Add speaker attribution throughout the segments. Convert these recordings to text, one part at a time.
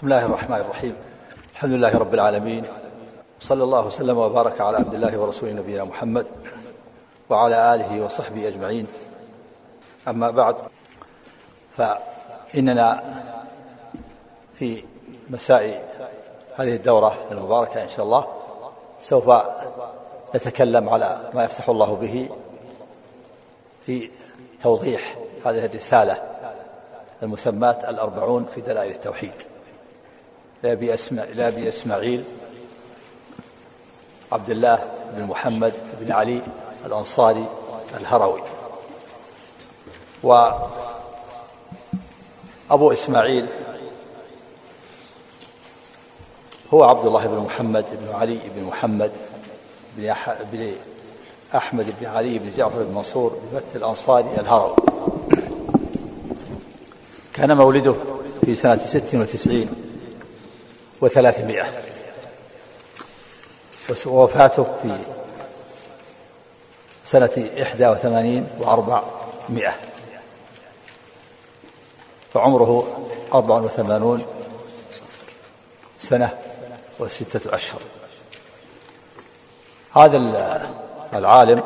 Speaker 1: بسم الله الرحمن الرحيم. الحمد لله رب العالمين، صلى الله وسلم وبارك على عبد الله ورسوله نبينا محمد وعلى آله وصحبه أجمعين. أما بعد، فإننا في مساء هذه الدورة المباركة إن شاء الله سوف نتكلم على ما يفتح الله به في توضيح هذه الرسالة المسماة 40 في دلائل التوحيد لأبي إسماعيل عبد الله بن محمد بن علي الأنصاري الهروي. وأبو إسماعيل هو عبد الله بن محمد بن علي بن محمد بن أحمد بن علي بن جعفر بن منصور بن مت الأنصاري الهروي. كان مولده في سنة 96 و300، ووفاته في سنة 81 و400، فعمره 84 سنة و6 أشهر. هذا العالم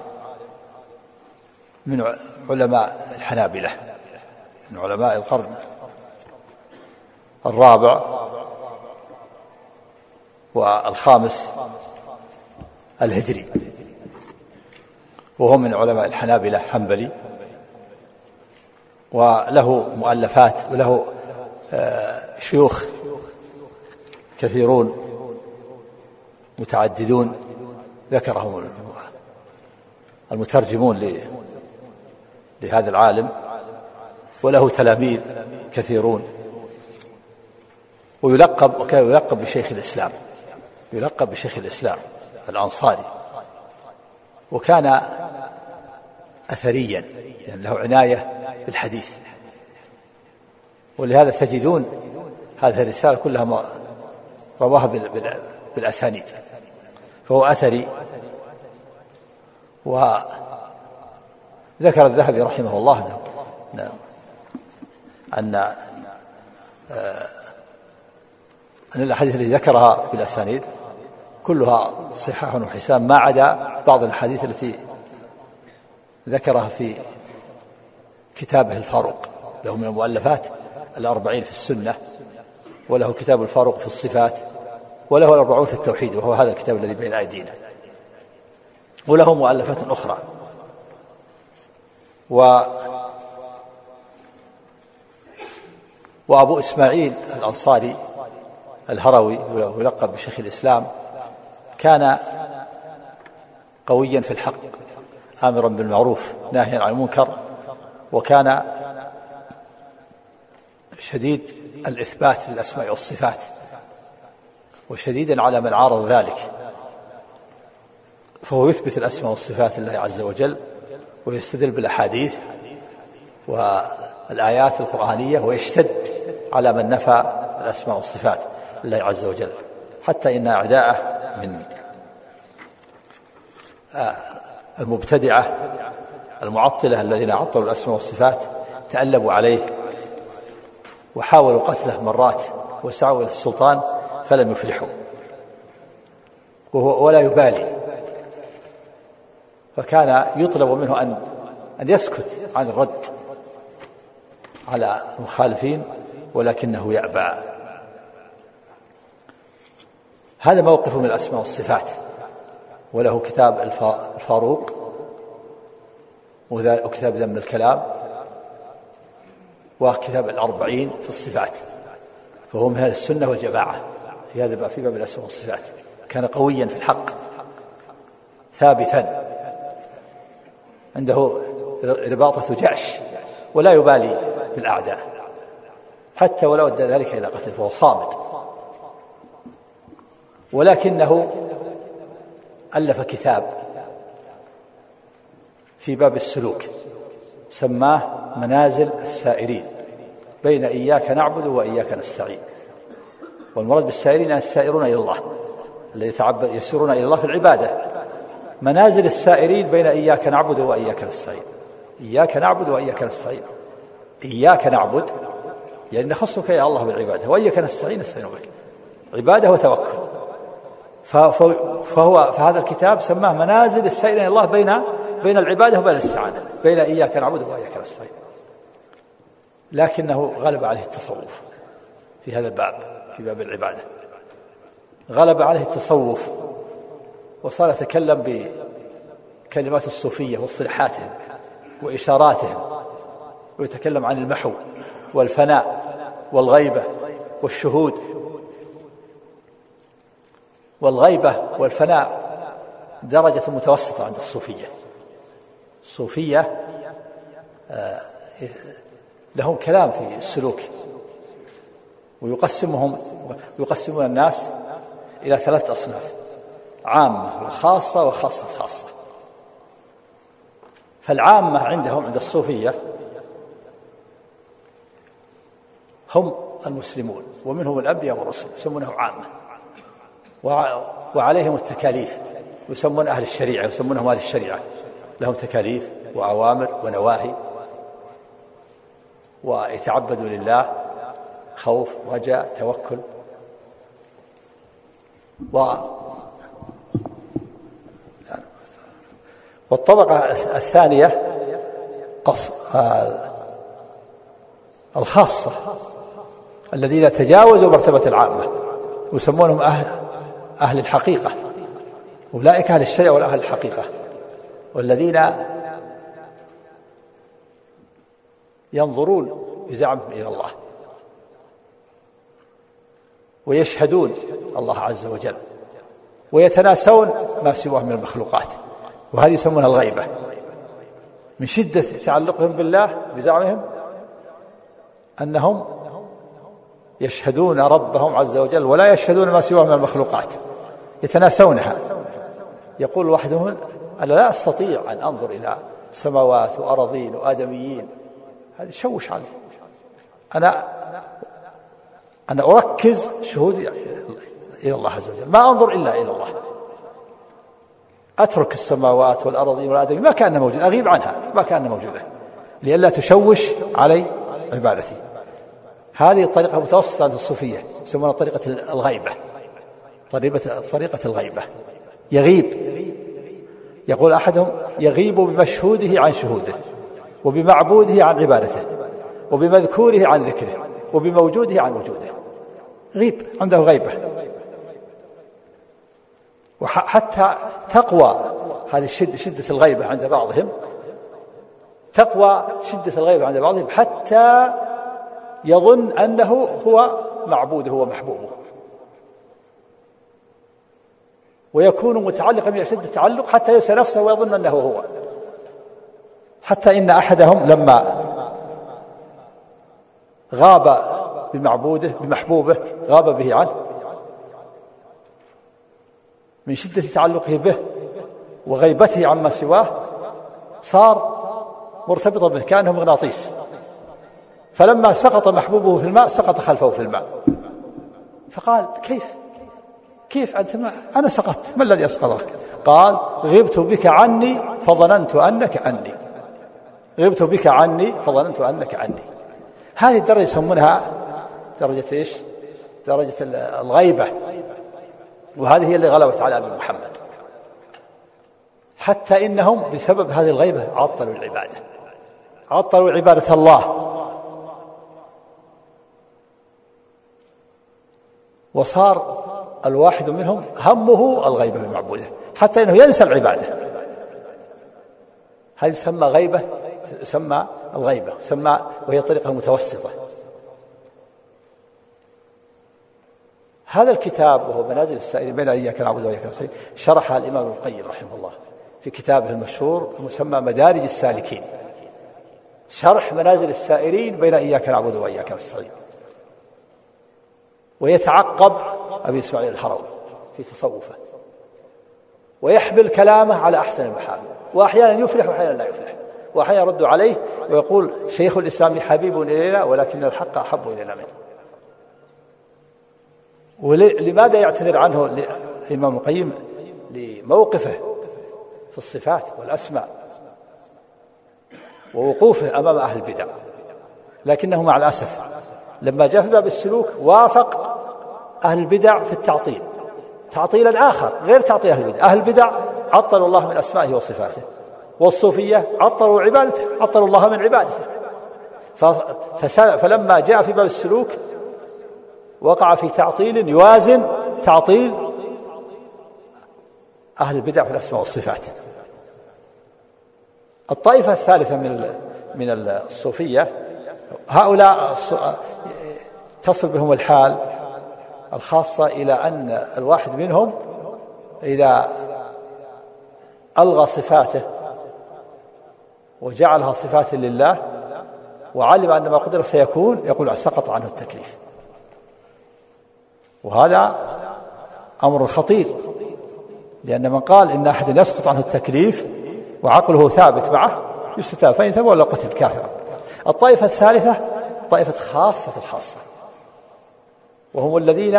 Speaker 1: من علماء الحنابلة، من علماء القرن الرابع والخامس الهجري، وهو من علماء الحنابلة حنبلي، وله مؤلفات وله شيوخ كثيرون متعددون ذكرهم المترجمون لهذا العالم، وله تلاميذ كثيرون، وكان يلقب بشيخ الإسلام، يلقب بشيخ الإسلام الأنصاري. وكان أثريا، يعني له عناية بالحديث، ولهذا تجدون هذه الرسالة كلها رواها بالأسانيد، فهو أثري. وذكر الذهبي رحمه الله أن الأحاديث التي ذكرها بالأسانيد كلها صحاح وحسان، ما عدا بعض الأحاديث التي ذكرها في كتابه الفاروق، له من المؤلفات 40 في السنة، وله كتاب الفاروق في الصفات، وله 40 في التوحيد، وهو هذا الكتاب الذي بين أيدينا، وله مؤلفات أخرى. وأبو إسماعيل الأنصاري الهروي يلقب بشيخ الإسلام كان قويا في الحق، آمرا بالمعروف ناهيا عن المنكر، وكان شديد الإثبات للأسماء والصفات، وشديدا على من عارض ذلك، فهو يثبت الأسماء والصفات لله عز وجل، ويستدل بالأحاديث والآيات القرآنية، ويشتد على من نفى الأسماء والصفات لله عز وجل، حتى إن أعداءه من المبتدعة المعطلة الذين عطلوا الأسماء والصفات تألبوا عليه وحاولوا قتله مرات، وسعوا إلى السلطان فلم يفلحوا، ولا يبالي، فكان يطلب منه أن يسكت عن الرد على المخالفين، ولكنه يأبى. هذا موقف من الأسماء والصفات. وله كتاب الفاروق، وكتاب ذم الكلام، وكتاب 40 في الصفات، فهو من هذه السنة والجماعة في هذا في باب الأسماء والصفات. كان قويا في الحق، ثابتا، عنده رباطة جأش، ولا يبالي بالأعداء، حتى ولو أدى ذلك إلى قتل فهو صامت. ولكنه ألف كتاب في باب السلوك سماه منازل السائرين بين إياك نعبد وإياك نستعين. والمراد بالسائرين السائرون إلى الله، الذي يسيرون إلى الله في العبادة. منازل السائرين بين إياك نعبد وإياك نستعين. إياك نعبد وإياك نستعين. إياك نعبد يعني نخصك يا الله بالعبادة، وإياك نستعين بك، عبادة وتوكل. فهذا الكتاب سماه منازل السير إلى الله بين العبادة وبين الاستعانة، بين إياك نعبد وإياك نستعين. لكنه غلب عليه التصوف في هذا الباب، في باب العبادة غلب عليه التصوف، وصار يتكلم بكلمات الصوفية واصطلاحاتهم وإشاراتهم، ويتكلم عن المحو والفناء والغيبة والشهود. والغيبة والفناء درجة متوسطة عند الصوفية. الصوفية لهم كلام في السلوك، ويقسمون الناس إلى 3 أصناف: عامة وخاصة وخاصة خاصة. فالعامة عندهم عند الصوفية هم المسلمون، ومنهم الأنبياء والرسل يسمونه عامة، وعليهم التكاليف، يسمون أهل الشريعة، يسمونهم أهل الشريعة، لهم تكاليف وأوامر ونواهي، ويتعبدوا لله خوف رجاء توكل. والطبقة الثانية الخاصة الذين تجاوزوا مرتبة العامة، يسمونهم أهل الحقيقة، أولئك أهل الشريعة والأهل الحقيقة، والذين ينظرون بزعمهم إلى الله ويشهدون الله عز وجل ويتناسون ما سواه من المخلوقات، وهذه يسمونها الغيبة. من شدة تعلقهم بالله بزعمهم أنهم يشهدون ربهم عز وجل ولا يشهدون ما سواه من المخلوقات، يتناسونها. يقول واحدهم: أنا لا أستطيع أن أنظر إلى سماوات وأراضين وآدميين، هذا يشوش علي. أنا أركز شهودي إلى الله عز وجل، ما أنظر إلا إلى الله، أترك السماوات والأراضين والآدميين ما كان موجود، أغيب عنها ما كان موجودة لئلا تشوش علي عبادتي. هذه الطريقة متوسطة عند الصوفية، يسمونها طريقة الغيبة، طريقة الغيبة. يغيب، يقول أحدهم: يغيب بمشهوده عن شهوده، وبمعبوده عن عبادته، وبمذكوره عن ذكره، وبموجوده عن وجوده. غيب، عنده غيبة. وحتى تقوى هذه شدة الغيبة عند بعضهم، تقوى شدة الغيبة عند بعضهم حتى يظن أنه هو معبوده ومحبوبه، ويكون متعلقا بأشد التعلق حتى ينسى نفسه ويظن أنه هو. حتى إن أحدهم لما غاب بمعبوده بمحبوبه، غاب به عنه من شدة تعلقه به وغيبته عما سواه، صار مرتبطا به كأنه مغناطيس. فلما سقط محبوبه في الماء سقط خلفه في الماء، فقال: كيف أنت؟ أنا سقطت، ما الذي أسقطك؟ قال: غبت بك عني فظننت أنك عني، غبت بك عني فظننت أنك عني. هذه الدرجة يسمونها درجة إيش؟ درجة الغيبة، وهذه هي اللي غلبت على أبي محمد، حتى إنهم بسبب هذه الغيبة عطلوا العبادة، عطلوا عبادة الله، وصار الواحد منهم همه الغيبة بمعبوده، حتى إنه ينسى العبادة. هذه تسمى غيبة، تسمى الغيبة، تسمى، وهي طريقة متوسطة. هذا الكتاب وهو منازل السائرين بين إياك نعبد وإياك نستعين شرحها الإمام ابن القيم رحمه الله في كتابه المشهور المسمى مدارج السالكين، شرح منازل السائرين بين إياك نعبد وإياك نستعين. ويتعقب أبي إسماعيل الهروي في تصوفه، ويحمل كلامه على أحسن المحامل، وأحيانا يفلح وأحيانا لا يفلح، وأحيانا يرد عليه ويقول: شيخ الإسلام حبيب إلينا ولكن الحق أحب إلينا منه. ولماذا يعتذر عنه الإمام القيم؟ لموقفه في الصفات والأسماء ووقوفه أمام أهل البدع، لكنه مع الأسف لما جاء في باب السلوك وافق أهل البدع في التعطيل تعطيلا آخر غير تعطيل أهل البدع. أهل البدع عطلوا الله من أسمائه وصفاته، والصوفية عطلوا عبادته، عطلوا الله من عبادته. فلما جاء في باب السلوك وقع في تعطيل يوازن تعطيل أهل البدع في الأسماء والصفات. الطائفة الثالثة من الصوفية هؤلاء تصل بهم الحال الخاصة إلى أن الواحد منهم إذا ألغى صفاته وجعلها صفات لله وعلم أن ما قدر سيكون يقول سقط عنه التكليف، وهذا أمر خطير، لأن من قال إن أحد يسقط عنه التكليف وعقله ثابت معه يستتاب، فإن ثبت ولا قتل كافرا. الطائفة الثالثة طائفة خاصة الخاصة، وهم الذين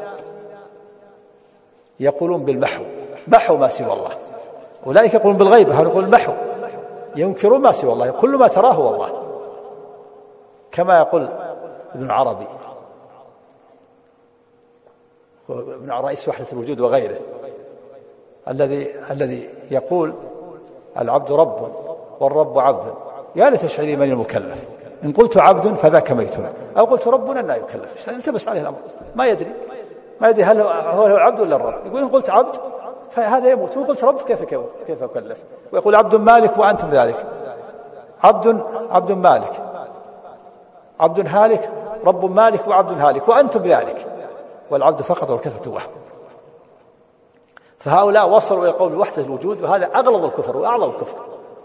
Speaker 1: يقولون بالمحو، محو ما سوى الله. أولئك يقولون بالغيبة، هؤلاء يقولون المحو، ينكرون ما سوى الله، كل ما تراه هو الله، كما يقول ابن عربي ابن رئيس وحدة الوجود وغيره الذي يقول العبد رب والرب عبد، يا لتشعري من المكلف، إن قلت عبد فذاك ميت، أو قلت ربنا لا يكلف. التبس عليه الأمر، ما يدري هل هو العبد ولا الرب. يقول إن قلت عبد فهذا يموت، وإن قلت رب كيف أكلف. ويقول عبد مالك وأنتم ذلك، عبد مالك، عبد هالك، رب مالك وعبد هالك وأنتم بذلك، والعبد فقط والكثرة وهم. فهؤلاء وصلوا إلى قول وحدة الوجود، وهذا أغلظ الكفر وأعظم الكفر،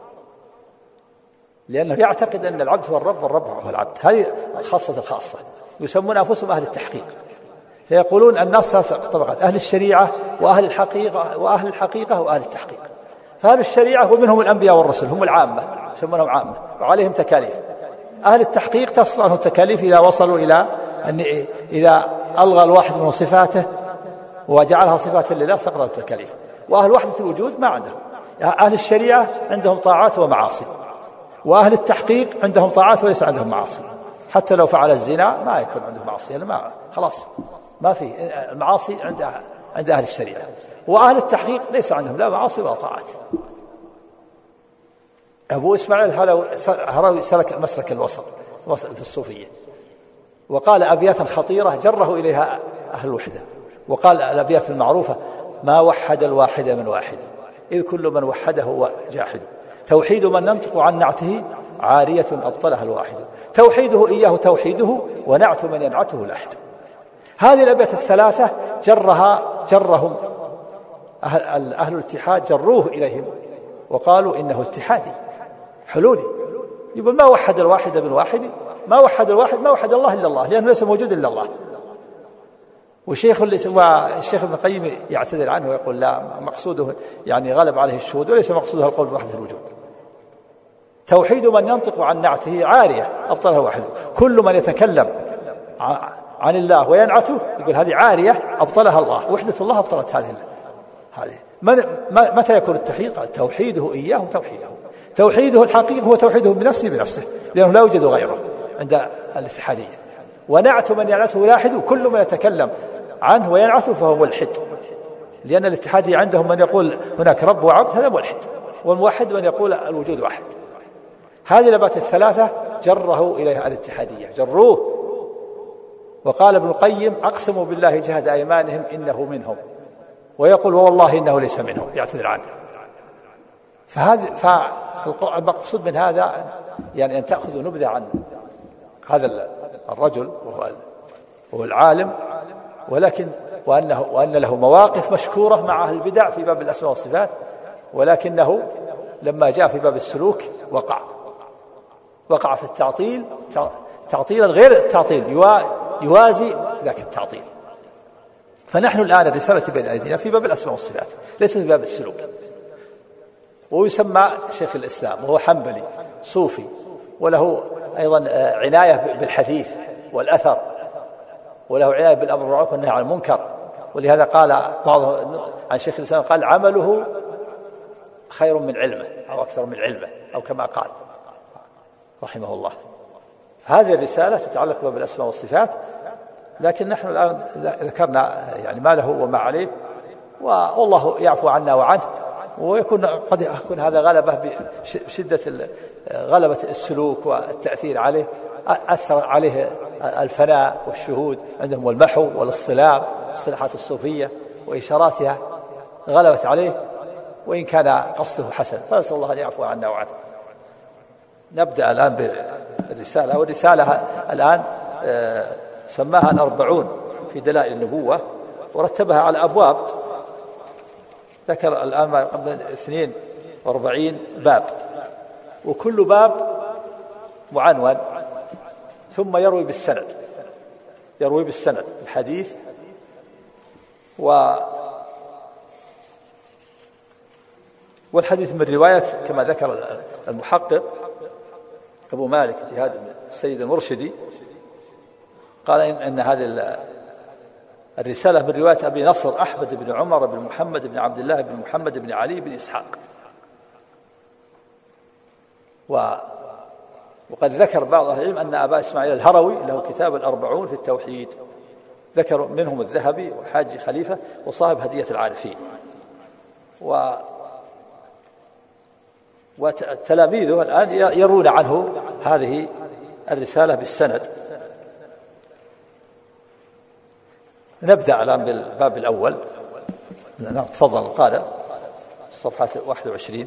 Speaker 1: لأنه يعتقد أن العبد هو الرب والرب هو العبد. هذه خاصة الخاصة، يسمون أنفسهم أهل التحقيق. فيقولون الناس ثلاث طبقات: أهل الشريعة وأهل الحقيقة وأهل التحقيق. فأهل الشريعة ومنهم الأنبياء والرسل هم العامة، يسمونهم عامة وعليهم تكاليف. أهل التحقيق تصل عنه التكاليف إذا وصلوا إلى أن إذا ألغى الواحد من صفاته وجعلها صفات لله سقط التكاليف. وأهل وحدة الوجود ما عندهم. أهل الشريعة عندهم طاعات ومعاصي، وأهل التحقيق عندهم طاعات وليس عندهم معاصي. حتى لو فعل الزنا ما يكون عنده معصية، ما خلاص ما في المعاصي عند أهل الشريعة. وأهل التحقيق ليس عندهم لا معاصي ولا طاعات. أبو إسماعيل هروي سلك مسلك الوسط في الصوفية، وقال أبياتا خطيرة جره إليها أهل الوحدة. وقال الأبيات المعروفة: ما وحد الواحد من واحد، إذ كل من وحده هو جاحد. توحيد من ننطق عن نعته عارية أبطلها الواحد، توحيده إياه توحيده، ونعت من ينعته لاحد. هذه الأبيات الثلاثة جرهم أهل الاتحاد، جروه إليهم وقالوا إنه اتحادي حلولي. يقول ما وحد الواحد من واحد، ما وحد الواحد، ما وحد الله إلا الله، لأنه ليس موجود إلا الله. والشيخ ابن القيم يعتذر عنه ويقول لا، مقصوده يعني غلب عليه الشهود، وليس مقصوده القول بوحدة الوجود. توحيد من ينطق عن نعته عارية أبطلها وحده، كل من يتكلم عن الله وينعته يقول هذه عارية أبطلها الله، وحدة الله أبطلت هذه. متى يكون التوحيد؟ قال توحيده إياه توحيده الحقيقي هو توحيده بنفسه، لأنه لا يوجد غيره عند الاتحادية. ونعت من ينعته لاحد، كل من يتكلم عنه وينعته فهو ملحد، لأن الاتحادية عندهم من يقول هناك رب وعبد، هذا ملحد، والموحد من يقول الوجود واحد. هذه الأبيات الثلاثة جره إليها الاتحادية، جروه. وقال ابن القيم: أقسموا بالله جهد أيمانهم إنه منهم، ويقول والله إنه ليس منهم، يعتذر عنه. فالمقصود من هذا يعني أن تأخذوا نبذة عن هذا الرجل وهو العالم، وأن له مواقف مشكورة مع أهل البدع في باب الأسماء والصفات، ولكنه لما جاء في باب السلوك وقع في التعطيل تعطيلا غير التعطيل، يوازي ذاك التعطيل. فنحن الآن الرسالة بين أيدينا في باب الأسماء والصفات، ليس في باب السلوك. ويسمى شيخ الإسلام، وهو حنبلي صوفي، وله أيضا عناية بالحديث والأثر، وله عناية بالأمر بالمعروف والنهي عن المنكر. ولهذا قال بعضهم عن شيخ الإسلام قال: عمله خير من علمه، أو أكثر من علمه، أو كما قال رحمه الله. هذه الرسالة تتعلق بالأسماء والصفات، لكن نحن الآن ذكرنا يعني ما له وما عليه، والله يعفو عنا وعنه. ويكون قد يكون هذا غلبة بشدة غلبة السلوك والتأثير عليه، أثر عليه الفناء والشهود عندهم والمحو والاصطلاح، اصطلاحات الصوفية وإشاراتها غلبت عليه، وإن كان قصده حسن، فنسأل الله أن يعفو عنا وعنه. نبدأ الآن بالرسالة، والرسالة الآن سماها 40 في دلائل النبوة، ورتبها على أبواب، ذكر الآن قبل 42 باب، وكل باب معنون، ثم يروي بالسند الحديث. والحديث من رواية كما ذكر المحقق أبو مالك جهاد السيد المرشدي، قال إن هذه الرسالة من رواية أبي نصر أحمد بن عمر بن محمد بن عبد الله بن محمد بن علي بن إسحاق. وقد ذكر بعض أهل العلم أن أبا إسماعيل الهروي له كتاب 40 في التوحيد، ذكر منهم الذهبي وحاج خليفة وصاحب هدية العارفين. وتلاميذه الآن يرون عنه هذه الرسالة بالسند. نبدأ الآن بالباب الأول. نعم تفضل القارئ، صفحة 21.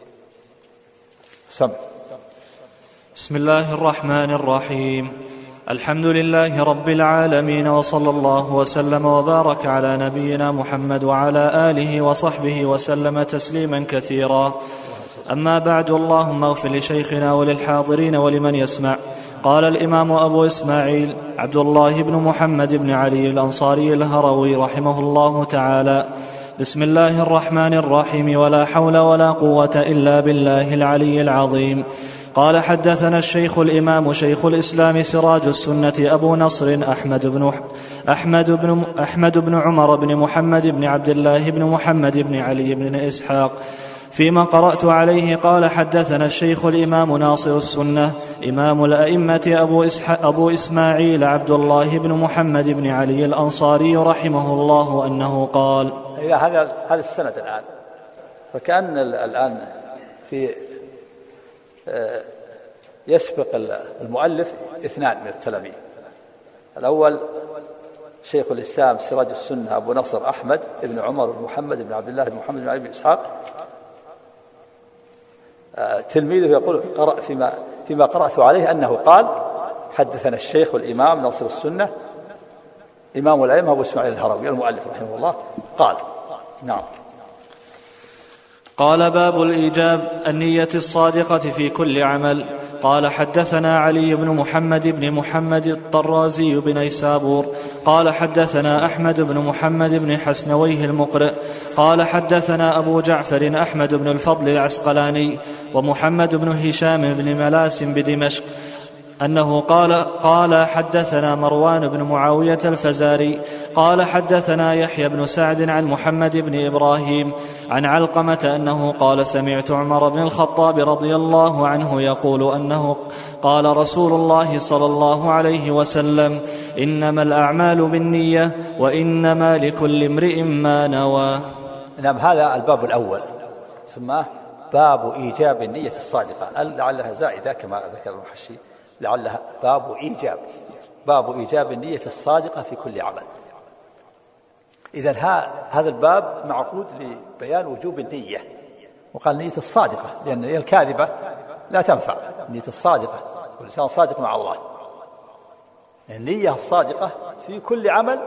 Speaker 1: سمع.
Speaker 2: بسم الله الرحمن الرحيم. الحمد لله رب العالمين، وصلى الله وسلم وبارك على نبينا محمد وعلى آله وصحبه وسلم تسليما كثيرا. أما بعد، اللهم اغفر لشيخنا وللحاضرين ولمن يسمع. قال الإمام أبو إسماعيل عبد الله بن محمد بن علي الأنصاري الهروي رحمه الله تعالى: بسم الله الرحمن الرحيم، ولا حول ولا قوة إلا بالله العلي العظيم. قال: حدثنا الشيخ الإمام شيخ الإسلام سراج السنة أبو نصر أحمد بن عمر بن محمد بن عبد الله بن محمد بن علي بن إسحاق. فيما قرأت عليه قال: حدثنا الشيخ الإمام ناصر السنة إمام الأئمة أبو إسماعيل عبد الله بن محمد بن علي الأنصاري رحمه الله أنه قال.
Speaker 1: إلى هذا السند الآن، فكأن الآن في يسبق المؤلف 2 من التلاميذ. الأول شيخ الإسلام سراج السنة أبو نصر أحمد بن عمر بن محمد بن عبد الله بن محمد بن علي بن إسحاق. تلميذه يقول فيما قرأت عليه أنه قال: حدثنا الشيخ الإمام ناصر السنة إمام الأئمة أبو إسماعيل الهروي. المؤلف رحمه الله قال. نعم.
Speaker 2: قال: باب الإيجاب النية الصادقة في كل عمل. قال: حدثنا علي بن محمد الطرازي بن نيسابور قال: حدثنا أحمد بن محمد بن حسنويه المقرئ قال: حدثنا أبو جعفر أحمد بن الفضل العسقلاني ومحمد بن هشام بن ملاسم بدمشق أنه قال: حدثنا مروان بن معاوية الفزاري قال: حدثنا يحيى بن سعد عن محمد بن إبراهيم عن علقمة أنه قال: سمعت عمر بن الخطاب رضي الله عنه يقول أنه قال رسول الله صلى الله عليه وسلم: إنما الأعمال بالنية وإنما لكل امرئ ما نوى.
Speaker 1: نعم. هذا الباب الأول سماه باب إيجاب النية الصادقة، لعلها زائدة كما ذكر المحشي، لعلها باب إيجاب النية الصادقة في كل عمل. إذن هذا الباب معقود لبيان وجوب النية، وقال النية الصادقة، لأن النية الكاذبة لا تنفع. النية الصادقة، والإنسان صادق مع الله. النية الصادقة في كل عمل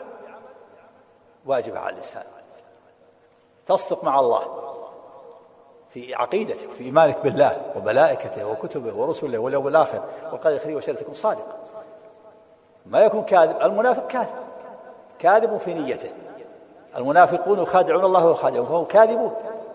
Speaker 1: واجبة على الإنسان. تصدق مع الله في عقيدتك، في إيمانك بالله وملائكته وكتبه ورسله واليوم الآخر والقدر خيره وشره، تكون صادق، ما يكون كاذب. المنافق كاذب في نيته. المنافقون يخادعون الله ويخادعون، فهم كاذبون.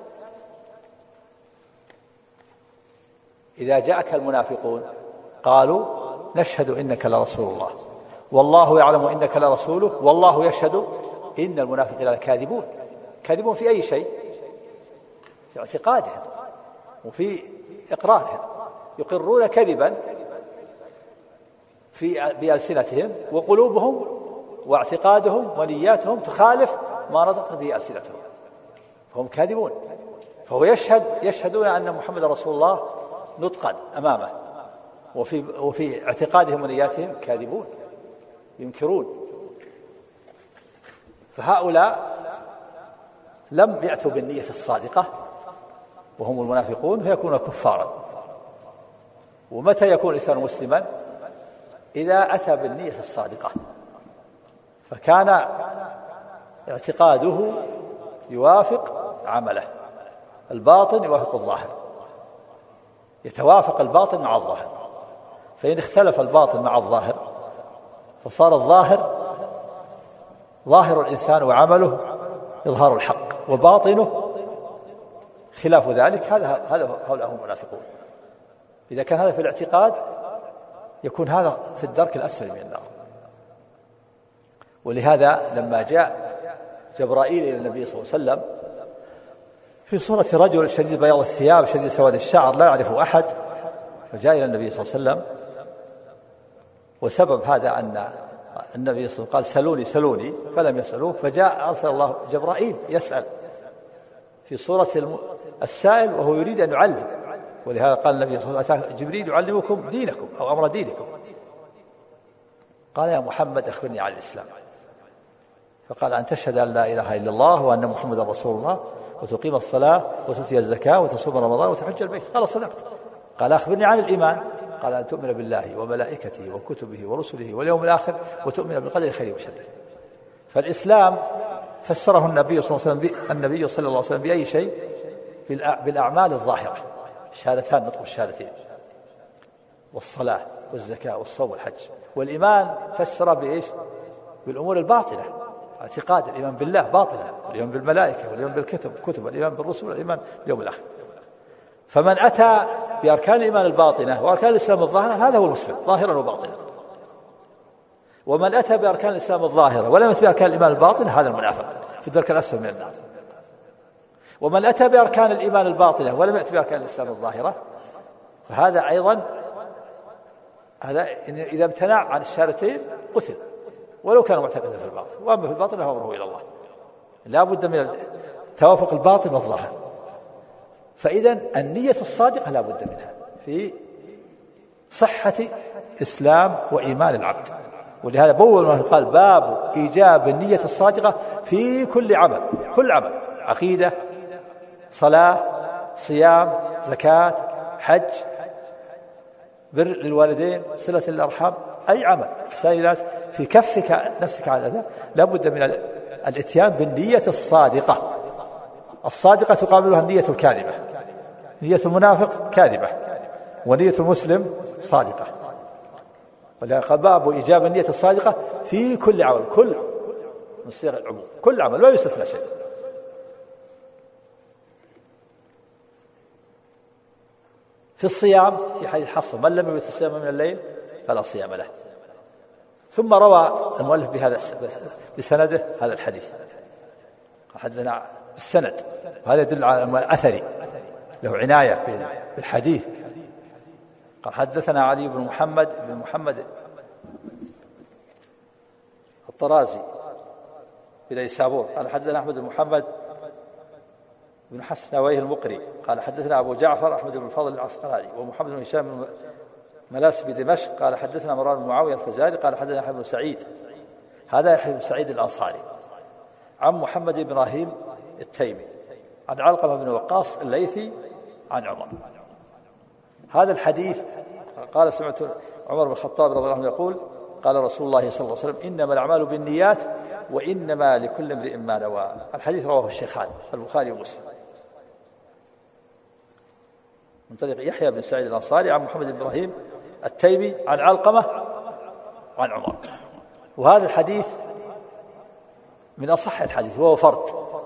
Speaker 1: إذا جاءك المنافقون قالوا: نشهد إنك لرسول الله والله يعلم إنك لرسوله والله يشهد إن المنافقين لكاذبون. كاذبون في أي شيء؟ في اعتقادهم وفي إقرارهم. يقرون كذبا بألسنتهم وقلوبهم واعتقادهم ونياتهم تخالف ما نطقت به ألسنتهم، فهم كاذبون. فهو يشهدون أن محمد رسول الله نطقا أمامه، وفي اعتقادهم ونياتهم كاذبون ينكرون. فهؤلاء لم يأتوا بالنية الصادقة وهم المنافقون، فيكونون كفارا. ومتى يكون الإنسان مسلما؟ إذا أتى بالنية الصادقة، فكان اعتقاده يوافق عمله، الباطن يوافق الظاهر، يتوافق الباطن مع الظاهر. فإن اختلف الباطن مع الظاهر فصار الظاهر ظاهر الإنسان وعمله إظهار الحق، وباطنه خلاف ذلك. هؤلاء هم المنافقون. إذا كان هذا في الاعتقاد يكون هذا في الدرك الأسفل من النار. ولهذا لما جاء جبرائيل إلى النبي صلى الله عليه وسلم في صورة رجل شديد بياض الثياب شديد سواد الشعر لا يعرفه أحد، فجاء إلى النبي صلى الله عليه وسلم، وسبب هذا أن النبي صلى الله عليه وسلم قال سلوني فلم يسألوه، فجاء أرسل الله جبرائيل يسأل في صورة السائل وهو يريد أن يعلم. ولهذا قال النبي صلى الله عليه وسلم جبريل يعلمكم دينكم أو أمر دينكم. قال يا محمد أخبرني عن الإسلام. فقال أن تشهد أن لا إله إلا الله وأن محمد رسول الله وتقيم الصلاة وتؤتي الزكاة وتصوم رمضان وتحج البيت. قال صدقت. قال أخبرني عن الإيمان. قال أن تؤمن بالله وملائكته وكتبه ورسله واليوم الآخر وتؤمن بالقدر خيره وشره. فالإسلام فسره النبي صلى الله عليه وسلم بأي شيء؟ بالأعمال الظاهرة، الشهادتان، نطق الشهادتين، والصلاة والزكاة والصوم والحج. والإيمان فسر بإيش؟ بالأمور الباطنة، اعتقاد الإيمان بالله باطنة، والإيمان بالملائكة والإيمان بالكتب والإيمان بالرسل والإيمان باليوم الآخر. فمن أتى بأركان الإيمان الباطنة وأركان الإسلام الظاهرة هذا هو المسلم ظاهرا وباطنا. ومن أتى بأركان الإسلام الظاهرة ولم يأت بأركان الإيمان الباطنة هذا المنافق في الدرك الأسفل من النار. ومن أتى بأركان الإيمان الباطنة ولم يأت بأركان الإسلام الظاهرة فهذا أيضا إذا امتنع عن الشهادتين قتل ولو كان معتقدا في الباطن. وأما في الباطن فأمره إلى الله. لا بد من توافق الباطن والظاهر. فإذا النية الصادقة لا بد منها في صحة إسلام وإيمان العبد. ولهذا بول قال باب إيجاب النية الصادقة في كل عمل، كل عمل، عقيدة، صلاة، صيام، زكاة، حج، بر للوالدين، صلة الأرحام، أي عمل، إحسان الناس، في كفك نفسك على الأذى لا بد من الاتيان بالنية الصادقة. الصادقة تقابلها النية الكاذبة. نية المنافق كاذبة ونية المسلم صادقة. ولهذا قال باب إيجاب النية الصادقة في كل عمل، كل من صيغ العموم، كل عمل لا يستثنى شيء. في الصيام في حديث حفصة من لم يبت الصيام من الليل فلا صيام له. ثم روى المؤلف بهذا بسنده هذا الحديث، حدثنا بالسند، وهذا يدل على أثري له عناية بالحديث. قال حدثنا علي بن محمد الطرازي بن نيسابور قال حدثنا أحمد بن محمد بن حسنويه المقري قال حدثنا أبو جعفر أحمد بن الفضل العسقلاني ومحمد بن هشام بن ملاس بدمشق قال حدثنا مروان بن معاوية الفزاري قال حدثنا يحيى بن سعيد، هذا يحيى بن سعيد الأنصاري، عن محمد بن إبراهيم التيمي عن علقمة بن وقاص الليثي عن عمر. هذا الحديث قال سمعت عمر بن الخطاب رضي الله عنه يقول قال رسول الله صلى الله عليه وسلم إنما الأعمال بالنيات وإنما لكل امرئ ما نوى. الحديث رواه الشيخان البخاري ومسلم من طريق يحيى بن سعيد الأنصاري عن محمد بن إبراهيم التيمي عن علقمة عن عمر. وهذا الحديث من أصح الحديث، وهو فرد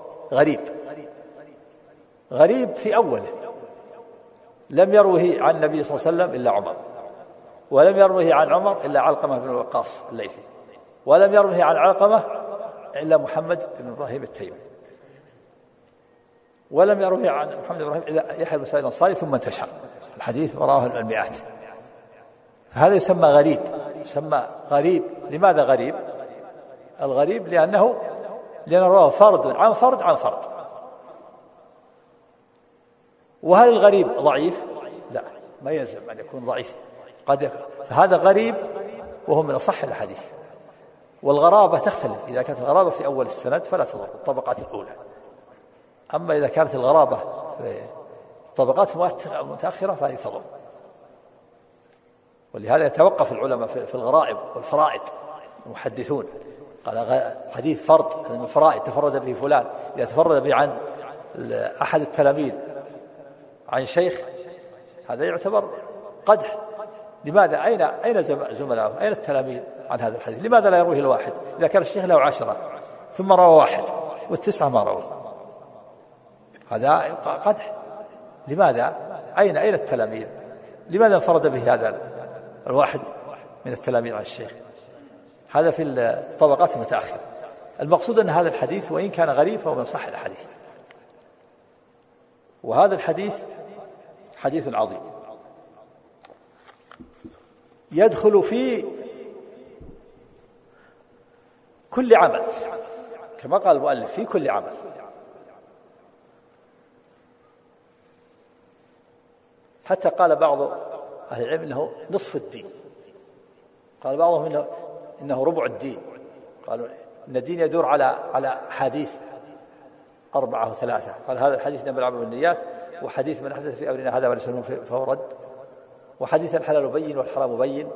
Speaker 1: غريب في أوله، لم يروه عن النبي صلى الله عليه وسلم إلا عمر، ولم يروه عن عمر إلا علقمة بن وقاص الليثي، ولم يروه عن علقمة إلا محمد بن إبراهيم التيمي، ولم يروه عن محمد بن إبراهيم إلا يحيى بن سعيد الأنصاري، ثم انتشر الحديث وراه المئات. فهذا يسمى غريب يسمى غريب. لماذا غريب؟ الغريب لأنه رواه فرد عن فرد عن فرد. وهل الغريب ضعيف؟ لا، ما يلزم أن يكون ضعيف، فهذا غريب وهو من أصح الحديث. والغرابة تختلف، إذا كانت الغرابة في أول السند فلا تضر الطبقات الأولى، أما إذا كانت الغرابة في طبقات متأخرة فهذه تضر. ولهذا يتوقف العلماء في الغرائب والفرائد المحدثون، قال حديث فرد من الفرائد تفرد به فلان، إذا تفرد به عن أحد التلاميذ عن شيخ هذا يعتبر قدح. لماذا؟ أين زملائه؟ أين التلاميذ عن هذا الحديث؟ لماذا لا يرويه الواحد؟ إذا كان الشيخ له 10 ثم روى واحد والتسعة ما رووا، هذا قدح. لماذا؟ أين التلاميذ؟ لماذا انفرد به هذا الواحد من التلاميذ عن الشيخ؟ هذا في الطبقات المتأخرة. المقصود أن هذا الحديث وإن كان غريب فهو من صح الحديث. وهذا الحديث حديث عظيم يدخل في كل عمل، كما قال المؤلف في كل عمل. حتى قال بعض أهل العلم إنه نصف الدين، قال بعضهم إنه ربع الدين. قالوا إن الدين يدور على حديث 4 و3. قال هذا الحديث إنما الأعمال بالنيات، وحديث من أحدث في أمرنا هذا ما ليس منه فهو رد، وحديث الحلال بين والحرام بين.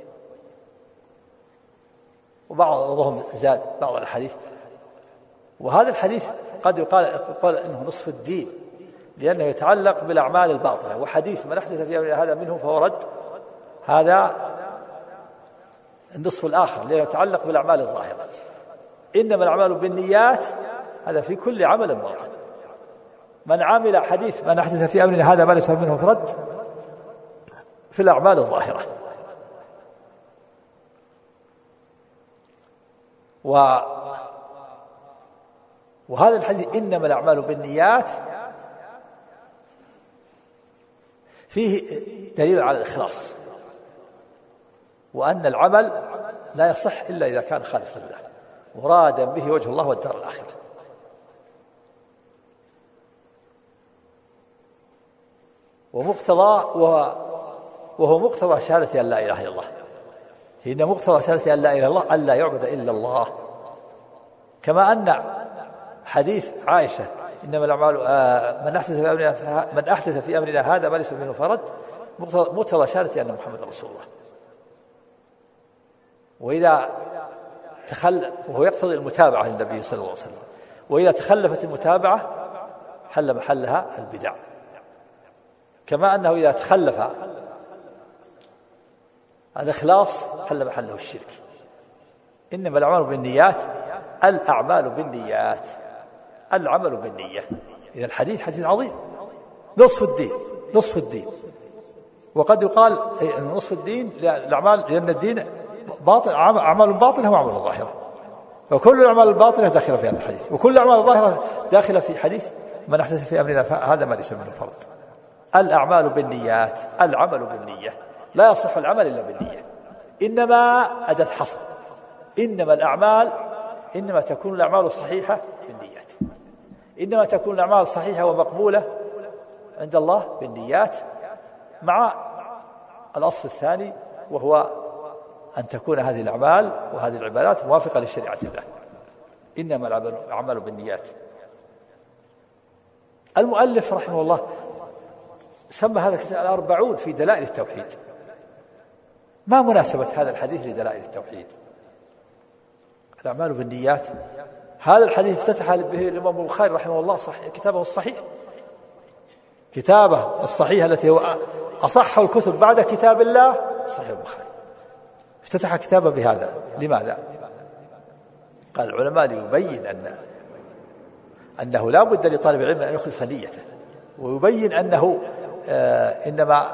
Speaker 1: وبعضهم زاد بعض الحديث. وهذا الحديث قد يقال إنه نصف الدين، لأنه يتعلق بالأعمال الباطنة. وحديث من أحدث في أمرنا هذا منه فهو رد، هذا النصف الآخر لأنه يتعلق بالأعمال الظاهرة. إنما الأعمال بالنيات هذا في كل عمل باطن. من عمل حديث من أحدث في أمرنا هذا ما ليس منه فرد في الأعمال الظاهرة. وهذا الحديث إنما الأعمال بالنيات فيه دليل على الإخلاص، وأن العمل لا يصح إلا إذا كان خالصا لله مرادا به وجه الله والدار الآخرة. وهو مقتضى شهادة أن لا إله إلا الله. إن مقتضى شهادة أن لا إله إلا الله أن لا يعبد إلا الله. كما أن حديث عائشة إنما الأعمال من أحدث في أمرنا هذا ما ليس منه فرد مقتضى شهادة أن محمد رسول الله. وهو يقتضي المتابعة للنبي صلى الله عليه وسلم. وإذا تخلفت المتابعة حل محلها البدع. كما أنه إذا تخلف الإخلاص حل محله الشرك. إنما الأعمال بالنيات، الأعمال بالنيات، العمل بالنية. إذا الحديث حديث عظيم، نصف الدين. وقد يقال نصف الدين الأعمال، لأن الدين باطن، أعمال باطنة وأعمال ظاهرة، وكل الأعمال الباطنة داخلة في هذا الحديث، وكل الأعمال الظاهرة داخلة في حديث من أحدث في أمرنا هذا ما ليس منه فرض. الأعمال بالنيات، العمل بالنية، لا يصح العمل إلا بالنية. إنما أداة حصر، إنما الأعمال، إنما تكون الأعمال صحيحة بالنيات، إنما تكون الأعمال صحيحة ومقبولة عند الله بالنيات، مع الأصل الثاني وهو أن تكون هذه الأعمال وهذه العبادات موافقة لشريعة الله. إنما الأعمال بالنيات. المؤلف رحمه الله سمى هذا الكتاب 40 في دلائل التوحيد. ما مناسبة هذا الحديث لدلائل التوحيد؟ الأعمال بالنيات. هذا الحديث افتتح به الإمام البخاري رحمه الله كتابه الصحيح، كتابه الصحيح التي هو أصح الكتب بعد كتاب الله صحيح البخاري. افتتح كتابه بهذا. لماذا؟ قال العلماء ليبين أنه لا بد لطالب العلم أن يخلص نيته، ويبين أنه إنما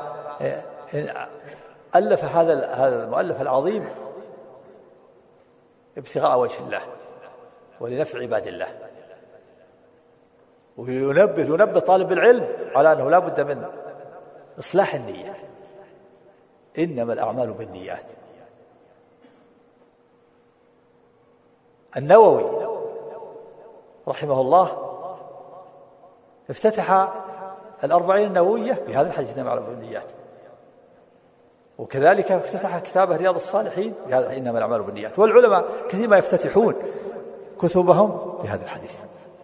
Speaker 1: ألف هذا المؤلف العظيم ابتغاء وجه الله ولنفع عباد الله. وينبه طالب العلم على أنه لا بد من إصلاح النية. إنما الأعمال بالنيات. النووي رحمه الله افتتح 40 النووية بهذا الحديث إنما الأعمال بالنيات، وكذلك افتتح كتابه رياض الصالحين بهذا إنما الأعمال بالنيات. والعلماء كثير ما يفتتحون كتبهم بهذا الحديث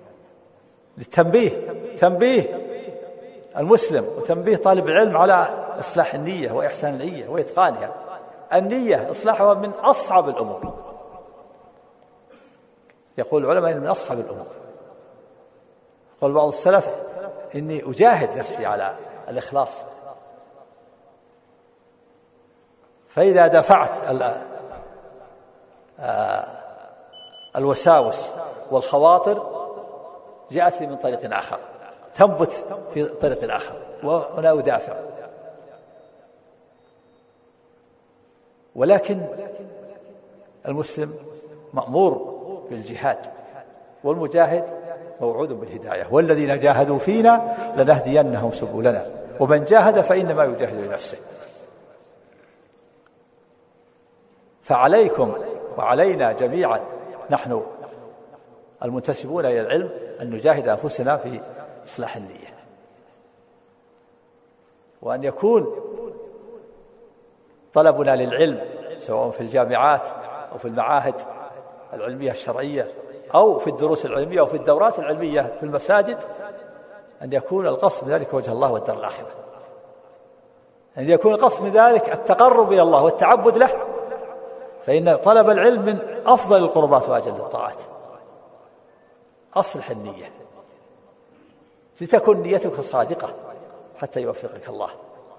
Speaker 1: تنبيه المسلم وتنبيه طالب العلم على إصلاح النية وإحسان النية وإتقانها. النية إصلاحها من أصعب الأمور، يقول العلماء من أصعب الأمور. قال بعض السلف إني أجاهد نفسي على الإخلاص، فإذا دفعت الوساوس والخواطر جاءت لي من طريق آخر، تنبت في طريق آخر وأنا أدافع. ولكن المسلم مأمور بالجهاد، والمجاهد موعود بالهداية، والذين جاهدوا فينا لنهدينهم سبلنا ومن جاهد فإنما يجاهد لنفسه. فعليكم وعلينا جميعا نحن المنتسبون إلى العلم أن نجاهد أنفسنا في إصلاح النية، وأن يكون طلبنا للعلم سواء في الجامعات أو في المعاهد العلمية الشرعية أو في الدروس العلمية أو في الدورات العلمية في المساجد أن يكون القصد من ذلك وجه الله والدار الآخرة، أن يكون القصد من ذلك التقرب إلى الله والتعبد له، فإن طلب العلم من أفضل القربات وأجل الطاعات. أصلح النية لتكن نيتك صادقة حتى يوفقك الله.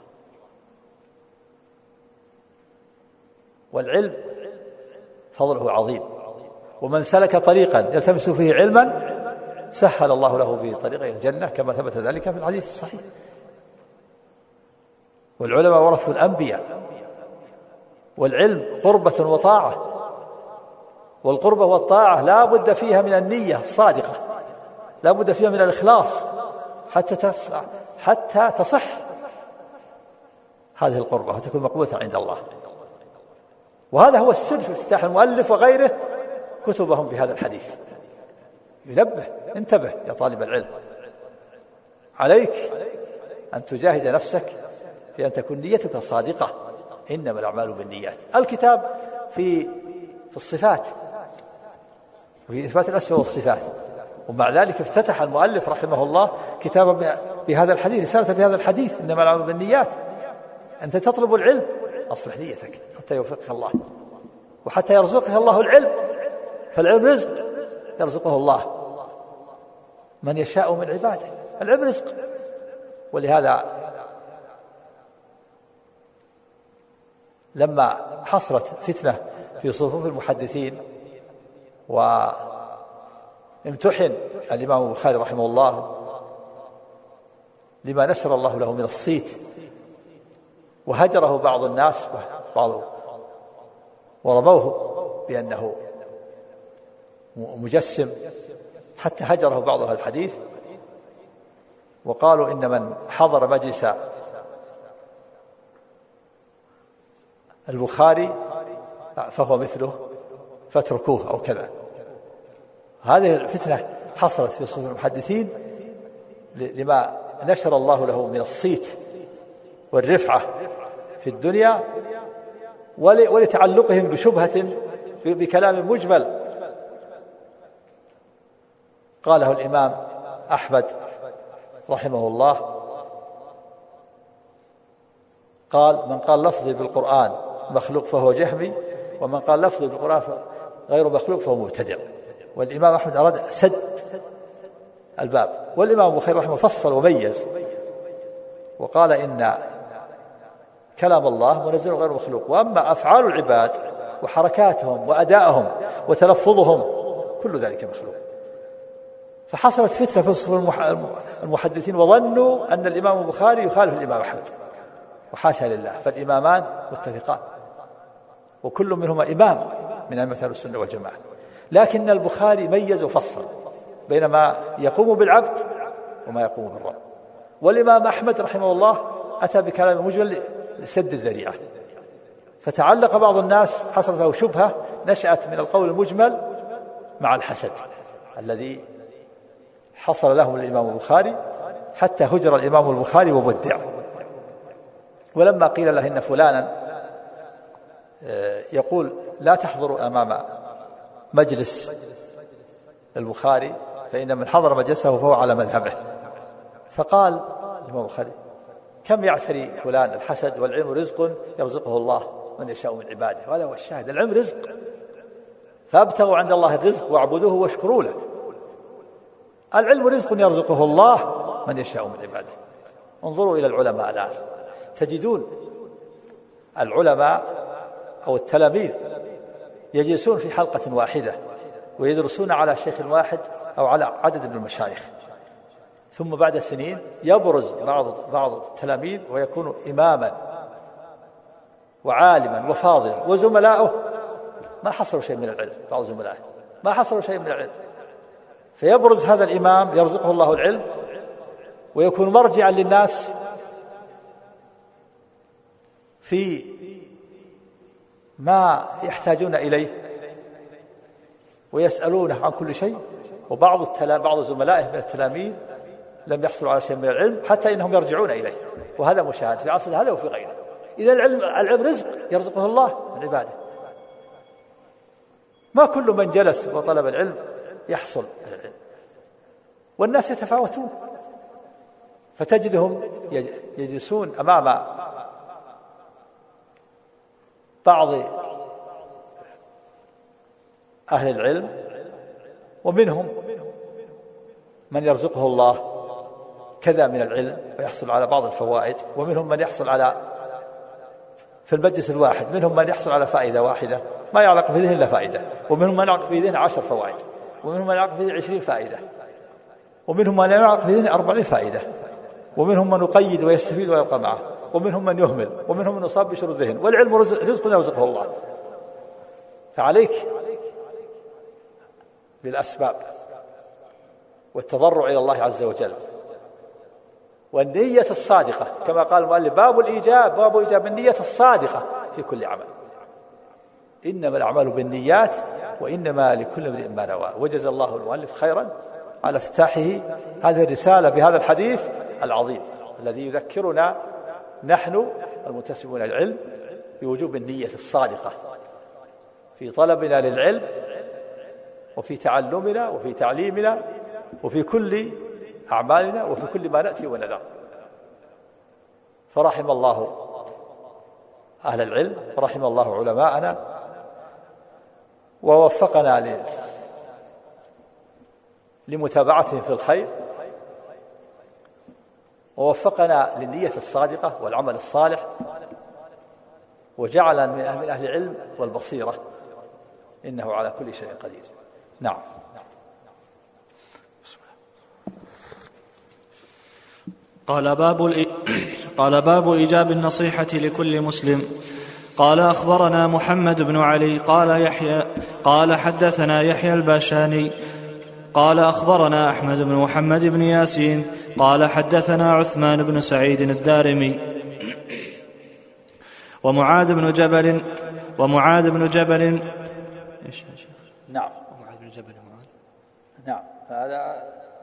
Speaker 1: والعلم فضله عظيم، ومن سلك طريقا يلتمس فيه علما سهل الله له به طريقا إلى الجنة كما ثبت ذلك في الحديث الصحيح. والعلماء ورثوا الأنبياء، والعلم قربة وطاعة، والقربة والطاعة لا بد فيها من النية الصادقة، لا بد فيها من الإخلاص حتى تصح هذه القربة وتكون مقبولة عند الله. وهذا هو السر في افتتاح المؤلف وغيره كتبهم بهذا الحديث. ينبه، انتبه يا طالب العلم، عليك أن تجاهد نفسك في أن تكون نيتك صادقة، إنما الأعمال بالنيات. الكتاب في الصفات وفي إثبات الأسماء والصفات، ومع ذلك افتتح المؤلف رحمه الله كتابا بهذا الحديث، رسالة بهذا الحديث إنما الأعمال بالنيات. أنت تطلب العلم، أصلح نيتك حتى يوفقك الله وحتى يرزقك الله العلم، فالعلم رزق يرزقه الله من يشاء من عباده، العلم رزق. ولهذا لما حصلت فتنة في صفوف المحدثين وامتحن الإمام البخاري رحمه الله لما نشر الله له من الصيت، وهجره بعض الناس ورموه بأنه مجسم، حتى هجره بعض أهل الحديث وقالوا إن من حضر مجلس البخاري فهو مثله فاتركوه أو كذا. هذه الفتنة حصلت في صفوف المحدثين لما نشر الله له من الصيت والرفعة في الدنيا، ولتعلقهم بشبهة بكلام مجمل قاله الإمام أحمد رحمه الله، قال: من قال لفظي بالقرآن مخلوق فهو جهمي، ومن قال لفظي بالقرآن غير مخلوق فهو مبتدع. والإمام أحمد أراد سد الباب، والإمام البخاري رحمه فصل وميز وقال إن كلام الله منزل غير مخلوق، وأما أفعال العباد وحركاتهم وأدائهم وتلفظهم كل ذلك مخلوق. فحصلت فتنة في صفوف المحدثين وظنوا أن الإمام البخاري يخالف الإمام أحمد، وحاشا لله، فالإمامان متفقان وكل منهما إمام من أئمة أهل السنة والجماعة، لكن البخاري ميز وفصل بين ما يقوم بالعبد وما يقوم بالرب. والإمام أحمد رحمه الله أتى بكلام مجمل لسد الذريعة، فتعلق بعض الناس، حصلت له شبهة نشأت من القول المجمل مع الحسد الذي حصل لهم الإمام البخاري حتى هجر الإمام البخاري وبدع. ولما قيل له إن فلانا يقول لا تحضروا أمام مجلس البخاري فإن من حضر مجلسه فهو على مذهبه، فقال الإمام البخاري كم يعتري فلان الحسد والعلم رزق يرزقه الله من يشاء من عباده. وهذا هو الشاهد، العلم رزق، فابتغوا عند الله الرزق واعبدوه واشكروا له. العلم رزق يرزقه الله من يشاء من عباده. انظروا إلى العلماء الآن، تجدون العلماء أو التلاميذ يجلسون في حلقة واحدة ويدرسون على شيخ واحد أو على عدد من المشايخ، ثم بعد سنين يبرز بعض التلاميذ ويكون إماما وعالما وفاضلا، وزملاؤه ما حصلوا شيء من العلم، بعض زملائه ما حصلوا شيء من العلم، فيبرز هذا الإمام يرزقه الله العلم ويكون مرجعا للناس في ما يحتاجون إليه ويسألونه عن كل شيء، وبعض زملائه من التلاميذ لم يحصلوا على شيء من العلم حتى إنهم يرجعون إليه، وهذا مشاهد في عصر هذا وفي غيره. إذا العلم رزق يرزقه الله من عباده، ما كل من جلس وطلب العلم يحصل العلم، والناس يتفاوتون، فتجدهم يجلسون أمام بعض أهل العلم، ومنهم من يرزقه الله كذا من العلم ويحصل على بعض الفوائد، ومنهم من يحصل على في المجلس الواحد منهم من يحصل على فائدة واحدة ما يعلق في ذهن إلا فائدة، ومنهم من يعلق في ذهن 10 فوائد، ومنهم من يعلق في ذهن 20 فائدة، ومنهم من يعلق في ذهن 40 فائدة، ومنهم من يقيد ويستفيد ويبقى معه، ومنهم من يهمل، ومنهم من يصاب بشر الذهن. والعلم رزق يرزقه الله، فعليك بالأسباب والتضرع إلى الله عز وجل والنية الصادقة، كما قال المؤلف باب إيجاب النية الصادقة في كل عمل. إنما الأعمال بالنيات وإنما لكل امرئ ما نوى. وجزى الله المؤلف خيرا على افتتاحه هذه الرسالة بهذا الحديث العظيم الذي يذكرنا نحن المنتسبون للعلم بوجوب النية الصادقة في طلبنا للعلم وفي تعلمنا وفي تعليمنا وفي كل أعمالنا وفي كل ما نأتي ونذر. فرحم الله أهل العلم ورحم الله علماءنا ووفقنا لمتابعتهم في الخير، ووفقنا للنية الصادقة والعمل الصالح، وجعلنا من أهل العلم والبصيرة، إنه على كل شيء قدير. نعم.
Speaker 2: قال باب إيجاب النصيحة لكل مسلم. قال أخبرنا محمد بن علي قال حدثنا يحيى الباشاني قال أخبرنا أحمد بن محمد بن ياسين قال حدثنا عثمان بن سعيد الدارمي ومعاذ بن جبل
Speaker 1: نعم.
Speaker 2: ومعاذ بن جبل
Speaker 1: نعم. هذا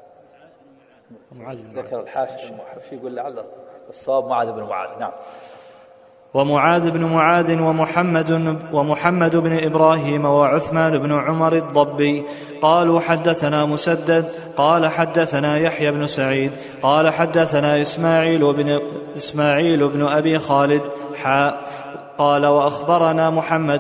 Speaker 1: ذكر الحاشي يقول لعل الصواب معاذ بن معاذ. نعم.
Speaker 2: ومعاذ بن معاذ ومحمد بن إبراهيم وعثمان بن عمر الضبي قالوا حدثنا مسدد قال حدثنا يحيى بن سعيد قال حدثنا إسماعيل بن أبي خالد قال وأخبرنا محمد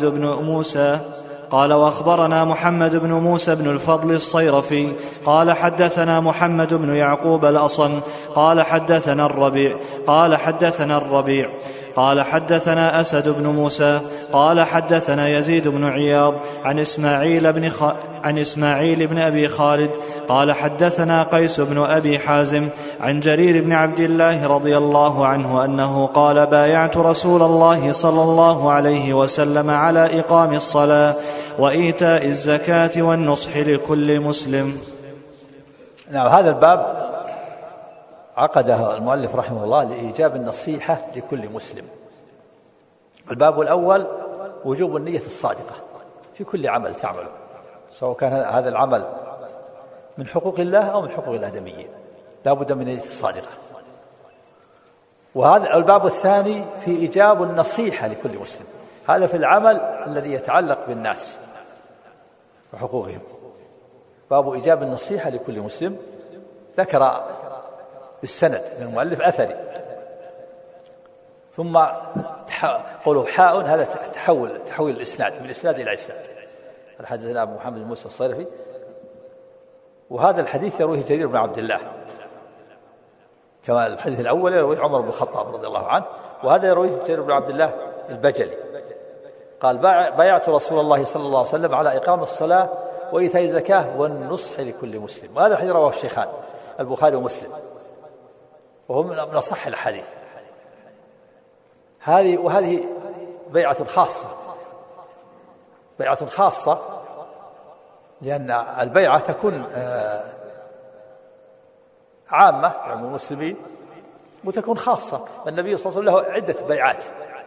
Speaker 2: بن موسى بن الفضل الصيرفي قال حدثنا محمد بن يعقوب الأصم قال حدثنا الربيع قال حدثنا أسد بن موسى قال حدثنا يزيد بن عياض عن إسماعيل بن أبي خالد قال حدثنا قيس بن أبي حازم عن جرير بن عبد الله رضي الله عنه أنه قال بايعت رسول الله صلى الله عليه وسلم على إقام الصلاة وإيتاء الزكاة والنصح لكل مسلم.
Speaker 1: نعم. هذا الباب عقده المؤلف رحمه الله لإيجاب النصيحة لكل مسلم. الباب الأول وجوب النية الصادقة في كل عمل تعمله، سواء كان هذا العمل من حقوق الله أو من حقوق الآدميين، لا بد من نية صادقة. وهذا الباب الثاني في إيجاب النصيحة لكل مسلم، هذا في العمل الذي يتعلق بالناس وحقوقهم، باب إيجاب النصيحة لكل مسلم. ذكر بالسند للمؤلف أثري، ثم قوله حاء هذا تحول الإسناد من إسناد إلى إسناد. حدثنا أبو محمد بن موسى الصيرفي، وهذا الحديث يرويه جرير بن عبد الله، كما الحديث الأول يرويه عمر بن الخطاب رضي الله عنه، وهذا يرويه جرير بن عبد الله البجلي قال بايعت رسول الله صلى الله عليه وسلم على إقام الصلاة وإيتاء الزكاة والنصح لكل مسلم. وهذا الحديث رواه الشيخان البخاري ومسلم، وهو من أصح الحديث. وهذه بيعة خاصة، لأن البيعة تكون عامة عن المسلمين وتكون خاصة. النبي صلى الله عليه وسلم له عدة بيعات،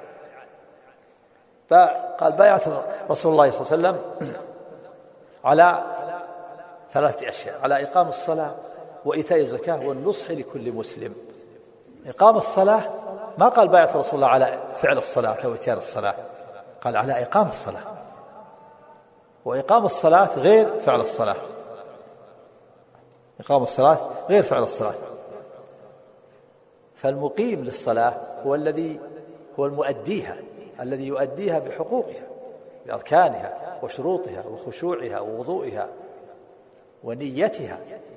Speaker 1: فقال بايعت رسول الله صلى الله عليه وسلم على 3 أشياء: على إقام الصلاة وإيتاء الزكاة والنصح لكل مسلم. إقام الصلاة ما قال بايعت رسول الله على فعل الصلاة أو إتيان الصلاة، قال على إقام الصلاة، وإقام الصلاة غير فعل الصلاة، إقام الصلاة غير فعل الصلاة. فالمقيم للصلاة هو المؤديها، الذي يؤديها بحقوقها بأركانها وشروطها وخشوعها ووضوئها ونيتها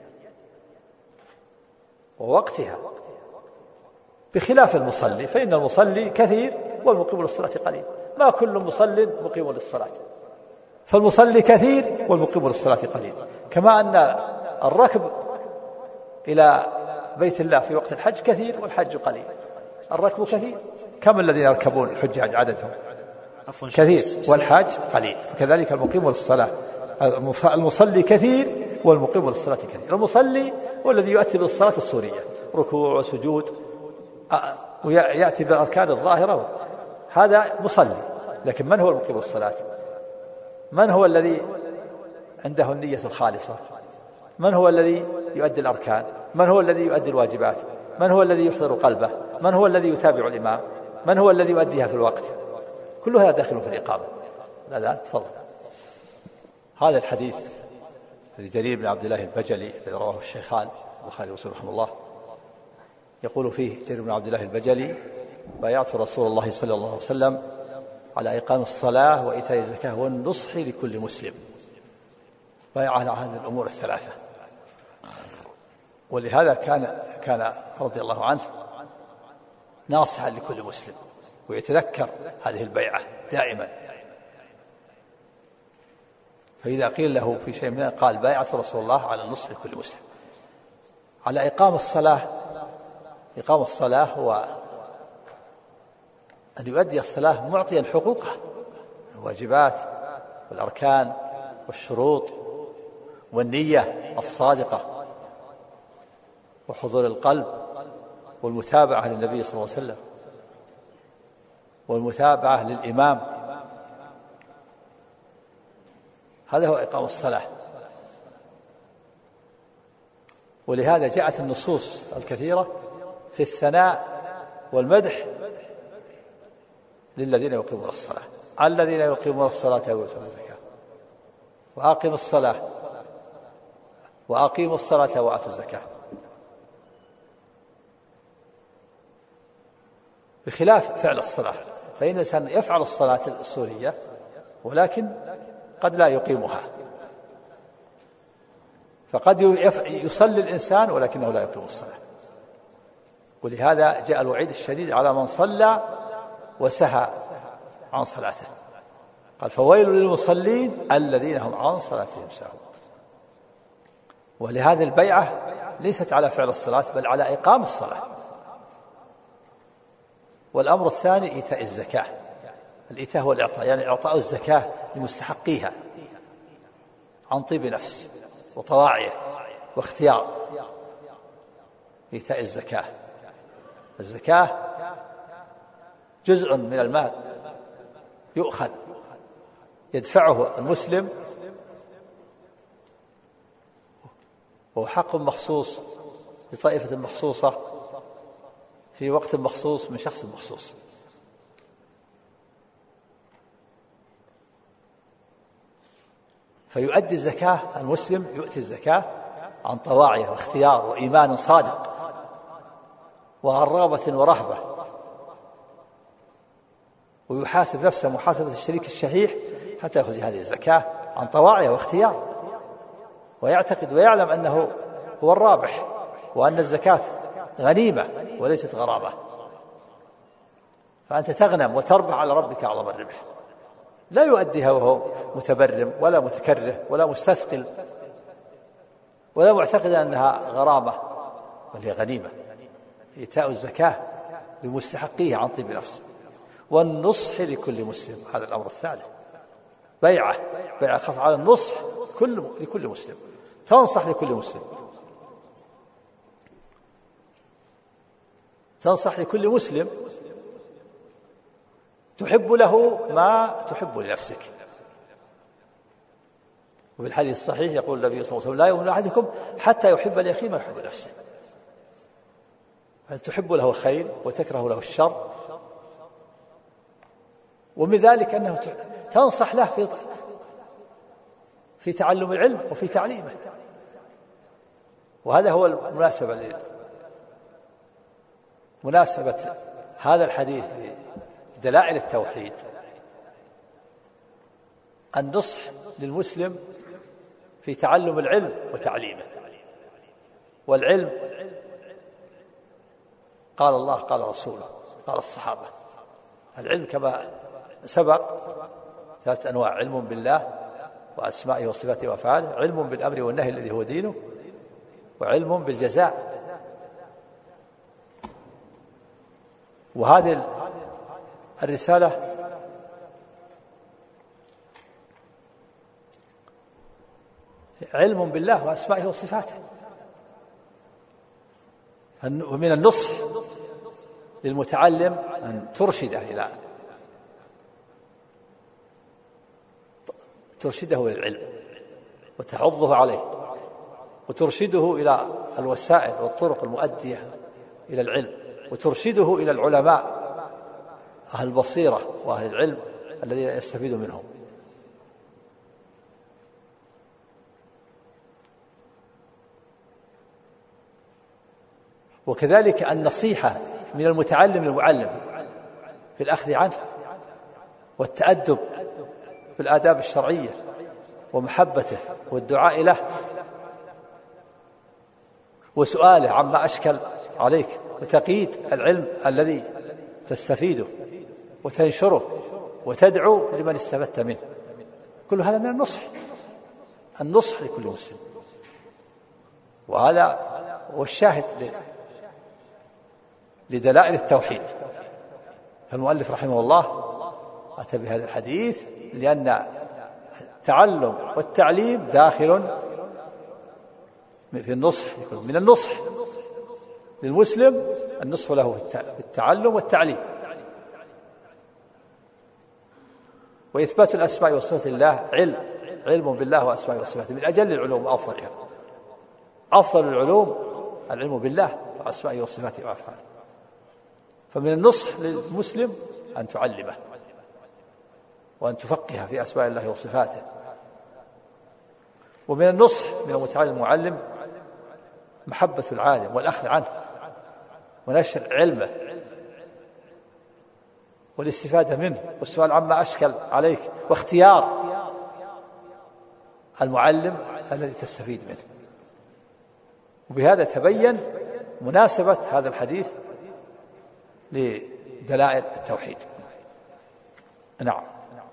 Speaker 1: ووقتها، بخلاف المصلي، فإن المصلي كثير والمقيم للصلاة قليل. ما كل مصل مقيم للصلاة، فالمصلي كثير والمقيم للصلاة قليل. كما أن الركب إلى بيت الله في وقت الحج كثير والحج قليل، الركب كثير. كم الذين يركبون الحجاج عددهم؟ كثير والحاج قليل. فكذلك المقيم للصلاة، المصلي كثير والمقيم للصلاة كثير. المصلي هو الذي يؤتي بالصلاة السورية، ركوع وسجود، ويأتي بالأركان الظاهرة، هذا مصلي. لكن من هو المقيم للصلاة؟ من هو الذي عنده النية الخالصة؟ من هو الذي يؤدي الأركان؟ من هو الذي يؤدي الواجبات؟ من هو الذي يحضر قلبه؟ من هو الذي يتابع الإمام؟ من هو الذي يؤديها في الوقت؟ كل هذا داخل في الإقامة. لا تفضل. هذا الحديث لجرير بن عبد الله البجلي الذي رواه الشيخان البخاري ومسلم رحمه الله، يقول فيه جرير بن عبد الله البجلي: بايعت رسول الله صلى الله عليه وسلم على إقام الصلاة وإيتاء الزكاة والنصح لكل مسلم. بايع على هذه الأمور الثلاثة. ولهذا كان رضي الله عنه ناصحا لكل مسلم، ويتذكر هذه البيعة دائما. فإذا قيل له في شيء منها قال: بايعت رسول الله على النصح لكل مسلم. على إقام الصلاة، إقام الصلاة هو أن يؤدي الصلاة معطيا حقوقها، الواجبات والأركان والشروط والنية الصادقة وحضور القلب والمتابعة للنبي صلى الله عليه وسلم والمتابعة للإمام. هذا هو إقام الصلاة. ولهذا جاءت النصوص الكثيرة في الثناء والمدح للذين يقيمون الصلاة: الذين يقيمون الصلاة ويؤتون الزكاة وأقيموا الصلاة وأقيموا الصلاة وآتوا الزكاة، بخلاف فعل الصلاة. فإن الإنسان يفعل الصلاة السورية ولكن قد لا يقيمها، فقد يصلي الإنسان ولكنه لا يقيم الصلاة. ولهذا جاء الوعيد الشديد على من صلى وسهى عن صلاته، قال: فويل للمصلين الذين هم عن صلاتهم ساهون. ولهذه البيعة ليست على فعل الصلاة بل على إقام الصلاة. والأمر الثاني إيتاء الزكاة. الإيتاء هو الإعطاء، يعني إعطاء الزكاة لمستحقيها عن طيب نفس وطواعية واختيار. إيتاء الزكاة، الزكاة جزء من المال يؤخذ يدفعه المسلم وهو حق مخصوص لطائفة مخصوصة في وقت مخصوص من شخص مخصوص. فيؤدي الزكاة، المسلم يؤتي الزكاة عن طواعية واختيار وإيمان صادق وعن رغبة ورهبة، ويحاسب نفسه محاسبة الشريك الشحيح حتى يأخذ هذه الزكاة عن طواعية واختيار، ويعتقد ويعلم أنه هو الرابح، وأن الزكاة غنيمة وليست غرامة. فأنت تغنم وتربح على ربك أعظم الربح. لا يؤديها وهو متبرم ولا متكره ولا مستثقل ولا معتقد أنها غرامة، بل هي غنيمة. إيتاء الزكاة لمستحقيه عن طيب نفس، والنصح لكل مسلم، هذا الأمر الثالث. بيعة خاصة على النصح لكل مسلم، تنصح لكل مسلم، تنصح لكل مسلم، تحب له ما تحب لنفسك. وفي الحديث الصحيح يقول النبي صلى الله عليه وسلم: لا يؤمن أحدكم حتى يحب لأخيه ما يحب لنفسه. فتحب له الخير وتكره له الشر، ومن ذلك أنه تنصح له في تعلم العلم وفي تعليمه. وهذا هو مناسبة هذا الحديث لدلائل التوحيد، النصح للمسلم في تعلم العلم وتعليمه. والعلم قال الله، قال رسوله، قال الصحابة. العلم كما سبق 3 أنواع: علم بالله وأسمائه وصفاته وأفعاله، علم بالأمر والنهي الذي هو دينه، وعلم بالجزاء. وهذه الرسالة علم بالله وأسمائه وصفاته. ومن النصح للمتعلم أن ترشده إلى العلم وتحضه عليه، وترشده إلى الوسائل والطرق المؤدية إلى العلم، وترشده إلى العلماء أهل البصيرة وأهل العلم الذين يستفيد منهم. وكذلك النصيحة من المتعلم للمعلم في الأخذ عنه، والتأدب بالآداب الشرعية، ومحبته والدعاء له، وسؤاله عما أشكل عليك، وتقييد العلم الذي تستفيده وتنشره، وتدعو لمن استفدت منه. كل هذا من النصح لكل مسلم. وهذا هو الشاهد لدلائل التوحيد. فالمؤلف رحمه الله أتى بهذا الحديث لأن التعلم والتعليم داخل في النصح. من النصح للمسلم النصح له في التعلم والتعليم، وإثبات الأسماء وصفات الله علم بالله وأسماء وصفاته، من أجل العلوم وأفضلها. أفضل العلوم العلم بالله وأسماء وصفاته وأفعاله. فمن النصح للمسلم أن تعلمه وأن تفقه في أسماء الله وصفاته. ومن النصح من المتعلم المعلم محبة العالم والأخذ عنه ونشر علمه والاستفادة منه، والسؤال عما أشكل عليك، واختيار المعلم الذي تستفيد منه. وبهذا تبين مناسبة هذا الحديث لدلائل التوحيد. نعم.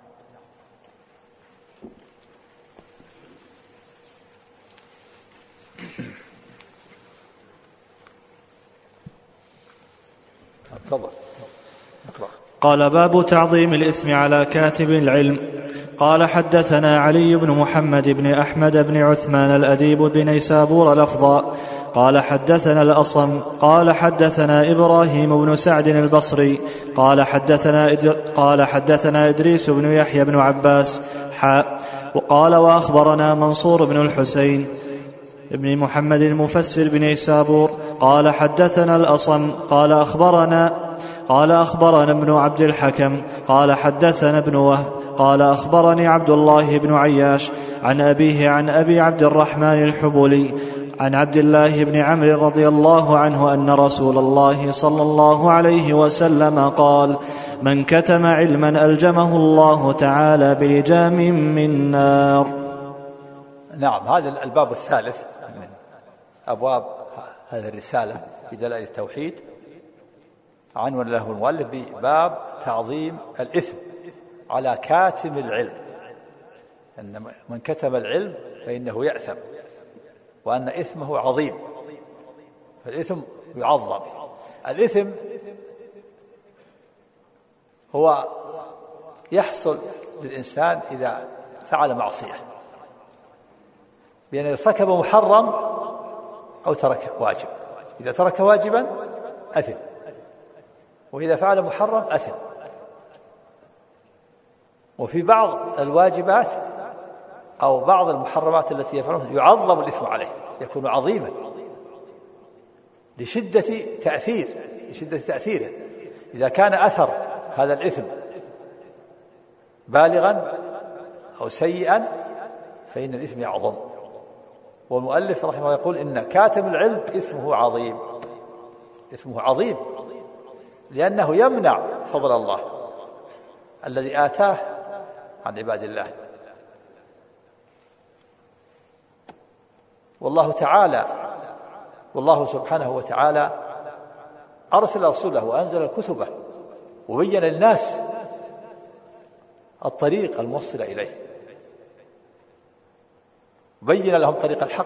Speaker 1: تفضل.
Speaker 2: قال: باب تعظيم الإثم على كاتب العلم. قال: حدثنا علي بن محمد بن أحمد بن عثمان الأديب بن نيسابور لفظا قال: حدثنا الأصم قال: حدثنا إبراهيم بن سعد البصري قال: حدثنا إدريس بن يحيى بن عباس وقال: وأخبرنا منصور بن الحسين بن محمد المفسر بن نيسابور قال حدثنا الأصم قال أخبرنا ابن عبد الحكم قال حدثنا ابن وهب قال أخبرني عبد الله بن عياش عن أبيه عن أبي عبد الرحمن الحبولي عن عبد الله بن عمرو رضي الله عنه أن رسول الله صلى الله عليه وسلم قال: من كتم علما ألجمه الله تعالى بلجام من نار.
Speaker 1: نعم، هذا الباب الثالث من أبواب هذه الرسالة في دلائل التوحيد، عنوان له المؤلف بباب تعظيم الإثم على كاتم العلم، أن من كتم العلم فإنه يأثم، وأن إثمه عظيم، فالإثم يعظم. الإثم هو يحصل للإنسان إذا فعل معصية، بأن ارتكب محرم أو ترك واجب. إذا ترك واجبا أثم، وإذا فعل محرم أثم. وفي بعض الواجبات أو بعض المحرمات التي يفعلها يعظم الإثم عليه، يكون عظيما لشدة تأثيره. إذا كان أثر هذا الإثم بالغا أو سيئا فإن الإثم يعظم. والمؤلف رحمه الله يقول إن كاتم العلم إثمه عظيم، لأنه يمنع فضل الله الذي آتاه عن عباد الله. والله سبحانه وتعالى أرسل رسوله وأنزل كتبه وبين للناس الطريق الموصل إليه، بين لهم طريق الحق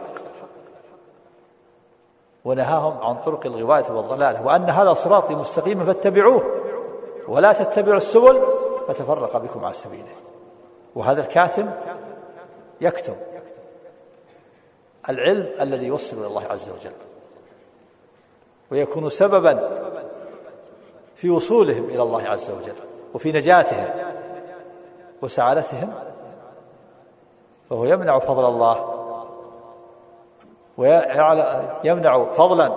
Speaker 1: ونهاهم عن طرق الغواية والضلالة، وأن هذا صراطي مستقيما فاتبعوه ولا تتبعوا السبل فتفرق بكم عن سبيله. وهذا الكاتم يكتم العلم الذي يوصل إلى الله عز وجل، ويكون سببا في وصولهم إلى الله عز وجل وفي نجاتهم وسعادتهم، فهو يمنع فضل الله ويمنع فضلا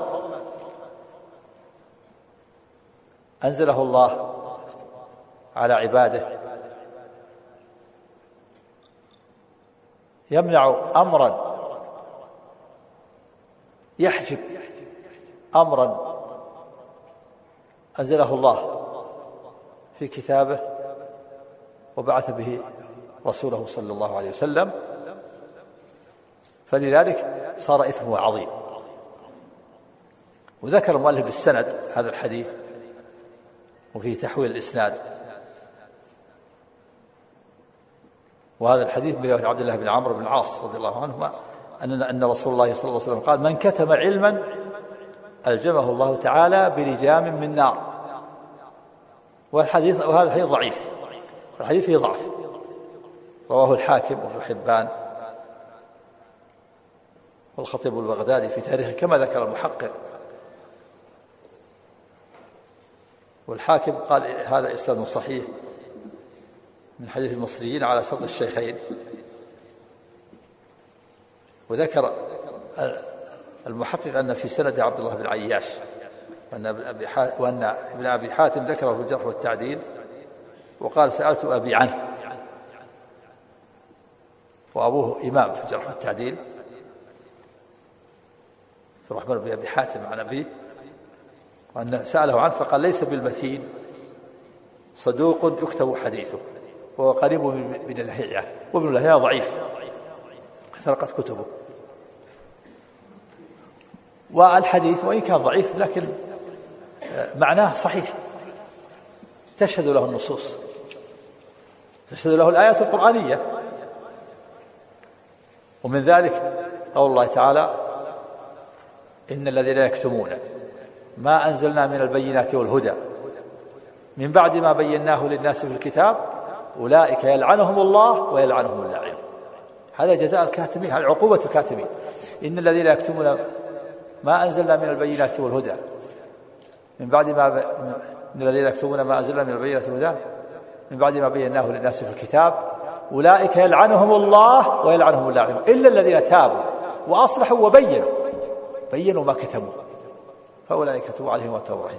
Speaker 1: أنزله الله على عباده، يمنع أمرا يحجب أمرا أنزله الله في كتابه وبعث به رسوله صلى الله عليه وسلم، فلذلك صار إثمه عظيم. وذكر المؤلف بالسند هذا الحديث وفيه تحويل الإسناد، وهذا الحديث من رواية عبد الله بن عمرو بن العاص رضي الله عنهما أن رسول الله صلى الله عليه وسلم قال: من كتم علما ألجمه الله تعالى بلجام من نار. وهذا الحديث ضعيف، الحديث فيه ضعف، رواه الحاكم وابن حبان والخطيب البغدادي في تاريخه كما ذكر المحقق. والحاكم قال هذا إسناد صحيح من حديث المصريين على شرط الشيخين. وذكر المحقق أن في سند عبد الله بن عياش، وأن ابن أبي حاتم ذكره في الجرح والتعديل، وقال: سألت أبي عنه، وأبوه إمام في الجرح والتعديل، الرحمن بن أبي حاتم عن أبيه، وأن سأله عنه فقال: ليس بالمتين، صدوق يكتب حديثه، وهو قريب من اللهيعة، وابن اللهيعة ضعيف سرقت كتبه. والحديث وإن كان ضعيف لكن معناه صحيح، تشهد له النصوص، تشهد له الآيات القرآنية. ومن ذلك قول الله تعالى: إن الذين يكتمون ما أنزلنا من البينات والهدى من بعد ما بيناه للناس في الكتاب أولئك يلعنهم الله ويلعنهم اللاعنون. هذا جزاء الكاتمين، هذه عقوبة الكاتمين. إن الذين يكتمون ما أنزلنا من البينات والهدى من بعد ما إن الذين يكتمون ما أنزلنا من البينات والهدى من بعد ما بيناه للناس في الكتاب أولئك يلعنهم الله ويلعنهم اللاعنون إلا الذين تابوا وأصلحوا بينوا ما كتموا فأولئك يتوب عليهم التوبة الرحيم.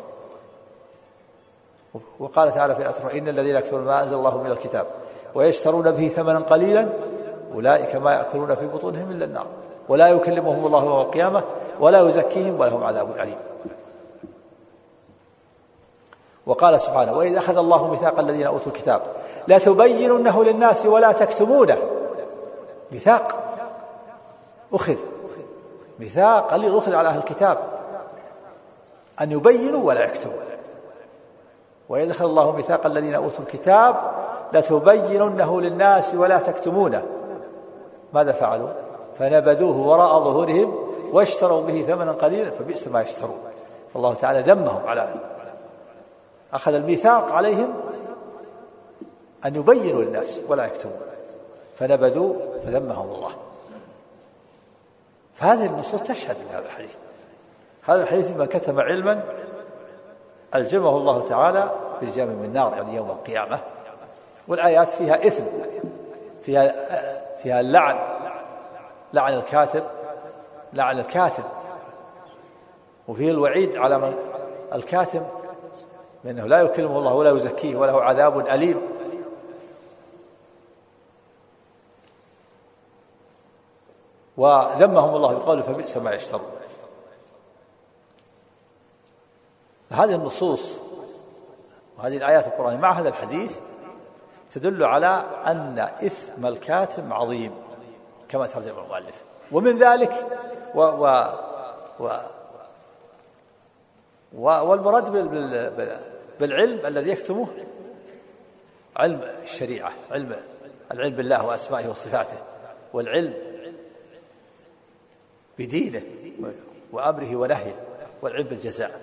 Speaker 1: وقال تعالى في الآية: إن الذين يكتمون ما أنزل الله من الكتاب ويشترون به ثمنا قليلا أولئك ما يأكلون في بطونهم إلا النار ولا يكلمهم الله يوم القيامة ولا يزكيهم ولهم عذاب أليم. وقال سبحانه: وإذ أخذ الله ميثاق الذين أوتوا الكتاب لتبيننه للناس ولا تكتمونه. ميثاق أخذ، ميثاق الذي أخذ على أهل الكتاب أن يبينوا ولا يكتموا. وإذ أخذ الله ميثاق الذين أوتوا الكتاب لتبيننه للناس ولا تكتمونه. ماذا فعلوا؟ فنبذوه وراء ظهورهم واشتروا به ثمنا قليلا فبئس ما يشترون. الله تعالى ذمهم على أخذ الميثاق عليهم أن يبينوا للناس ولا يكتمون فنبذوا فذمهم الله. فهذه النصوص تشهد لهذا الحديث. هذا الحديث: من كتم علما ألجمه الله تعالى بلجام من نار، يعني يوم القيامة. والآيات فيها إثم، فيها لعن الكاتب، وفيه الوعيد على من الكاتم بأنه لا يكلمه الله ولا يزكيه وله عذاب أليم. وذمهم الله بقوله فبئس ما يشترون. هذه النصوص وهذه الآيات القرآنية مع هذا الحديث تدل على أن إثم الكاتم عظيم كما ترجم المؤلف. ومن ذلك والمراد بالعلم الذي يكتمه علم الشريعة، العلم بالله وأسمائه وصفاته، والعلم بدينه وأمره ونهيه، والعلم بالجزاء.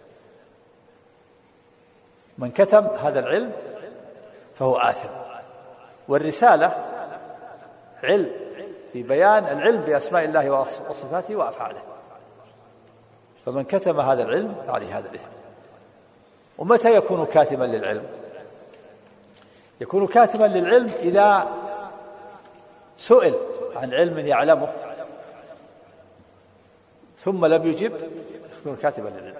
Speaker 1: من كتم هذا العلم فهو آثم. والرسالة علم في بيان العلم بأسماء الله وصفاته وأفعاله، فمن كتم هذا العلم فعليه هذا الإثم. ومتى يكون كاتما للعلم؟ يكون كاتما للعلم إذا سئل عن علم يعلمه ثم لم يجب، يكون كاتبا للعلم.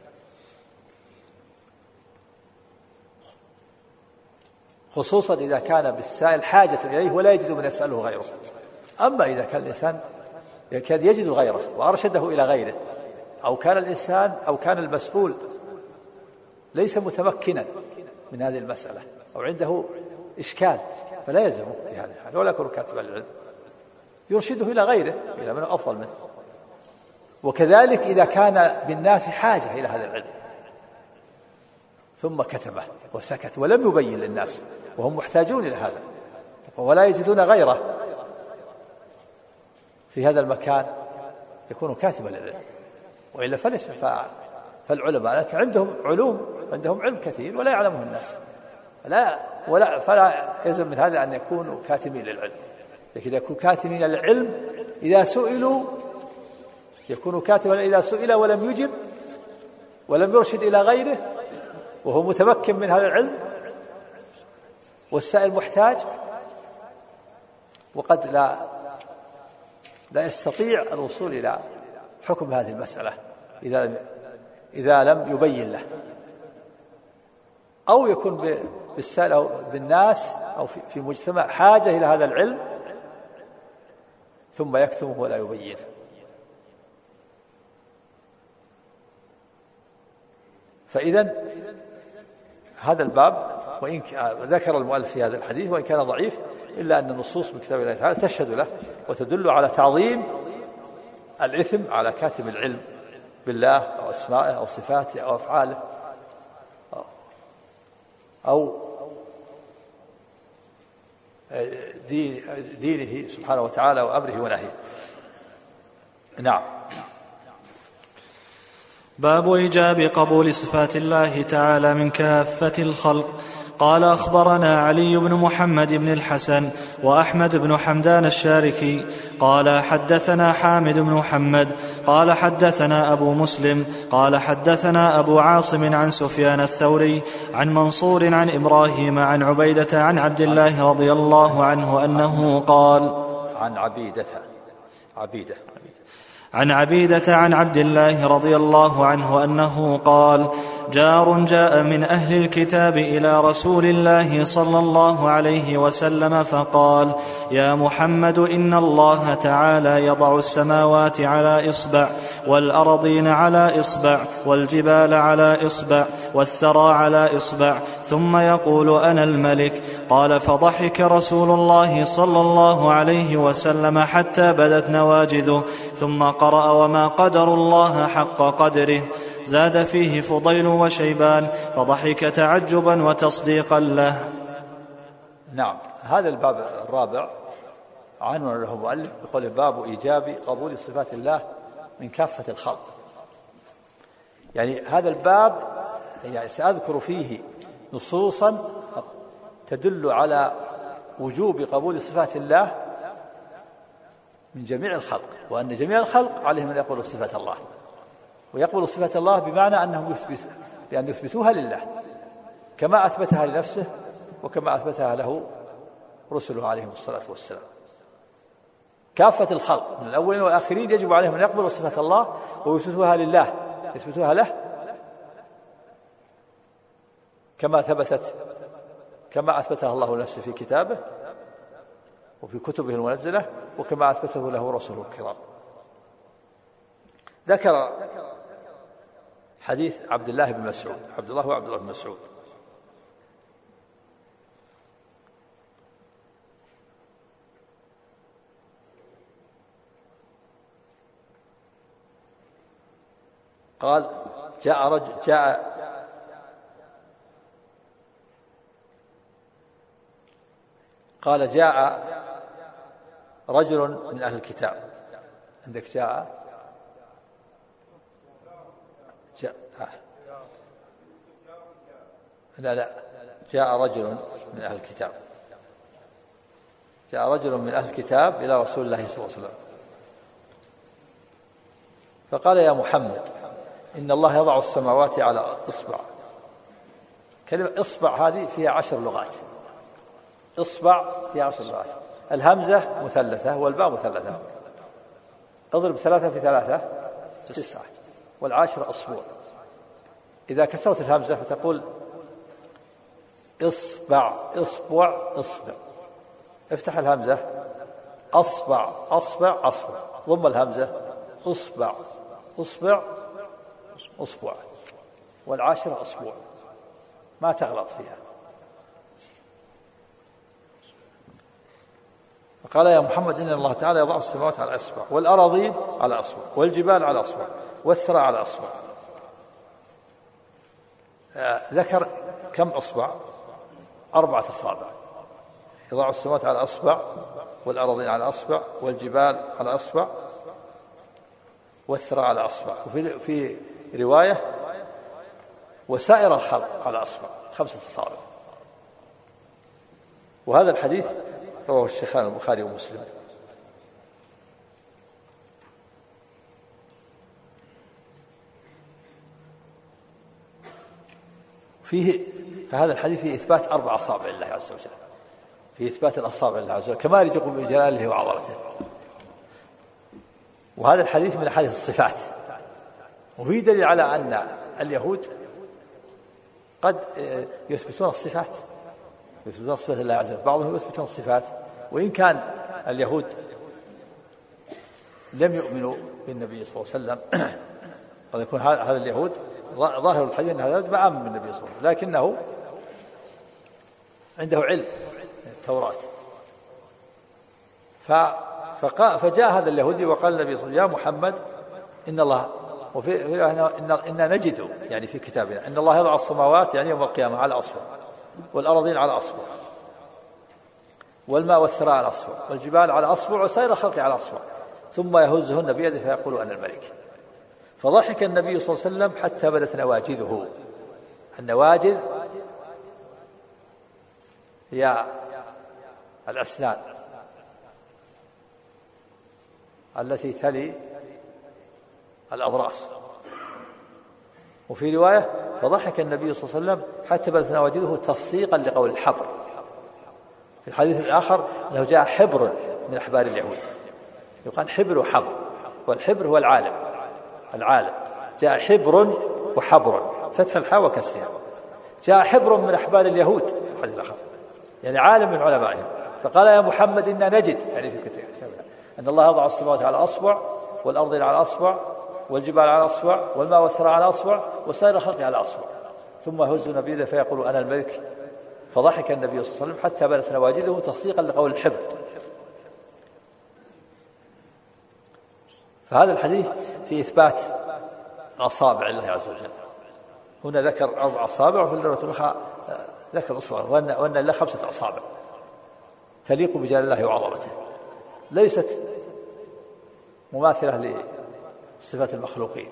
Speaker 1: خصوصا إذا كان بالسائل حاجة إليه ولا يجد من يسأله غيره. أما إذا كان الإنسان يجد غيره وأرشده إلى غيره، أو كان الإنسان أو كان المسؤول ليس متمكنا من هذه المسألة أو عنده إشكال، فلا يلزمه في هذا الحال ولا يكون كاتبا للعلم، يرشده إلى غيره إلى من أفضل منه. وكذلك إذا كان بالناس حاجة إلى هذا العلم ثم كتمه وسكت ولم يبين للناس وهم محتاجون إلى هذا ولا يجدون غيره في هذا المكان، يكون كاتبا للعلم. وإلا فليس. فالعلماء عندهم علم كثير ولا يعلمه الناس، فلا يلزم من هذا أن يكونوا كاتمين للعلم. لكن يكون كاتمين للعلم إذا سئلوا، يكون كاتبا إذا سئل ولم يجب ولم يرشد إلى غيره وهو متمكن من هذا العلم، والسائل محتاج وقد لا يستطيع الوصول إلى حكم هذه المسألة إذا لم يبين له، أو يكون بالسائل أو بالناس أو في مجتمع حاجة إلى هذا العلم ثم يكتمه ولا يبين. فإذن هذا الباب وإن ذكر المؤلف في هذا الحديث وإن كان ضعيف إلا أن النصوص من كتاب الله تعالى تشهد له وتدل على تعظيم الإثم على كاتم العلم بالله أو أسمائه أو صفاته أو أفعاله أو دينه سبحانه وتعالى وأمره ونهيه. نعم.
Speaker 2: باب إيجاب قبول صفات الله تعالى من كافة الخلق. قال أخبرنا علي بن محمد بن الحسن وأحمد بن حمدان الشاركي قال حدثنا حامد بن محمد قال حدثنا أبو مسلم قال حدثنا أبو عاصم عن سفيان الثوري عن منصور عن إبراهيم عن عبيدة عن عبد الله رضي الله عنه أنه قال
Speaker 1: عن عبيدة
Speaker 2: عن عبيدة عن عبد الله رضي الله عنه أنه قال: جار جاء من أهل الكتاب إلى رسول الله صلى الله عليه وسلم فقال: يا محمد، إن الله تعالى يضع السماوات على إصبع، والأرضين على إصبع، والجبال على إصبع، والثرى على إصبع، ثم يقول: أنا الملك. قال: فضحك رسول الله صلى الله عليه وسلم حتى بدت نواجذه، ثم قرأ: وما قدر الله حق قدره. زاد فيه فضيل وشيبان، فضحك تعجبا وتصديقا له.
Speaker 1: نعم. هذا الباب الرابع عنوان له مؤلف بقوله: باب إيجاب قبول صفات الله من كافة الخلق. يعني هذا الباب سأذكر فيه نصوصا تدل على وجوب قبول صفات الله من جميع الخلق، وأن جميع الخلق عليهم أن يقبلوا صفات الله، ويقبلوا صفات الله بمعنى أنهم يثبتوها لله كما أثبتها لنفسه وكما أثبتها له رسله عليهم الصلاة والسلام. كافة الخلق من الأولين والآخرين يجب عليهم أن يقبلوا صفات الله ويثبتوها لله، يثبتوها له كما أثبتها الله نفسه في كتابه وفي كتبه المنزلة، وكما أثبته له رسوله الكرام. ذكر حديث عبد الله بن مسعود، عبد الله بن مسعود قال: جاء رجل من أهل الكتاب. عندك جاء جاء رجل من أهل الكتاب. جاء رجل من أهل الكتاب إلى رسول الله صلى الله عليه وسلم فقال: يا محمد، إن الله يضع السماوات على إصبع. كلمة إصبع هذه فيها 10 لغات. إصبع فيها 10 لغات. الهمزة مثلثة والباء مثلثة. اضرب 3 في 3 9، والعاشرة أصبع. إذا كسرت الهمزة فتقول إصبع إصبع إصبع. افتح الهمزة أصبع أصبع أصبع. ضم الهمزة أصبع أصبع أصبع، والعاشرة أصبع، ما تغلط فيها. فقال: يا محمد، إن الله تعالى يضع السماوات على أصبع، والأراضين على أصبع، والجبال على أصبع، والثرى على أصبع. ذكر كم أصبع؟ 4 أصابع. يضع السماوات على أصبع، والأراضين على أصبع، والجبال على أصبع، والثرى على أصبع. وفي رواية: وسائر الخلق على أصبع، 5 أصابع. وهذا الحديث رواه الشيخان البخاري ومسلم. فهذا الحديث فيه إثبات 4 أصابع لله عز وجل، في إثبات الأصابع لله عز وجل كمال جلاله وعظمته. وهذا الحديث من أحاديث الصفات، وفيه دليل على أن اليهود قد يثبتون الصفات، يثبتون صفات الله عز وجل. بعضهم يثبتون الصفات، وإن كان اليهود لم يؤمنوا بالنبي صلى الله عليه وسلم، قد يكون هذا اليهود ظاهر الحديث أن هذا اليهود ما آمن بالنبي صلى الله عليه وسلم، لكنه عنده علم التوراة. فجاء هذا اليهودي وقال النبي صلى الله عليه وسلم: يا محمد، إن الله، إن نجد يعني في كتابنا إن الله يضع السماوات يعني يوم القيامة على أصبع، والأراضين على أصبع، والماء والثرى على أصبع، والجبال على أصبع، وسائر الخلق على أصبع، ثم يهزهن بيده فيقول: أنا الملك. فضحك النبي صلى الله عليه وسلم حتى بدت نواجذه. النواجذ هي الأسنان التي تلي الأضراس. وفي رواية: فضحك النبي صلى الله عليه وسلم حتى بدت نواجذه تصديقا لقول الحبر. في الحديث الآخر أنه جاء حبر من أحبار اليهود، يقال حبر وحبر، والحبر هو العالم. جاء حبر وحبر، فتح الحاء وكسرها. جاء حبر من أحبار اليهود يعني عالم من علمائهم، فقال يا محمد إنا نجد، يعني في كتابنا، أن الله يضع السماوات على أصبع والأرض على أصبع والجبال على أصبع والماء والثرى على أصبع وسائر الخلق على أصبع، ثم يهزون بيده فيقول أنا الملك. فضحك النبي صلى الله عليه وسلم حتى بدت نواجذه تصديقا لقول الحبر. فهذا الحديث في إثبات أصابع الله عز وجل. هنا ذكر 4 أصابع، وفي الرواية الأخرى ذكر أصبع، وأن له 5 أصابع تليق بجلال الله وعظمته، ليست مماثلة لصفات المخلوقين.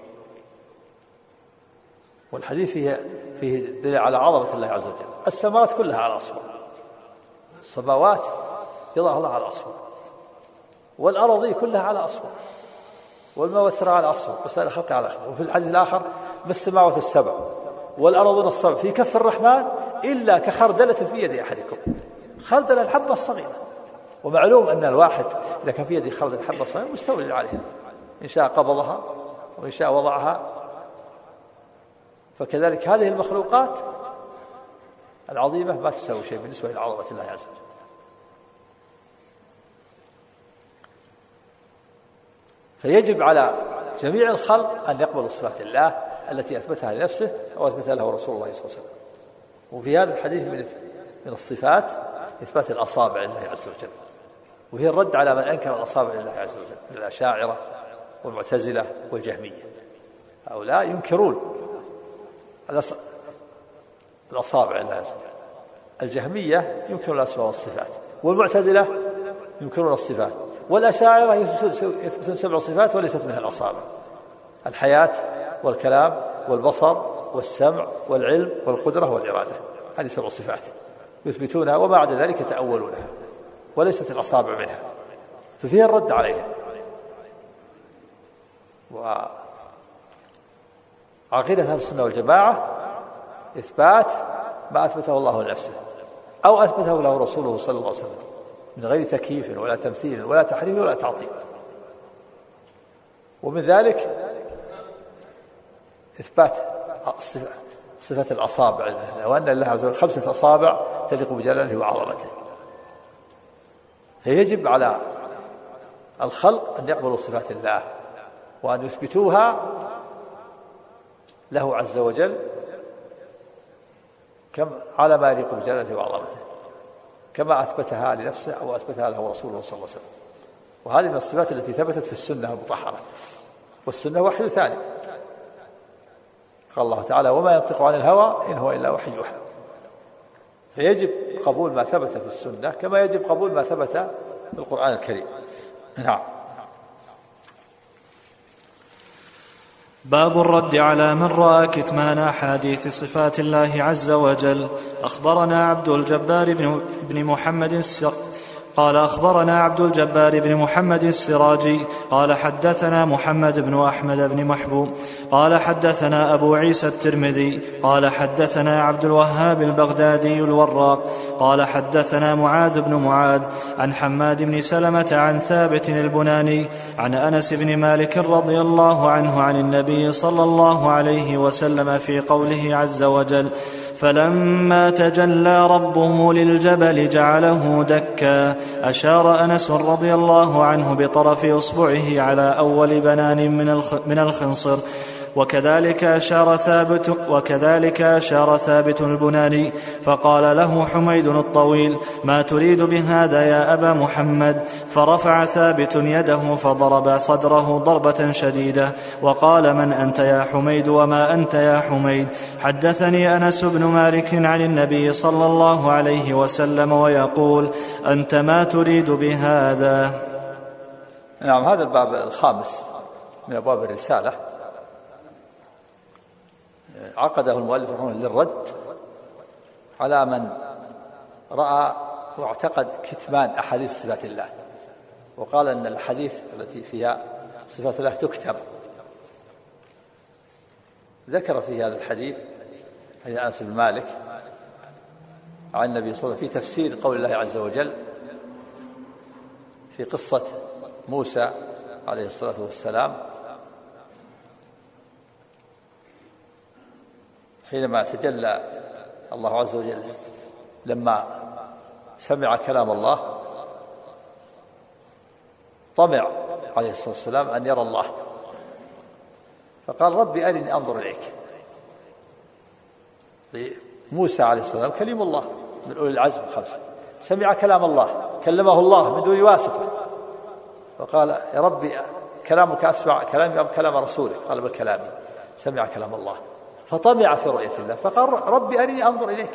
Speaker 1: والحديث فيه دليل على عظمة الله عز وجل. السماوات كلها على أصبع، السماوات يضع الله على أصبع، والأرض كلها على أصبع، والماء والثرى على أصبع، وسائر الخلق على أصبع. وفي الحديث الآخر ما السماوات السبع والأرض السبع في كف الرحمن إلا كخردلة في يد أحدكم، خردلة الحبة الصغيرة. ومعلوم أن الواحد إذا كان في يده خردلة الحبة الصغيرة مستولي عليها، إن شاء قبضها وإن شاء وضعها. فكذلك هذه المخلوقات العظيمة ما تساوي شيء بالنسبة لعظمة الله عز وجل. فيجب على جميع الخلق أن يقبلوا صفات الله التي أثبتها لنفسه أو أثبتها له رسول الله صلى الله عليه وسلم. وفي هذا الحديث من الصفات إثبات الأصابع لله عز وجل، وهي الرد على من أنكر الأصابع لله عز وجل من الأشاعرة والمعتزلة والجهمية. هؤلاء ينكرون الأصابع لله عز وجل. الجهمية ينكرون الأسماء والصفات، والمعتزلة ينكرون الصفات، والأشاعرة يثبتون 7 صفات وليست منها الأصابع: الحياة والكلام والبصر والسمع والعلم والقدرة والإرادة. هذه 7 صفات يثبتونها، وما عدا ذلك يتأولونها، وليست الأصابع منها، ففيها الرد عليها. وعقيدة أهل السنة والجماعة إثبات ما أثبته الله لنفسه أو أثبته له رسوله صلى الله عليه وسلم من غير تكييف ولا تمثيل ولا تحريف ولا تعطيل. ومن ذلك إثبات صفة الأصابع، وأن الله عز وجل 5 أصابع تليق بجلاله وعظمته. فيجب على الخلق أن يقبلوا صفات الله وأن يثبتوها له عز وجل على ما يليق بجلاله وعظمته، كما أثبتها لنفسه أو أثبتها له رسوله صلى الله عليه وسلم. وهذه من الصفات التي ثبتت في السنة المطهرة، والسنة وحي ثاني. قال الله تعالى: وما ينطق عن الهوى إن هو إلا وحي يوحى. فيجب قبول ما ثبت في السنة كما يجب قبول ما ثبت في القرآن الكريم. نعم.
Speaker 2: باب الرد على من رأى كتمان أحاديث صفات الله عز وجل. أخبرنا عبد الجبار بن محمد قال أخبرنا عبد الجبار بن محمد السراجي قال حدثنا محمد بن أحمد بن محبوب قال حدثنا أبو عيسى الترمذي قال حدثنا عبد الوهاب البغدادي الوراق قال حدثنا معاذ بن معاذ عن حماد بن سلمة عن ثابت البناني عن أنس بن مالك رضي الله عنه عن النبي صلى الله عليه وسلم في قوله عز وجل: فلما تجلى ربه للجبل جعله دكا. أشار أنس رضي الله عنه بطرف إصبعه على أول بنان من الخنصر، وكذلك أشار ثابت البناني، فقال له حميد الطويل: ما تريد بهذا يا أبا محمد؟ فرفع ثابت يده فضرب صدره ضربة شديدة وقال: من أنت يا حميد وما أنت يا حميد؟ حدثني أنس بن مالك عن النبي صلى الله عليه وسلم ويقول: أنت ما تريد بهذا؟
Speaker 1: نعم. هذا الباب الخامس من أبواب الرسالة عقده المؤلف رحمه الله للرد على من رأى واعتقد كتمان أحاديث صفات الله، وقال أن الحديث التي فيها صفات الله تكتب. ذكر في هذا الحديث حديث أنس بن مالك عن النبي صلى الله عليه وسلم في تفسير قول الله عز وجل في قصة موسى عليه الصلاة والسلام حينما تجلى الله عز وجل لما سمع كلام الله طمع عليه الصلاة والسلام أن يرى الله، فقال ربي أرني أنظر إليك. موسى عليه الصلاة والسلام كلم الله من أولي العزم الخمسة، سمع كلام الله، كلمه الله من دون واسطة، فقال يا ربي كلامك أسمع كلامي أم كلام رسولك؟ قال بل كلامي. سمع كلام الله فطمع في رؤية الله، فقال ربي أرني أنظر إليك،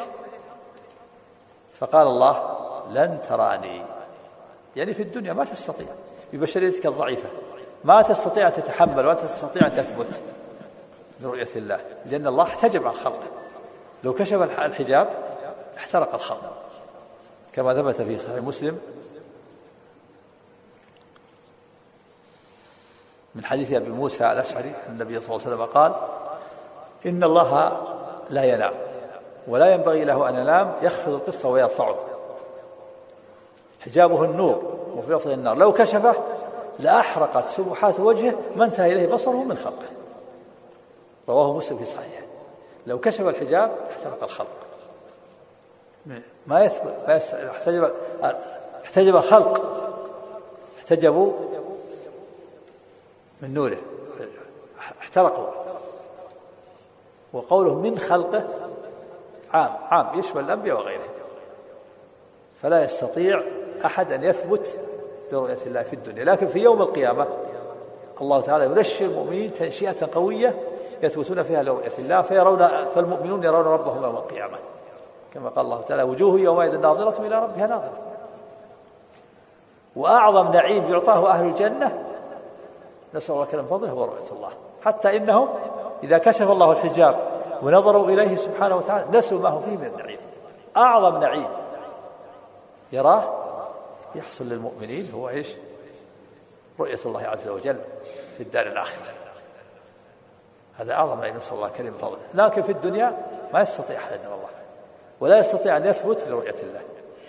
Speaker 1: فقال الله لن تراني، يعني في الدنيا ما تستطيع ببشريتك الضعيفة، ما تستطيع أن تتحمل ولا تستطيع أن تثبت برؤية الله، لأن الله احتجب عن خلقه، لو كشف الحجاب احترق الخلق، كما ثبت في صحيح مسلم من حديث أبي موسى الأشعري النبي صلى الله عليه وسلم قال إن الله لا ينام ولا ينبغي له أن ينام، يخفض القسط ويرفعه، حجابه النور وفي لفظ النار، لو كشفه لأحرقت سبحات وجهه ما انتهى إليه بصره من خلقه. رواه مسلم في صحيح. لو كشف الحجاب احترق الخلق، ما يثبت، احتجب الخلق، احتجبوا من نوره، احترقوا. وقوله من خلقه عام يشمل الأنبياء وغيره، فلا يستطيع أحد أن يثبت برؤية الله في الدنيا، لكن في يوم القيامة الله تعالى ينشئ المؤمنين تنشئة قوية يثبتون فيها لرؤية الله، فالمؤمنون يرون ربهم يوم القيامة، كما قال الله تعالى وجوه يومئذ ناظرة إلى ربها ناظرة. وأعظم نعيم يعطاه أهل الجنة نسأل الله كرم فضله هو رؤية الله، حتى إنهم إذا كشف الله الحجاب ونظروا إليه سبحانه وتعالى نسوا ما هو فيه من النعيم. أعظم نعيم يراه يحصل للمؤمنين هو إيش؟ رؤية الله عز وجل في الدار الآخرة، هذا أعظم نعيم نسأل الله كريم فضله. لكن في الدنيا ما يستطيع أحد أن يرى الله ولا يستطيع أن يثبت لرؤية الله،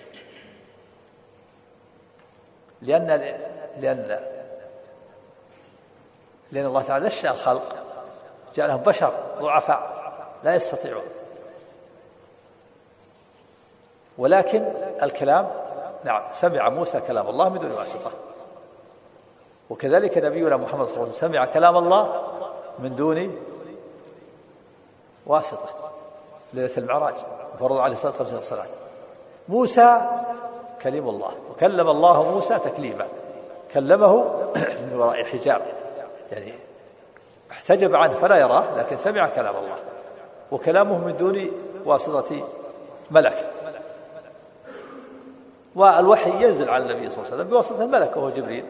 Speaker 1: لأن الله تعالى نشأ الخلق جعلهم بشر ضعفاء لا يستطيعون، ولكن الكلام نعم سمع موسى كلام الله من دون واسطة، وكذلك نبينا محمد صلى الله عليه وسلم سمع كلام الله من دون واسطة ليلة المعراج فرض عليه الصلاة 5 صلاة. موسى كلم الله وكلم الله موسى تكليما، كلمه من وراء حجاب، يعني احتجب عنه فلا يراه، لكن سمع كلام الله، وكلامه من دون واسطة ملك. والوحي ينزل على النبي صلى الله عليه وسلم بواسطة الملك وهو جبريل،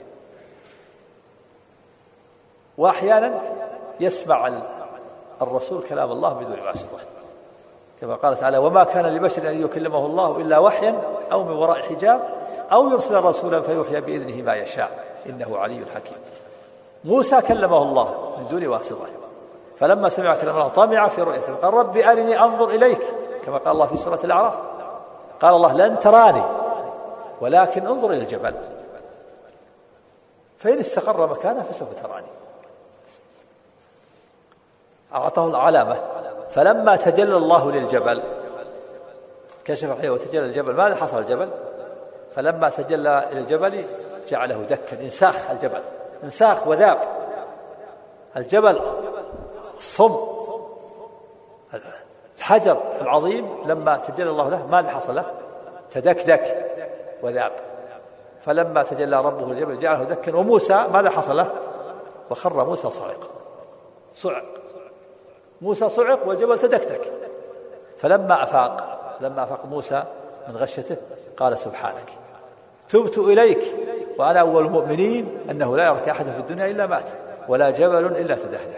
Speaker 1: وأحيانا يسمع الرسول كلام الله بدون واسطة، كما قال تعالى وما كان لبشر أن يكلمه الله إلا وحيا أو من وراء حجاب أو يرسل رسولا فيوحي بإذنه ما يشاء إنه علي حكيم. موسى كلمه الله من دون واسطة، فلما سمع كلام الله طمع في رؤيته، قال ربي أرني أنظر إليك، كما قال الله في سورة الأعراف، قال الله لن تراني ولكن انظر إلى الجبل فإن استقر مكانه فسوف تراني. أعطاه العلامة، فلما تجلى الله للجبل كشف الحجاب وتجلى الجبل، ماذا حصل الجبل؟ فلما تجلى إلى الجبل جعله دكا، انساخ الجبل، انساخ وذاب الجبل صم. الحجر العظيم لما تجلى الله له ماذا حصل له؟ تدكدك وذاب. فلما تجلى ربه الجبل جعله دكا. وموسى ماذا حصل له؟ وخر موسى صعق موسى صعق والجبل تدكدك. فلما أفاق موسى من غشته قال سبحانك تبت إليك وأنا أول المؤمنين أنه لا يرك أحد في الدنيا إلا مات ولا جبل إلا تدحده.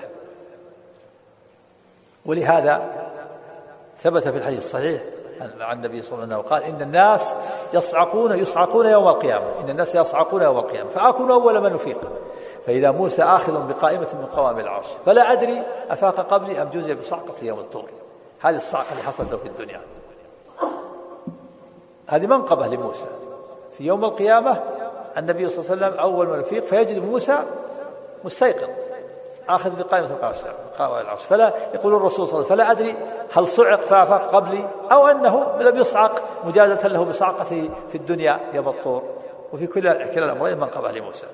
Speaker 1: ولهذا ثبت في الحديث الصحيح عن النبي صلى الله عليه وسلم قال إن الناس يصعقون يوم القيامة، إن الناس يصعقون يوم القيامة فأكون أول من أفيق، فإذا موسى آخذ بقائمة من قوام العرش فلا أدري أفاق قبلي أم جزي بصعقة يوم الطور. هذه الصعقة اللي حصلت له في الدنيا، هذه منقبة لموسى في يوم القيامة النبي صلى الله عليه وسلم أول من يفيق فيجد موسى مستيقظ آخذ بقائمة العرش، فلا يقول الرسول صلى الله عليه وسلم فلا أدري هل صعق فأفاق قبلي أو أنه لم يصعق مجازة له بصعقته في الدنيا يوم الطور، وفي كلا الأمرين من قبل موسى.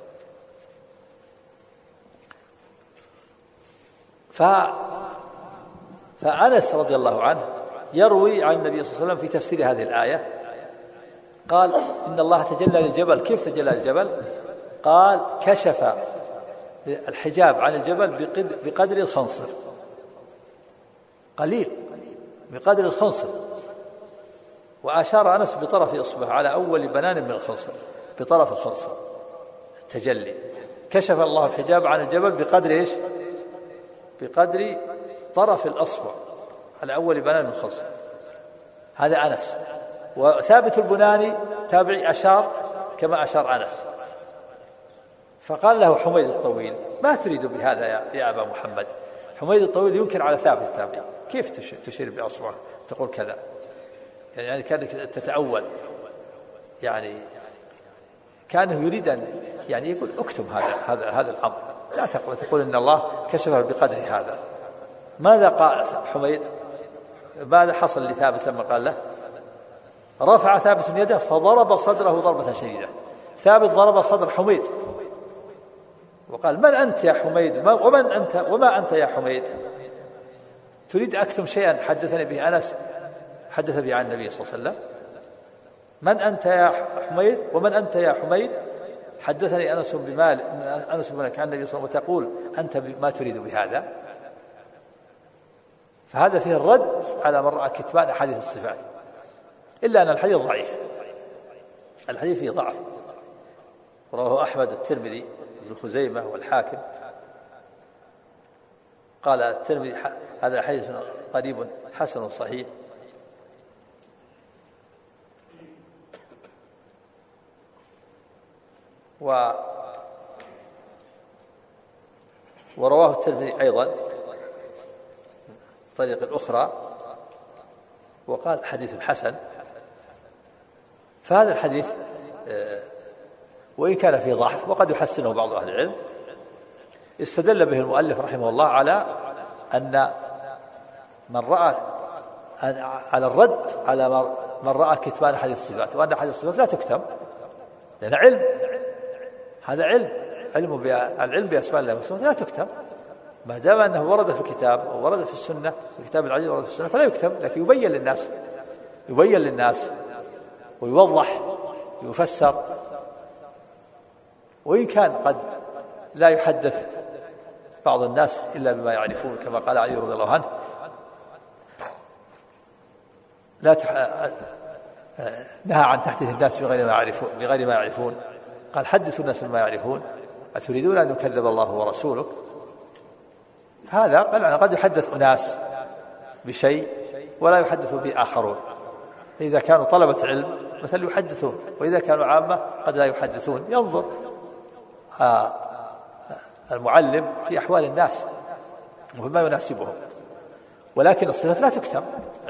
Speaker 1: فأنس رضي الله عنه يروي عن النبي صلى الله عليه وسلم في تفسير هذه الآية قال إن الله تجلى للجبل. كيف تجلى للجبل؟ قال كشف الحجاب عن الجبل بقدر الخنصر، قليل بقدر الخنصر، وأشار أنس بطرف إصبعه على أول بنان من الخنصر، بطرف الخنصر التجلي. كشف الله الحجاب عن الجبل بقدر إيش؟ بقدر طرف الأصبع على أول بنان من الخنصر. هذا أنس. وثابت البناني تابعي أشار كما أشار أنس، فقال له حميد الطويل ما تريد بهذا يا أبا محمد؟ حميد الطويل ينكر على ثابت التابعي، كيف تشير بأصبعك تقول كذا؟ يعني كانك تتأول، يعني كانه يريد أن يعني يقول اكتم هذا الأمر، لا تقول إن الله كشفه بقدر هذا. ماذا قال حميد؟ ماذا حصل لثابت لما قال له؟ رفع ثابت يده فضرب صدره ضربة شديدة. ثابت ضرب صدر حميد وقال من أنت يا حميد؟ وما أنت يا حميد؟ تريد أكتم شيئا حدثني به أنس حدث به عن النبي صلى الله عليه وسلم؟ من أنت يا حميد؟ ومن أنت يا حميد؟ حدثني أنس بن مالك عن النبي صلى الله عليه وسلم وتقول أنت ما تريد بهذا؟ فهذا فيه الرد على من رأى كتمان أحاديث الصفات، إلا أن الحديث ضعيف، الحديث فيه ضعف. رواه أحمد والترمذي ابن خزيمة والحاكم. قال الترمذي هذا حديث غريب حسن صحيح. ورواه الترمذي أيضا طريق أخرى وقال حديث حسن. فهذا الحديث وإن كان فيه ضعف وقد يحسنه بعض أهل العلم، استدل به المؤلف رحمه الله على أن من رأى على الرد على من رأى كتمان حديث الصفات، وأن حديث الصفات لا تكتم، لأن علم، هذا العلم بأسماء الله وصفاته لا تكتم، ما دام أنه ورد في الكتاب أو ورد في السنة، في كتاب العزيز ورد في السنة فلا يكتم، لكن يبين للناس ويوضح ويفسر. وإن كان قد لا يحدث بعض الناس إلا بما يعرفون، كما قال علي رضي الله عنه نهى عن تحديث الناس بغير ما يعرفون، قال حدثوا الناس بما يعرفون، أتريدون أن يكذب الله ورسوله؟ هذا قد يحدث أناس بشيء ولا يحدث به آخرون، إذا كانوا طلبة علم مثل يحدثون، وإذا كانوا عامة قد لا يحدثون. ينظر المعلم في أحوال الناس وفيما يناسبهم. ولكن الصفات لا تكتم،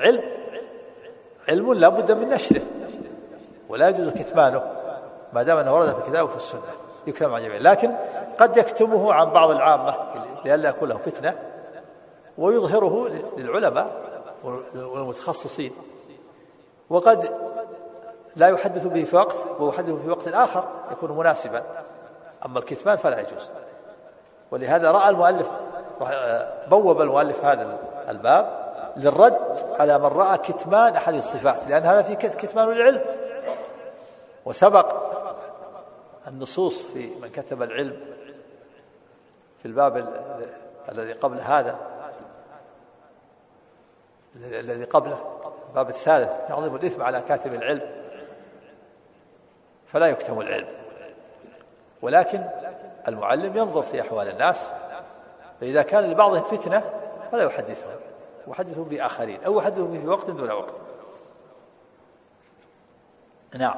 Speaker 1: علم لا بد من نشره ولا يجوز كتمانه ما دام أنه ورد في الكتاب وفي السنة، يكتم عن جميع. لكن قد يكتمه عن بعض العامة لئلا يكون له فتنة، ويظهره للعلماء والمتخصصين، وقد لا يحدث به في وقت ويحدث في وقت آخر يكون مناسبا. أما الكتمان فلا يجوز. ولهذا بوب المؤلف هذا الباب للرد على من رأى كتمان أحد الصفات، لأن هذا فيه كتمان العلم. وسبق النصوص في من كتب العلم في الباب الذي قبل هذا، الذي قبله الباب الثالث، تعظيم الإثم على كاتب العلم، فلا يكتم العلم. ولكن المعلم ينظر في أحوال الناس، فإذا كان لبعضهم فتنة فلا يحدثهم، ويحدثهم بآخرين أو يحدثهم في وقت دون وقت. نعم.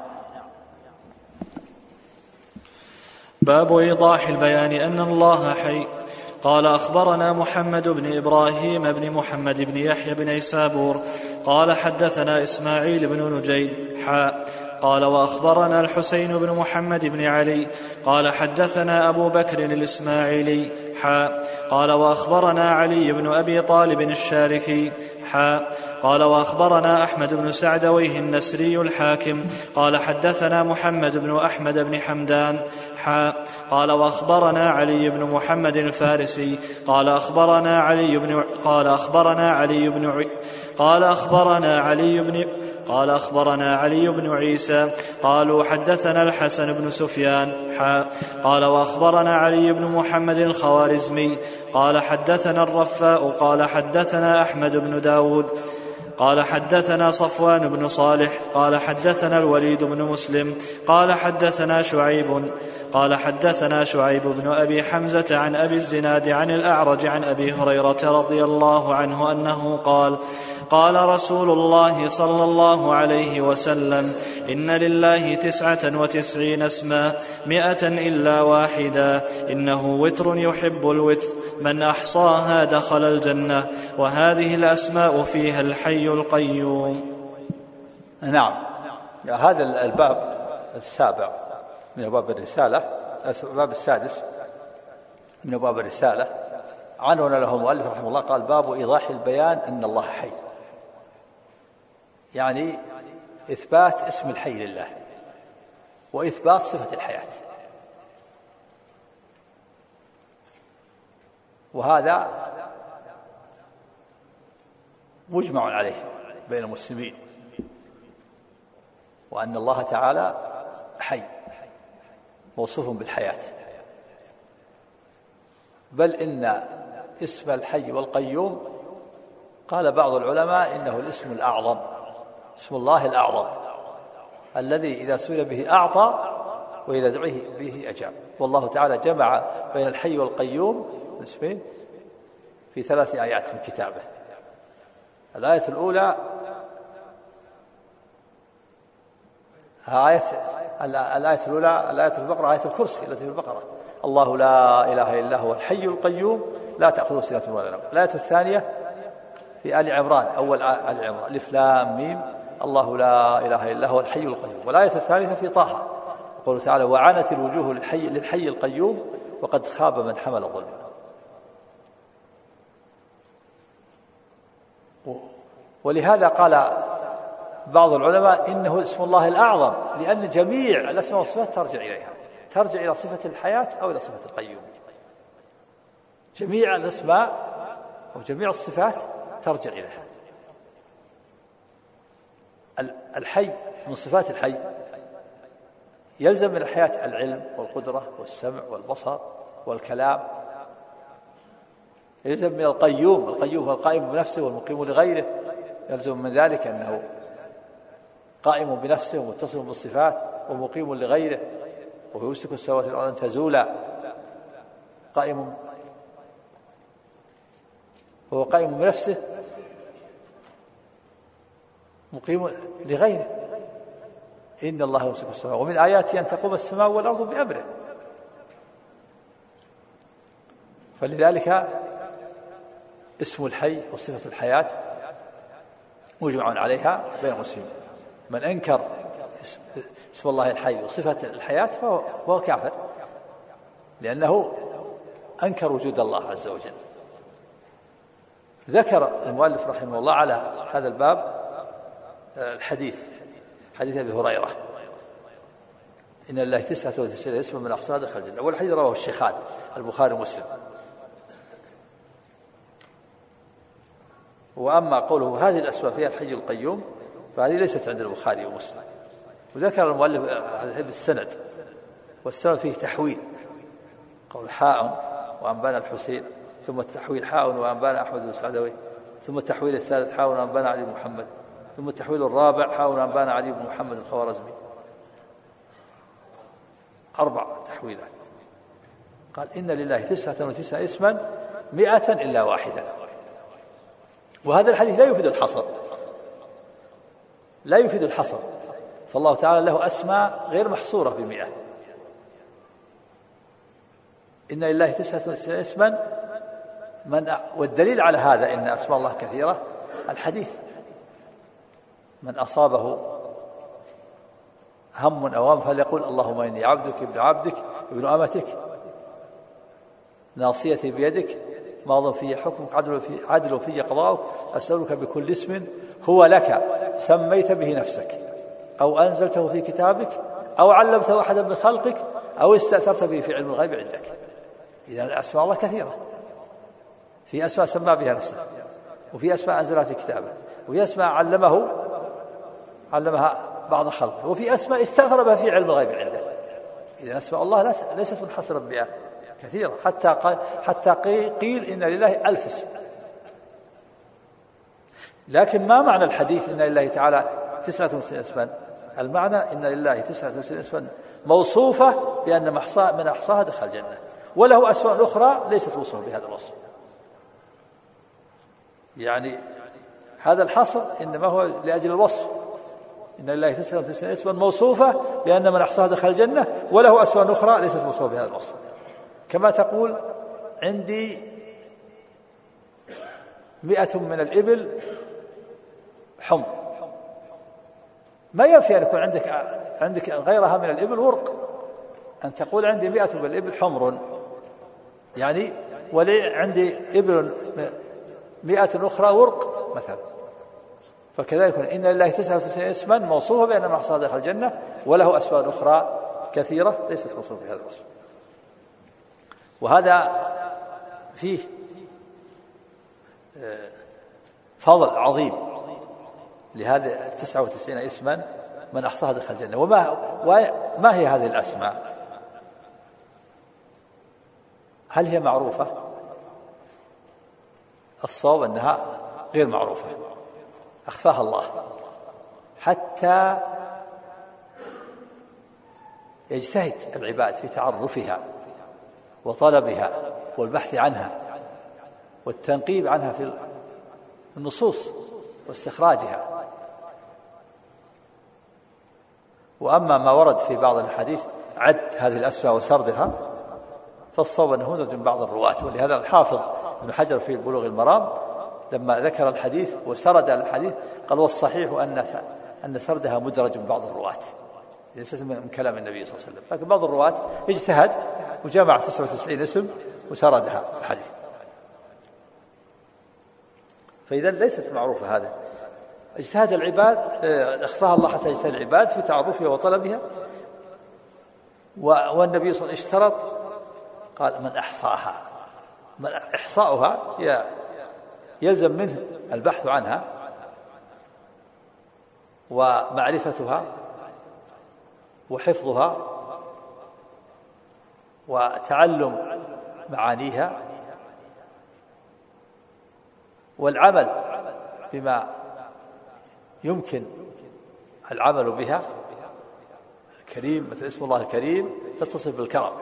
Speaker 2: باب إيضاح البيان أن الله حي. قال أخبرنا محمد بن إبراهيم بن محمد بن يحيى بن نيسابور قال حدثنا إسماعيل بن نجيد قال وأخبرنا الحسين بن محمد بن علي قال حدثنا أبو بكر الإسماعيلي قال وأخبرنا علي بن أبي طالب الشاركي قال وأخبرنا أحمد بن سعدويه النسري الحاكم قال حدثنا محمد بن أحمد بن حمدان قال وأخبرنا علي بن محمد الفارسي قال أخبرنا علي بن عيسى قالوا حدثنا الحسن بن سفيان قال وأخبرنا علي بن محمد الخوارزمي قال حدثنا الرفاء قال حدثنا أحمد بن داود قال حدثنا صفوان بن صالح قال حدثنا الوليد بن مسلم قال حدثنا شعيب بن أبي حمزة عن أبي الزناد عن الأعرج عن أبي هريرة رضي الله عنه أنه قال رسول الله صلى الله عليه وسلم إن لله 99 اسما 100 إلا واحدا إنه وتر يحب الوتر من أحصاها دخل الجنة وهذه الأسماء فيها الحي القيوم.
Speaker 1: نعم، هذا الباب السابع من أبواب الرسالة، الباب السادس من أبواب الرسالة، عنون له المؤلف رحمه الله قال باب إيضاح البيان أن الله حي، يعني إثبات اسم الحي لله وإثبات صفة الحياة، وهذا مجمع عليه بين المسلمين، وأن الله تعالى حي موصوف بالحياة، بل إن اسم الحي والقيوم قال بعض العلماء إنه الاسم الأعظم، اسم الله الأعظم الذي إذا سئل به أعطى وإذا دعي به أجاب. والله تعالى جمع بين الحي والقيوم الاسمين في 3 آيات من كتابه. الآية الأولى آية البقرة، آية الكرسي التي في البقرة، الله لا إله إلا هو الحي القيوم لا تأخذه سنة ولا نوم. الآية الثانية في آل عمران، أول آل عمران، ألف لام ميم، الله لا إله إلا هو الحي القيوم. والآية الثالثة في طه، يقول تعالى وعنت الوجوه للحي القيوم وقد خاب من حمل ظلما. ولهذا قال بعض العلماء إنه اسم الله الأعظم، لأن جميع الأسماء والصفات ترجع إليها، ترجع إلى صفة الحياة أو إلى صفة القيوم. جميع الأسماء وجميع الصفات ترجع إليها. الحي من صفات الحي يلزم من الحياة العلم والقدرة والسمع والبصر والكلام. يلزم من القيوم هو القائم بنفسه والمقيم لغيره، يلزم من ذلك أنه قائم بنفسه ومتصل بالصفات ومقيم لغيره، وهو يمسك السماوات والأرض أن تزولا، هو قائم بنفسه مقيم لغيره. إن الله يمسك السماوات، ومن آياته أن تقوم السماء والأرض بأمره. فلذلك اسم الحي وصفة الحياة مجمع عليها بين المسلمين. من أنكر اسم الله الحي وصفة الحياة فهو كافر، لأنه أنكر وجود الله عز وجل. ذكر المؤلف رحمه الله على هذا الباب حديث أبي هريرة إن لله 99 اسما من أحصاها دخل الجنة، والحديث رواه الشيخان البخاري ومسلم. وأما قوله هذه الأسماء فيها الحي القيوم فهذه ليست عند البخاري ومسلم. وذكر المؤلف السند، والسند فيه تحويل، قول حاء وأنبانا الحسين، ثم التحويل حاء وأنبانا أحمد بن سعدوي، ثم التحويل الثالث حاء وأنبانا علي بن محمد، ثم التحويل الرابع حاء وأنبانا علي بن محمد الخوارزمي. 4 تحويلات. قال إن لله 99 اسما 100 إلا واحدا. وهذا الحديث لا يفيد الحصر، فالله تعالى له أسماء غير محصورة ب100. إن لله 99 اسما والدليل على هذا إن أسماء الله كثيرة الحديث من أصابه هم أو غم فليقول اللهم إني عبدك ابن عبدك ابن أمتك ناصيتي بيدك ماض في حكمك عدل في قضاؤك أسألك بكل اسم هو لك سميت به نفسك أو أنزلته في كتابك أو علمته أحدا من خلقك أو استأثرت به في علم الغيب عندك. إذن الأسماء الله كثيرة، في أسماء سمى بها نفسه، وفي أسماء أنزلها في كتابه، وفي أسماء علمها بعض خلقه، وفي أسماء استأثر بها في علم الغيب عنده. إذن أسماء الله ليست منحصرة بها، كثيرة، حتى قيل إن لله 1000 اسم. لكن ما معنى الحديث إن لله تعالى 99 اسما؟ المعنى إن لله 99 اسما موصوفة بأن من أحصاها دخل الجنة، وله أسماء أخرى ليست موصوفة بهذا الوصف. يعني هذا الحصر إنما هو لأجل الوصف، إن لله 99 اسما موصوفة بأن من أحصاها دخل الجنة، وله أسماء أخرى ليست موصوفة بهذا الوصف. كما تقول عندي 100 من الإبل حمر، ما ينفي أن يكون عندك غيرها من الإبل ورق. أن تقول عندي 100 من الإبل حمر، يعني ولي عندي إبل 100 أخرى ورق مثلا. فكذلك إن لله 99 اسما موصوفة بأن من أحصاها دخل الجنة، وله أسماء أخرى كثيرة ليست موصوفة بهذا الوصف. وهذا فيه فضل عظيم لهذه 99 اسما من أحصاها دخل الجنة. وما هي هذه الأسماء؟ هل هي معروفة؟ الصواب أنها غير معروفة، أخفاها الله حتى يجتهد العباد في تعرفها وطلبها والبحث عنها والتنقيب عنها في النصوص واستخراجها. وأما ما ورد في بعض الحديث عد هذه الأسماء وسردها فالصواب أنه مدرج من بعض الرواة. ولهذا الحافظ ابن حجر في بلوغ المرام لما ذكر الحديث وسرد الحديث قال والصحيح أن سردها مدرج من بعض الرواة، ليست من كلام النبي صلى الله عليه وسلم. لكن بعض الرواة اجتهد وجمع 99 اسم وسردها الحديث. فإذا ليست معروفة. هذا اجتهاد العباد، أخفاها الله حتى يجتهد العباد في تعرفها وطلبها. والنبي صلى الله عليه وسلم اشترط قال من أحصاها، من إحصاؤها يلزم منه البحث عنها ومعرفتها وحفظها وتعلم معانيها والعمل بما يمكن العمل بها. الكريم مثل اسم الله الكريم تتصف بالكرم،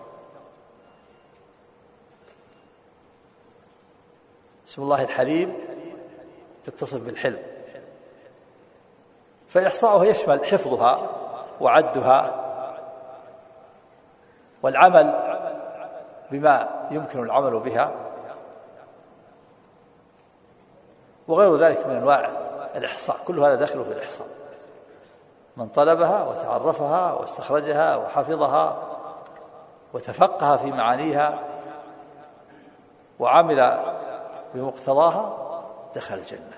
Speaker 1: اسم الله الحليم تتصف بالحلم. فإحصاؤها يشمل حفظها وعدها والعمل بما يمكن العمل بها وغير ذلك من أنواع الإحصاء. كل هذا داخل في الإحصاء. من طلبها وتعرفها واستخرجها وحفظها وتفقه في معانيها وعمل بمقتضاها دخل الجنة.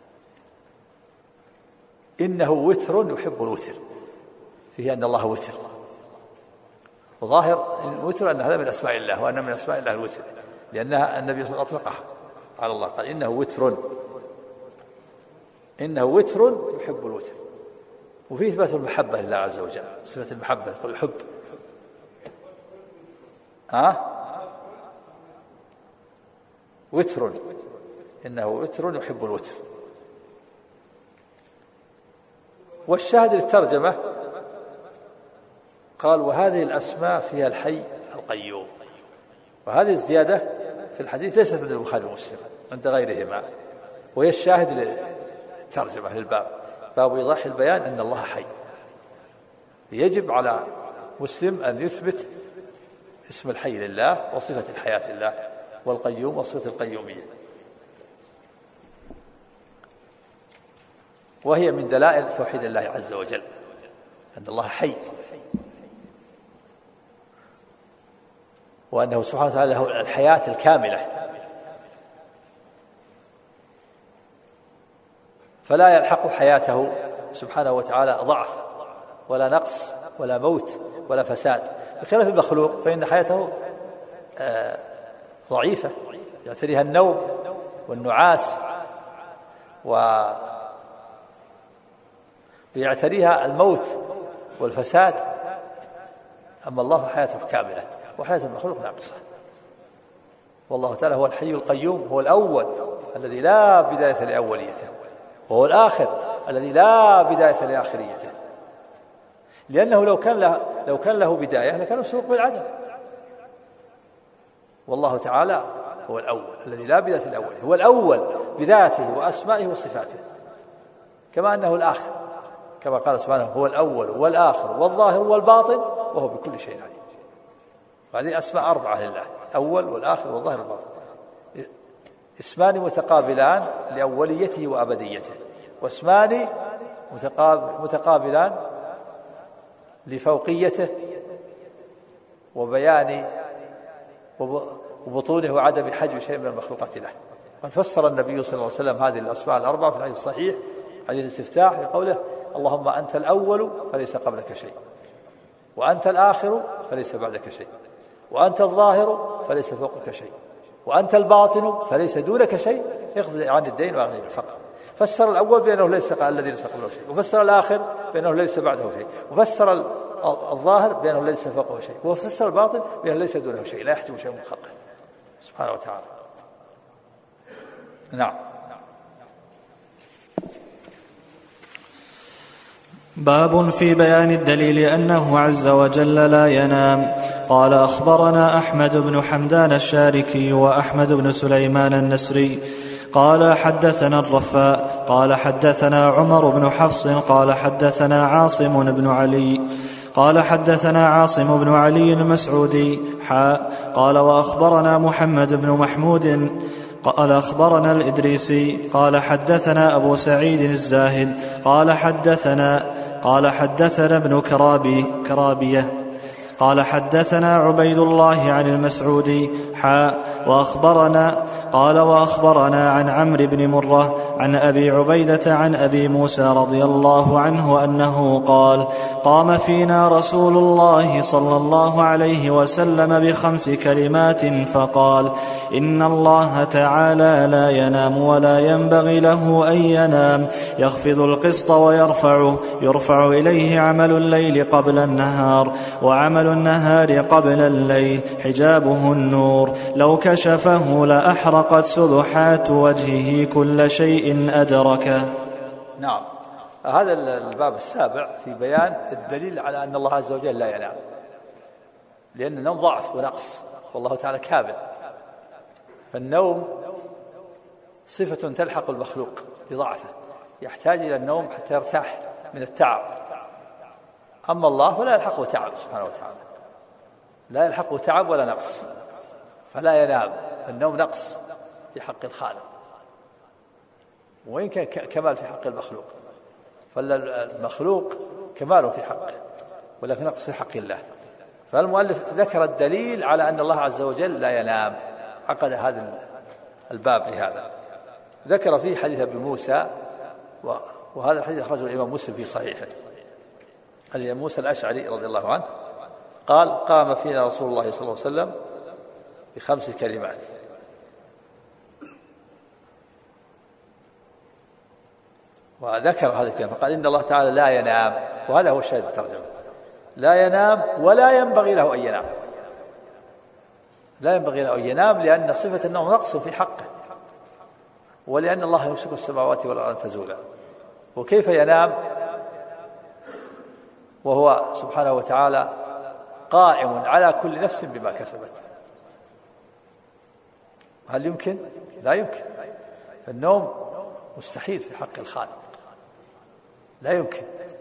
Speaker 1: إنه وتر يحب الوتر، فيه أن الله وتر، وظاهر الوتر أن هذا من أسماء الله، وأن من أسماء الله الوتر، لأنها النبي صلى الله عليه وسلم أطلقها على الله، قال إنه وتر، إنه وتر يحب الوتر. وفيه إثبات المحبة لله عز وجل، صفة المحبة، يقول الحب وتر، إنه وتر يحب الوتر. والشاهد للترجمة قال وهذه الأسماء فيها الحي القيوم. وهذه الزيادة في الحديث ليست عند البخاري ومسلم، عند غيرهما، وهي الشاهد للترجمة للباب، باب إيضاح البيان أن الله حي. يجب على مسلم أن يثبت اسم الحي لله وصفة الحياة لله، والقيوم وصفة القيومية، وهي من دلائل توحيد الله عز وجل أن الله حي، وأنه سبحانه وتعالى له الحياة الكاملة، فلا يلحق حياته سبحانه وتعالى ضعف ولا نقص ولا موت ولا فساد، بخلاف المخلوق فإن حياته ضعيفة، يعتريها النوم والنعاس ويعتريها الموت والفساد. أما الله حياته كاملة، وحياة المخلوق ناقصة. والله تعالى هو الحي القيوم، هو الأول الذي لا بداية لأوليته، وهو الآخر الذي لا بداية لآخريته، لأنه لو كان له بداية لكان مسبوق بالعدم. والله تعالى هو الأول الذي لا بداية لأوله، هو الأول بذاته وأسمائه وصفاته، كما أنه الآخر، كما قال سبحانه هو الأول والآخر والظاهر والباطن وهو بكل شيء عليم. وهذه أسماء 4 لله: الأول والآخر والظاهر والباطن، اسمان متقابلان لأوليته وأبديته، واسمان متقابلان لفوقيته وبيان وبطوله وعدم حجب شيء من المخلوقات له. قد فسر النبي صلى الله عليه وسلم هذه الأسماء 4 في الحديث الصحيح، حديث الاستفتاح، بقوله: اللهم أنت الأول فليس قبلك شيء، وأنت الآخر فليس بعدك شيء، وأنت الظاهر فليس فوقك شيء، وأنت الباطن فليس دونك شيء، اقضي عن الدين واغني بالفقر. فسر الأول بأنه ليس الذي ليس قبله شيء، وفسر الآخر بأنه ليس بعده شيء، وفسر الظاهر بأنه ليس فوقه شيء، وفسر الباطن بأنه ليس دونه شيء، لا يحجب شيء من خلقه سبحانه وتعالى. نعم.
Speaker 2: باب في بيان الدليل أنه عز وجل لا ينام. قال: أخبرنا أحمد بن حمدان الشاركي وأحمد بن سليمان النسري قال: حدثنا الرفاء قال: حدثنا عمر بن حفص قال: حدثنا عاصم بن علي قال: حدثنا عاصم بن علي المسعودي قال: وأخبرنا محمد بن محمود قال: أخبرنا الإدريسي قال: حدثنا أبو سعيد الزاهد قال: حدثنا ابن كرابية قال: حدثنا عبيد الله عن المسعودي وأخبرنا عن عمرو بن مرة عن أبي عبيدة عن أبي موسى رضي الله عنه أنه قال: قام فينا رسول الله صلى الله عليه وسلم ب5 كلمات فقال: إن الله تعالى لا ينام ولا ينبغي له أن ينام، يخفض القسط يرفع إليه عمل الليل قبل النهار، وعمل النهار قبل الليل، حجابه النور، لو كشفه لأحرقت سبحات وجهه كل شيء أدركه.
Speaker 1: نعم. هذا الباب السابع في بيان الدليل على أن الله عز وجل لا ينام، لأن النوم ضعف ونقص، والله تعالى كامل، فالنوم صفة تلحق المخلوق لضعفه، يحتاج إلى النوم حتى يرتاح من التعب. أما الله فلا يلحقه تعب سبحانه وتعالى، لا يلحقه تعب ولا نقص، فلا ينام. النوم نقص في حق الخالق، وإن كان كمال في حق المخلوق، فالمخلوق كمال في حقه ولكن نقص في حق الله. فالمؤلف ذكر الدليل على أن الله عز وجل لا ينام، عقد هذا الباب لهذا. ذكر فيه حديث أبي موسى، وهذا الحديث أخرجه الإمام مسلم في صحيحه. أبي موسى الأشعري رضي الله عنه قال: قام فينا رسول الله صلى الله عليه وسلم ب5 كلمات، وذكر هذه الكلمة، قال: إن الله تعالى لا ينام، وهذا هو الشاهد الترجمة، لا ينام ولا ينبغي له أن ينام. لا ينبغي له أن ينام لأن صفة النوم نقص في حقه، ولأن الله يمسك السماوات والأرض تزولا. وكيف ينام وهو سبحانه وتعالى قائم على كل نفس بما كسبت؟ هل يمكن؟ لا يمكن. فالنوم مستحيل في حق الخالق، لا يمكن.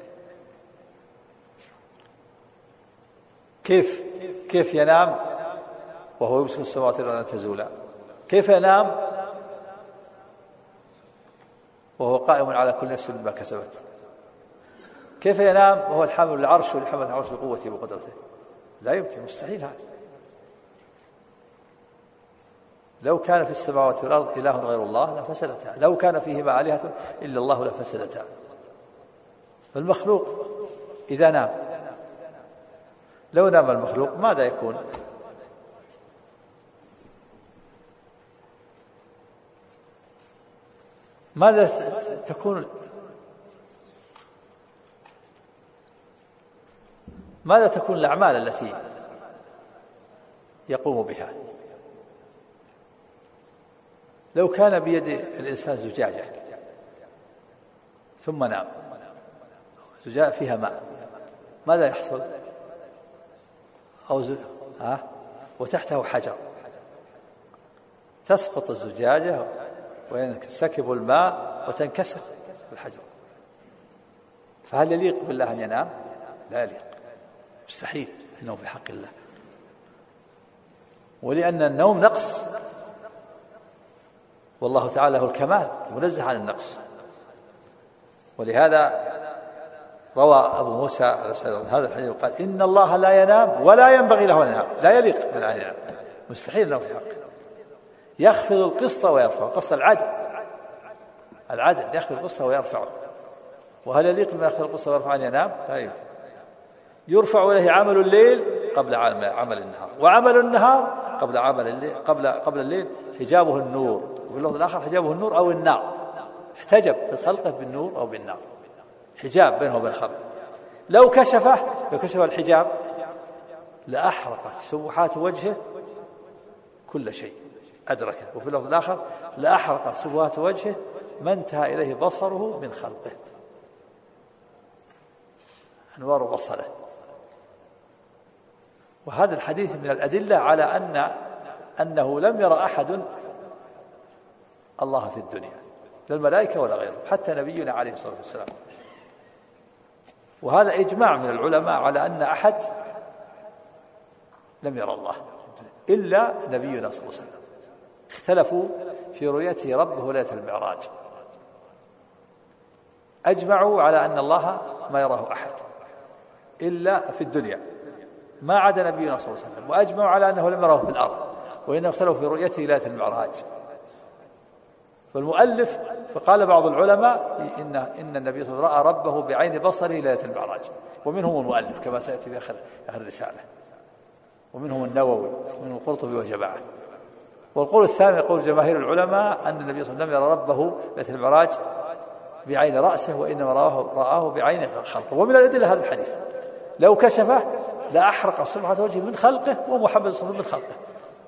Speaker 1: كيف ينام وهو يمسك السماوات والأرض تزولا؟ كيف ينام وهو قائم على كل نفس بما كسبت؟ كيف ينام وهو الحامل العرش والحمل العرش بقوته وقدرته؟ لا يمكن، مستحيل هذا. لو كان في السماوات والأرض إله غير الله لفسدتا، لو كان فيهما آلهة إلا الله لفسدتا. المخلوق إذا نام، لو نام المخلوق ماذا يكون؟ ماذا تكون الأعمال التي يقوم بها؟ لو كان بيد الإنسان زجاجة ثم نام، زجاجة فيها ماء، ماذا يحصل؟ وتحته حجر، تسقط الزجاجة وينسكب الماء وتنكسر الحجر. فهل يليق بالله أن ينام؟ لا يليق، مستحيل إنه في حق الله. ولأن النوم نقص، والله تعالى هو الكمال منزه عن النقص. ولهذا روى أبو موسى هذا الحديث وقال إن الله لا ينام ولا ينبغي له أن ينام، لا يليق بالله أن ينام، مستحيل أنه في حقه. يخفض القسط ويرفع، قسط العدل يخفض القسط ويرفعه، وهل يليق بما يخفض القسط ويرفع أن ينام؟ لا يمكن. يرفع إليه عمل الليل قبل عمل النهار، وعمل النهار قبل عمل الليل، قبل الليل حجابه النور، وفي اللفظ الآخر حجابه النور أو النار، احتجب في الخلق بالنور أو بالنار، حجاب بينه وبين الخلق. لو كشف الحجاب لأحرقت سبحات وجهه كل شيء أدركه، وفي اللفظ الآخر لأحرقت سبحات وجهه ما انتهى إليه بصره من خلقه، أنوار بصره. وهذا الحديث من الأدلة على أنه لم يرى أحد الله في الدنيا، لا الملائكة ولا غيره، حتى نبينا عليه الصلاة والسلام. وهذا إجماع من العلماء على أن أحد لم يرى الله إلا نبينا صلى الله عليه وسلم. اختلفوا في رؤيته ربه ليلة المعراج، أجمعوا على أن الله ما يراه أحد إلا في الدنيا ما عدا نبينا صلى الله عليه وسلم، وأجمعوا على أنه لم يراه في الأرض، وإنهم اختلفوا في رؤيته ليلة المعراج. فالمؤلف فقال بعض العلماء إن النبي صلى الله عليه وسلم رأى ربه بعين بصره ليلة المعراج، ومنهم المؤلف كما سيأتي في آخر الرسالة، ومنهم النووي ومنهم القرطبي وجماعة. والقول الثاني قول جماهير العلماء أن النبي صلى الله عليه وسلم لم يرى ربه ليلة المعراج بعين رأسه، وإنما رآه بعين خلقه. ومن الأدلة هذا الحديث لو كشفه لأحرق سبحة وجهه من خلقه ومحمد صلى الله عليه وسلم من خلقه.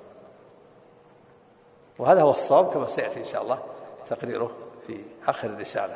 Speaker 1: وهذا هو الصواب كما سيأتي إن شاء الله تقريره في آخر الرسالة.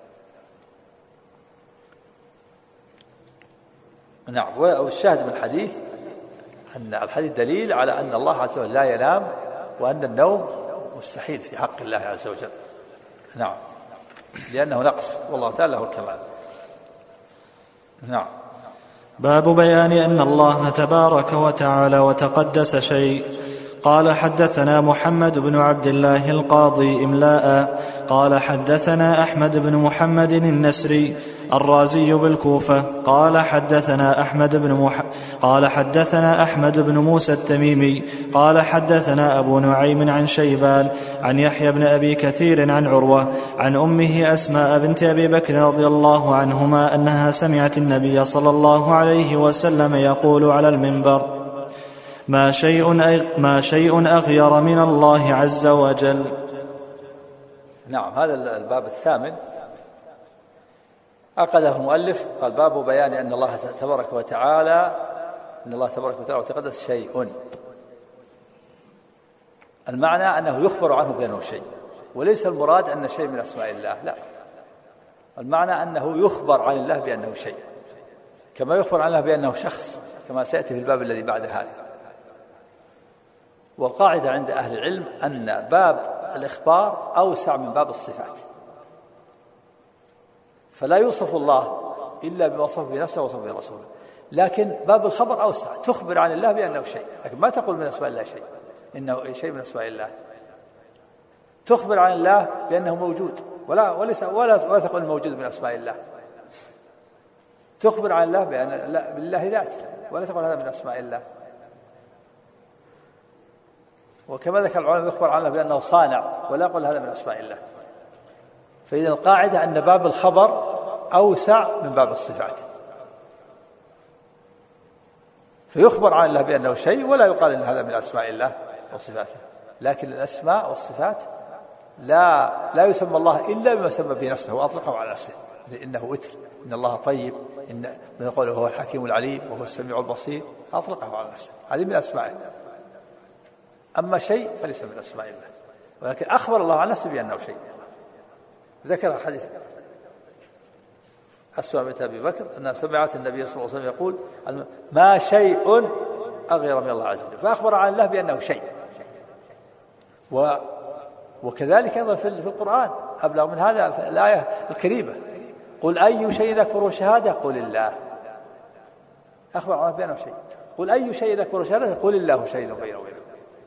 Speaker 1: نعم. والشاهد من الحديث أن الحديث دليل على أن الله عز وجل لا ينام، وأن النوم مستحيل في حق الله عز وجل. نعم، لأنه نقص، والله تعالى له الكمال. نعم.
Speaker 2: باب بيان أن الله تبارك وتعالى وتقدس شيء. قال حدثنا محمد بن عبد الله القاضي إملاء قال حدثنا أحمد بن محمد النسري الرازي بالكوفة قال حدثنا أحمد بن موسى التميمي قال حدثنا أبو نعيم عن شيبان عن يحيى بن أبي كثير عن عروة عن أمه أسماء بنت أبي بكر رضي الله عنهما أنها سمعت النبي صلى الله عليه وسلم يقول على المنبر: ما شيء أغير من الله عز وجل.
Speaker 1: نعم. هذا الباب الثامن عقده المؤلف، قال: باب بيان أن الله تبارك وتعالى وتقدس شيء. المعنى أنه يخبر عنه بأنه شيء، وليس المراد أن شيء من أسماء الله، لا، المعنى أنه يخبر عن الله بأنه شيء، كما يخبر عن الله بأنه شخص، كما سيأتي في الباب الذي بعد هذا. والقاعدة عند أهل العلم أن باب الإخبار أوسع من باب الصفات، فلا يوصف الله إلا بما وصف بنفسه ووصف برسوله، لكن باب الخبر أوسع، تخبر عن الله بأنه شيء، لكن ما تقول من أسماء الله شيء، إنه شيء من أسماء الله. تخبر عن الله بأنه موجود، ولا تقول موجود من أسماء الله، تخبر عن الله بأن بالله ذاته، ولا تقول هذا من أسماء الله. وكما ذكر العلماء يخبر عن الله بأنه صانع، ولا يقول هذا من أسماء الله. فإذا القاعدة أن باب الخبر أوسع من باب الصفات، فيخبر عن الله بأنه شيء ولا يقال أن هذا من أسماء الله وصفاته. لكن الأسماء والصفات لا يسمى الله إلا بما سمى به نفسه وأطلقه على نفسه، إنه وتر، إن الله طيب، إن نقول هو الحكيم العليم وهو السميع البصير، أطلقه على نفسه، هذه من أسمائه. أما شيء فليس من أسماء الله، ولكن أخبر الله عن نفسه بأنه شيء. ذكر حديث أسماء بنت أبي بكر أنها سمعت النبي صلى الله عليه وسلم يقول ما شيء أغير من الله عز وجل، فأخبر عن الله بأنه شيء. وكذلك أيضا في القرآن أبلغ من هذا في الآية الكريمة: قل أي شيء أكبر شهادة قل الله. أخبر عن الله بأنه شيء. قل أي شيء أكبر شهادة قل الله شهيد بيني وبينكم.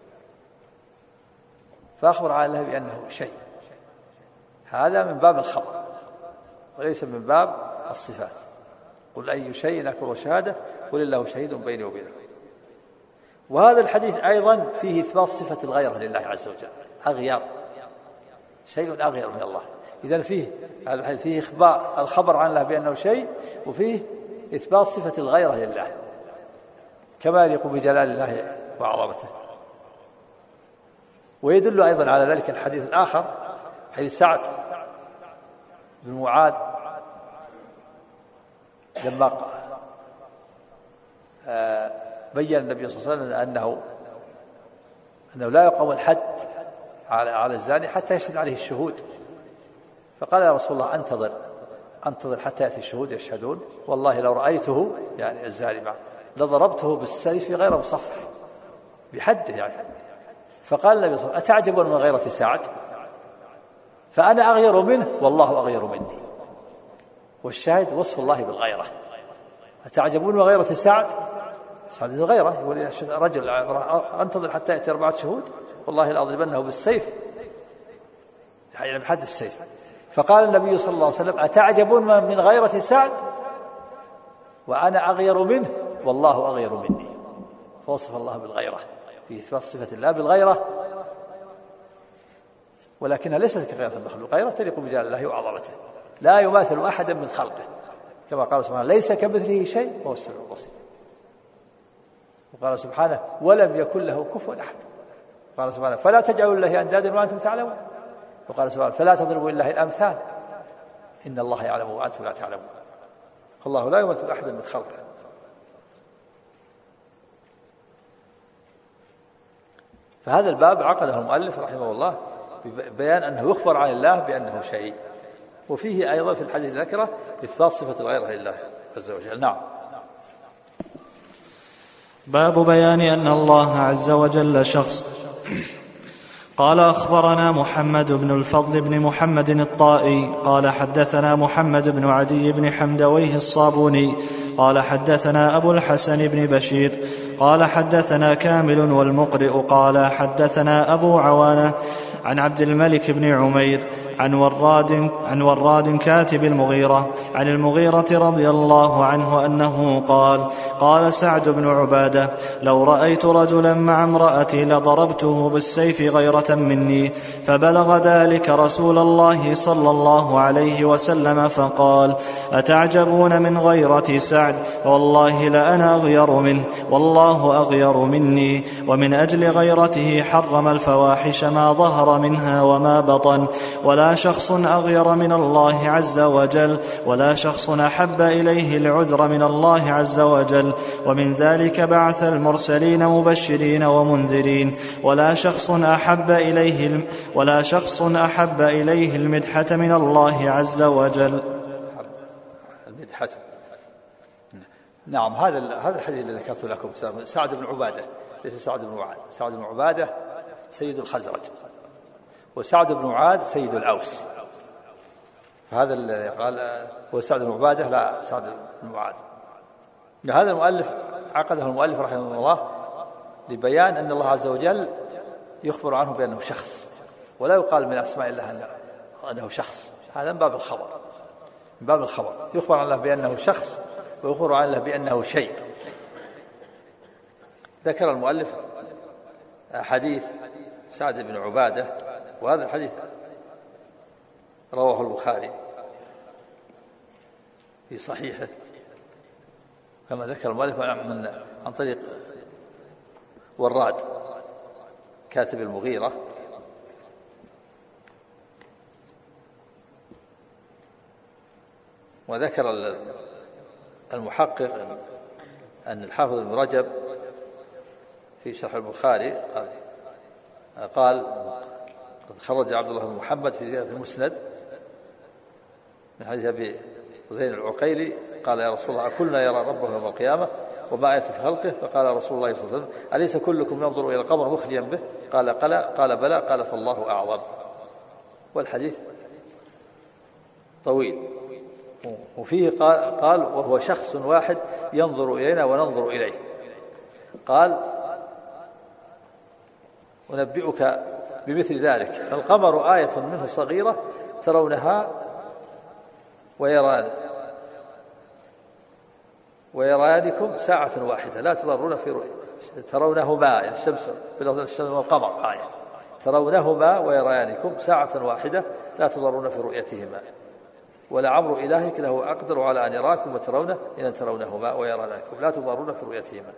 Speaker 1: فأخبر عن الله بأنه شيء، هذا من باب الخبر وليس من باب الصفات. قل أي شيء أكبر شهادة قل الله شهيد بيني وبينكم. وهذا الحديث أيضا فيه إثبات صفة الغيرة لله عز وجل، أغير، شيء أغير من الله. إذن فيه إخبار الخبر عن الله بأنه شيء، وفيه إثبات صفة الغيرة لله كما يليق بجلال الله وعظمته. ويدل أيضا على ذلك الحديث الآخر، حديث سعد بن معاذ لما بين النبي صلى الله عليه وسلم أنه لا يقام الحد على الزاني حتى يشهد عليه الشهود، فقال يا رسول الله أنتظر حتى يأتي الشهود يشهدون، والله لو رأيته يعني الزاني معه لضربته بالسيف غير مصفح بحده يعني. فقال النبي صلى الله عليه وسلم أتعجبون من غيرة سعد؟ فأنا أغير منه والله أغير مني. والشاهد وصف الله بالغيرة. أتعجبون من غيرة سعد الغيرة، يقول رجل أنتظر حتى يأتي 4 شهود والله لأضربنه بالسيف يعني بحد السيف. فقال النبي صلى الله عليه وسلم أتعجبون من غيرة سعد وأنا أغير منه والله أغير مني. فوصف الله بالغيرة، في إثبات صفة الله بالغيرة، ولكنها ليست كغيرة المخلوق، غيرة تليق بجلال الله وعظمته، لا يماثل أحدا من خلقه، كما قال سبحانه ليس كمثله شيء وهو السميع البصير. وقال سبحانه ولم يكن له كفوا أحد. قال سبحانه فلا تجعلوا لله أندادا وأنتم تعلمون. وقال سبحانه فلا تضربوا لله الأمثال إن الله يعلم وأنتم لا تعلمون. الله لا يمثل أحدا من خلقه. فهذا الباب عقده المؤلف رحمه الله ببيان أنه يخبر عن الله بأنه شيء، وفيه أيضا في الحديث ذكره إثبات صفة الغيرة لله عز وجل. نعم.
Speaker 2: باب بيان أن الله عز وجل شخص. قال أخبرنا محمد بن الفضل بن محمد الطائي قال حدثنا محمد بن عدي بن حمدويه الصابوني قال حدثنا أبو الحسن بن بشير قال حدثنا كامل والمقرئ قال حدثنا أبو عوانة عن عبد الملك بن عمير عن وراد كاتب المغيرة عن المغيرة رضي الله عنه أنه قال سعد بن عبادة لو رأيت رجلا مع امرأتي لضربته بالسيف غيرة مني، فبلغ ذلك رسول الله صلى الله عليه وسلم فقال أتعجبون من غيرة سعد؟ والله لأنا أغير منه والله أغير مني. ومن أجل غيرته حرم الفواحش ما ظهر منها وما بطن، ولا شخص أغير من الله عز وجل، ولا شخص أحب إليه العذر من الله عز وجل. ومن ذلك بعث المرسلين مبشرين ومنذرين، ولا شخص أحب إليه المدحة من الله عز وجل.
Speaker 1: المدحة. نعم. هذا الحديث الذي ذكرت لكم سعد بن عبادة، ليس سعد بن معاذ. سعد بن عبادة سيد الخزرج، وسعد بن معاذ سيد الأوس. فهذا الذي قال هو سعد بن عبادة لا سعد بن معاذ. هذا المؤلف عقده المؤلف رحمه الله لبيان أن الله عز وجل يخبر عنه بأنه شخص، ولا يقال من أسماء الله أنه شخص. هذا من باب الخبر، من باب الخبر يخبر عن الله بأنه شخص، ويخبر عن الله بأنه شيء. ذكر المؤلف حديث سعد بن عبادة، وهذا الحديث رواه البخاري في صحيحه كما ذكر المؤلف عن طريق وراد كاتب المغيرة، وذكر المحقق أن الحافظ ابن رجب في شرح البخاري قال قد خرج عبد الله بن محمد في زيادة المسند من حديث أبي زين العقيلي قال يا رسول الله كلنا يرى ربه يوم القيامة وما آية في خلقه؟ فقال رسول الله صلى الله عليه وسلم أليس كلكم ينظر إلى القمر مخليا به؟ قال بلى. قال فالله أعظم. والحديث طويل، وفيه قال وهو شخص واحد ينظر إلينا وننظر إليه. قال أنبئك بمثل ذلك، فالقمر آية منه صغيرة ترونها ويرانكم ساعة واحدة لا تضرون في رؤية. ترونهما يعني الشمس والقمر آية، ترونهما ويرانكم ساعة واحدة لا تضرون في رؤيتهما، ولعمر إلهك له أقدر على أن يراكم وترونه إن ترونهما ويرانكم لا تضرون في رؤيتهما.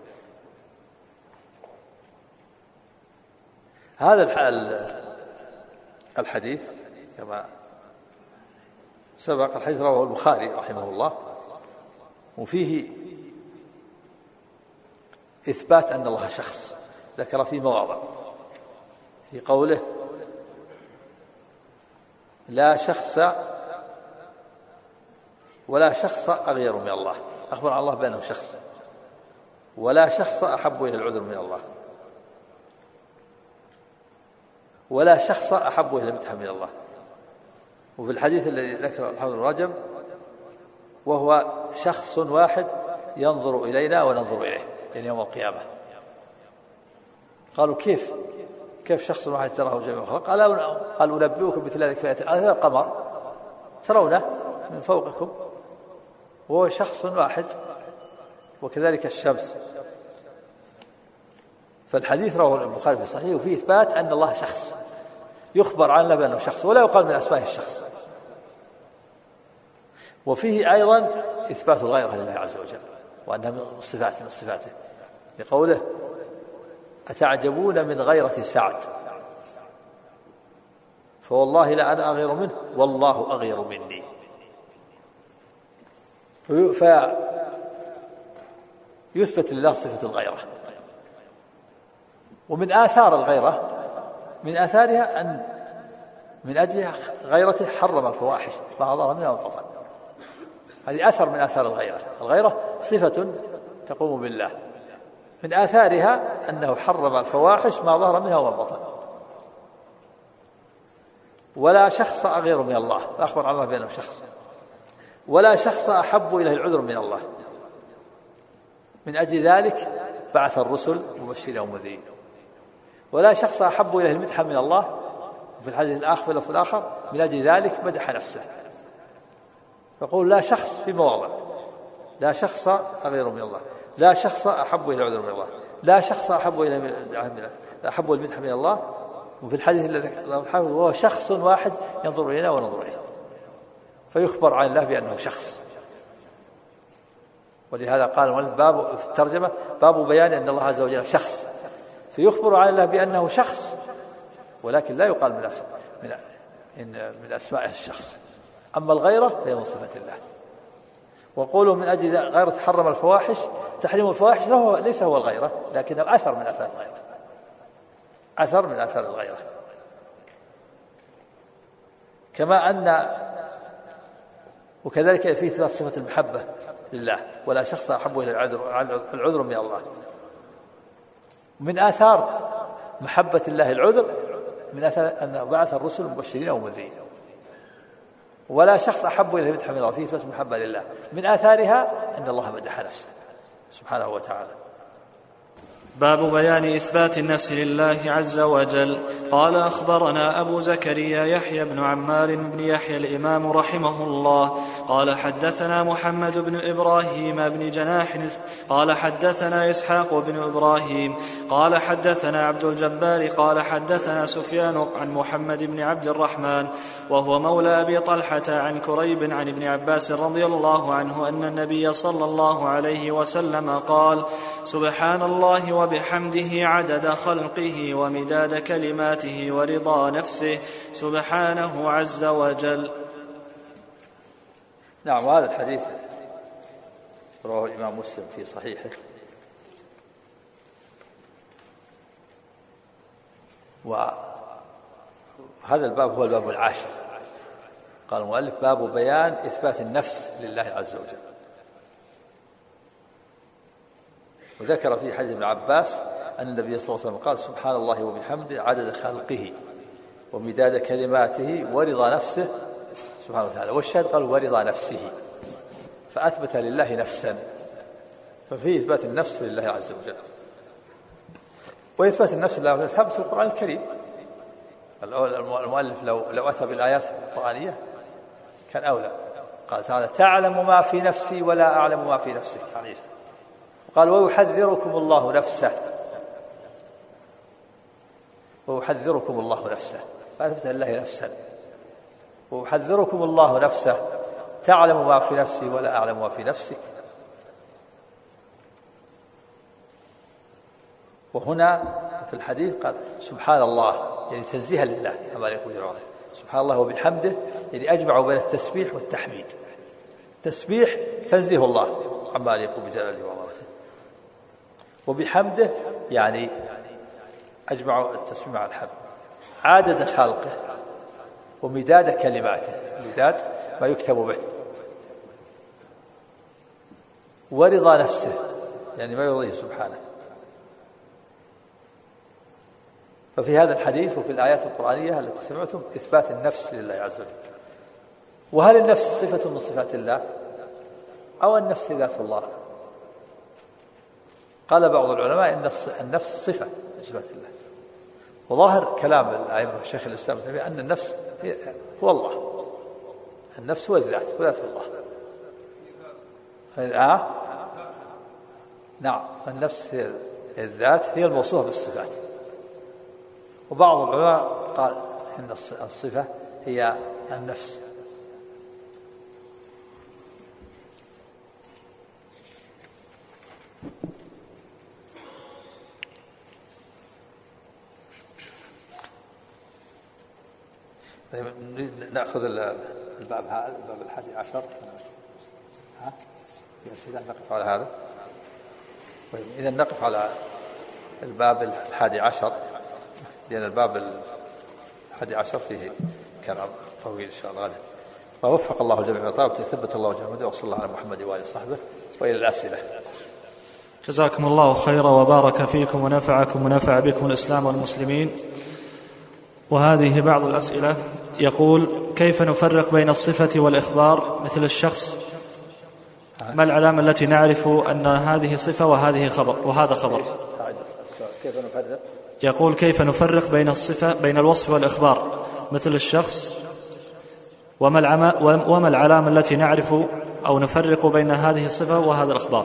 Speaker 1: هذا الحديث كما سبق الحديث رواه البخاري رحمه الله، وفيه إثبات أن الله شخص، ذكر في مواضع في قوله لا شخص ولا شخص أغير من الله، أخبر عن الله بأنه شخص، ولا شخص أحب إلى العذر من الله، ولا شخص أحب إلى المدح من الله. وفي الحديث الذي ذكره الحافظ ابن رجب وهو شخص واحد ينظر إلينا وننظر إليه يعني يوم القيامة. قالوا كيف شخص واحد تراه جميع الخلق؟ قال أنبئكم بمثل ذلك هذا القمر ترونه من فوقكم وهو شخص واحد، وكذلك الشمس. فالحديث رواه البخاري في صحيح، وفيه إثبات أن الله شخص، يخبر عنه بأنه شخص ولا يقال من أسماء الشخص. وفيه أيضا إثبات الغيرة لله عز وجل وأنها من صفاته لقوله أتعجبون من غيرة سعد فوالله لا أنا أغير منه والله أغير مني. فيثبت لله صفة الغيرة. ومن آثار الغيرة من آثارها أن من أجل غيرته حرم الفواحش ما ظهر منها وما بطن. هذه أثر من آثار الغيرة صفة تقوم بالله، من آثارها أنه حرم الفواحش ما ظهر منها وما بطن. ولا شخص أغير من الله، أخبر عن الله بأنه شخص، ولا شخص أحب إليه العذر من الله، من أجل ذلك بعث الرسل مبشرين ومنذرين. ولا شخص أحب إليه المدح من الله، في الحديث الآخر في اللفظ الآخر من أجل ذلك مدح نفسه. فقول لا شخص في مواضع، لا شخص أغير من الله، لا شخص أحب إلى العذر من الله، لا شخص أحب المدح من الله. وفي الحديث الذي ذكره وهو شخص واحد ينظر إلينا وننظر إليه، فيخبر عن الله بأنه شخص. ولهذا قال باب في الترجمة باب بيان أن الله عز وجل شخص، فيخبر عن الله بأنه شخص، ولكن لا يقال من أسماء الشخص. أما الغيرة فهي من صفة الله. وقوله من أجل غيرة حرم الفواحش، تحريم الفواحش ليس هو الغيرة، لكنه أثر من أثار الغيرة، أثر من أثار الغيرة. كما أن وكذلك فيه إثبات صفة المحبة لله، ولا شخص أحب إلى العذر من الله. من آثار محبة الله العذر من آثار أن بعث الرسل مبشرين ومنذرين. ولا شخص أحب إليه المدح من الله، فيه إثبات المحبة لله. من آثارها أن الله مدح نفسه سبحانه وتعالى.
Speaker 2: باب بيان إثبات النفس لله عز وجل. قال أخبرنا أبو زكريا يحيى بن عمار بن يحيى الإمام رحمه الله قال حدثنا محمد بن إبراهيم بن جناح قال حدثنا إسحاق بن إبراهيم قال حدثنا عبد الجبار قال حدثنا سفيان عن محمد بن عبد الرحمن وهو مولى أبي طلحة عن كريب عن ابن عباس رضي الله عنه أن النبي صلى الله عليه وسلم قال: سبحان الله وبحمده عدد خلقه ومداد كلماته ورضا نفسه سبحانه عز وجل.
Speaker 1: نعم. وهذا الحديث رواه الإمام مسلم في صحيحه. وهذا الباب هو الباب العاشر. قال المؤلف: باب بيان إثبات النفس لله عز وجل. وذكر في حديث ابن عباس أن النبي صلى الله عليه وسلم قال: سبحان الله وبحمده عدد خلقه ومداد كلماته ورضا نفسه سبحانه وتعالى. والشاهد قال: ورضا نفسه، فأثبت لله نفسا، ففيه إثبات النفس لله عز وجل. وإثبات النفس لله عز وجل ثبت في القرآن الكريم. المؤلف لو أتى بالآيات القرآنية كان أولى. قال تعالى: تعلم ما في نفسي ولا أعلم ما في نفسك. قال: ويحذركم الله نفسه، ويحذركم الله نفسه، فأثبت لله نفسا. ويحذركم الله نفسه، تعلم ما في نفسي ولا أعلم ما في نفسك. وهنا في الحديث قال: سبحان الله، يعني تنزيها لله كما يقول العلماء. سبحان الله وبحمده، يعني أجمع بين التسبيح والتحميد. تسبيح تنزيه الله عما يقول بجلاله وعظمته، وبحمده يعني أجمع التسبيح مع الحمد. عدد خلقه ومداد كلماته، مداد ما يكتب به. ورضا نفسه، يعني ما يرضيه سبحانه. ففي هذا الحديث وفي الآيات القرآنية التي سمعتم إثبات النفس لله عز وجل. وهل النفس صفة من صفات الله أو النفس ذات الله؟ قال بعض العلماء إن النفس صفة من صفات الله. وظاهر كلام الأئمة الشيخ الإسلام أن النفس هو الله، النفس هو الذات وذات الله. نعم، النفس هي الذات، هي الموصوفة بالصفات. وبعض العلماء قال إن الصفة هي النفس. نأخذ الباب 11. نقف على هذا. طيب، إذا نقف على الباب 11، لأن الباب 11 فيه كلام طويل إن شاء الله. ووفق الله الجميع وطابت ثبت الله جميعا، وصلى الله على محمد وآله وصحبه. وإلى الأسئلة.
Speaker 2: جزاكم الله خيرا وبارك فيكم ونفعكم ونفع بكم الإسلام والمسلمين. وهذه بعض الأسئلة. يقول: كيف نفرق بين الصفة والإخبار مثل الشخص؟ ما العلامة التي نعرف أن هذه صفة وهذه خبر وهذا خبر؟
Speaker 1: كيف نفرق؟
Speaker 2: يقول: كيف نفرق بين الصفة بين الوصف والإخبار مثل الشخص، وما العلامة التي نعرف أو نفرق بين هذه الصفة وهذا الإخبار؟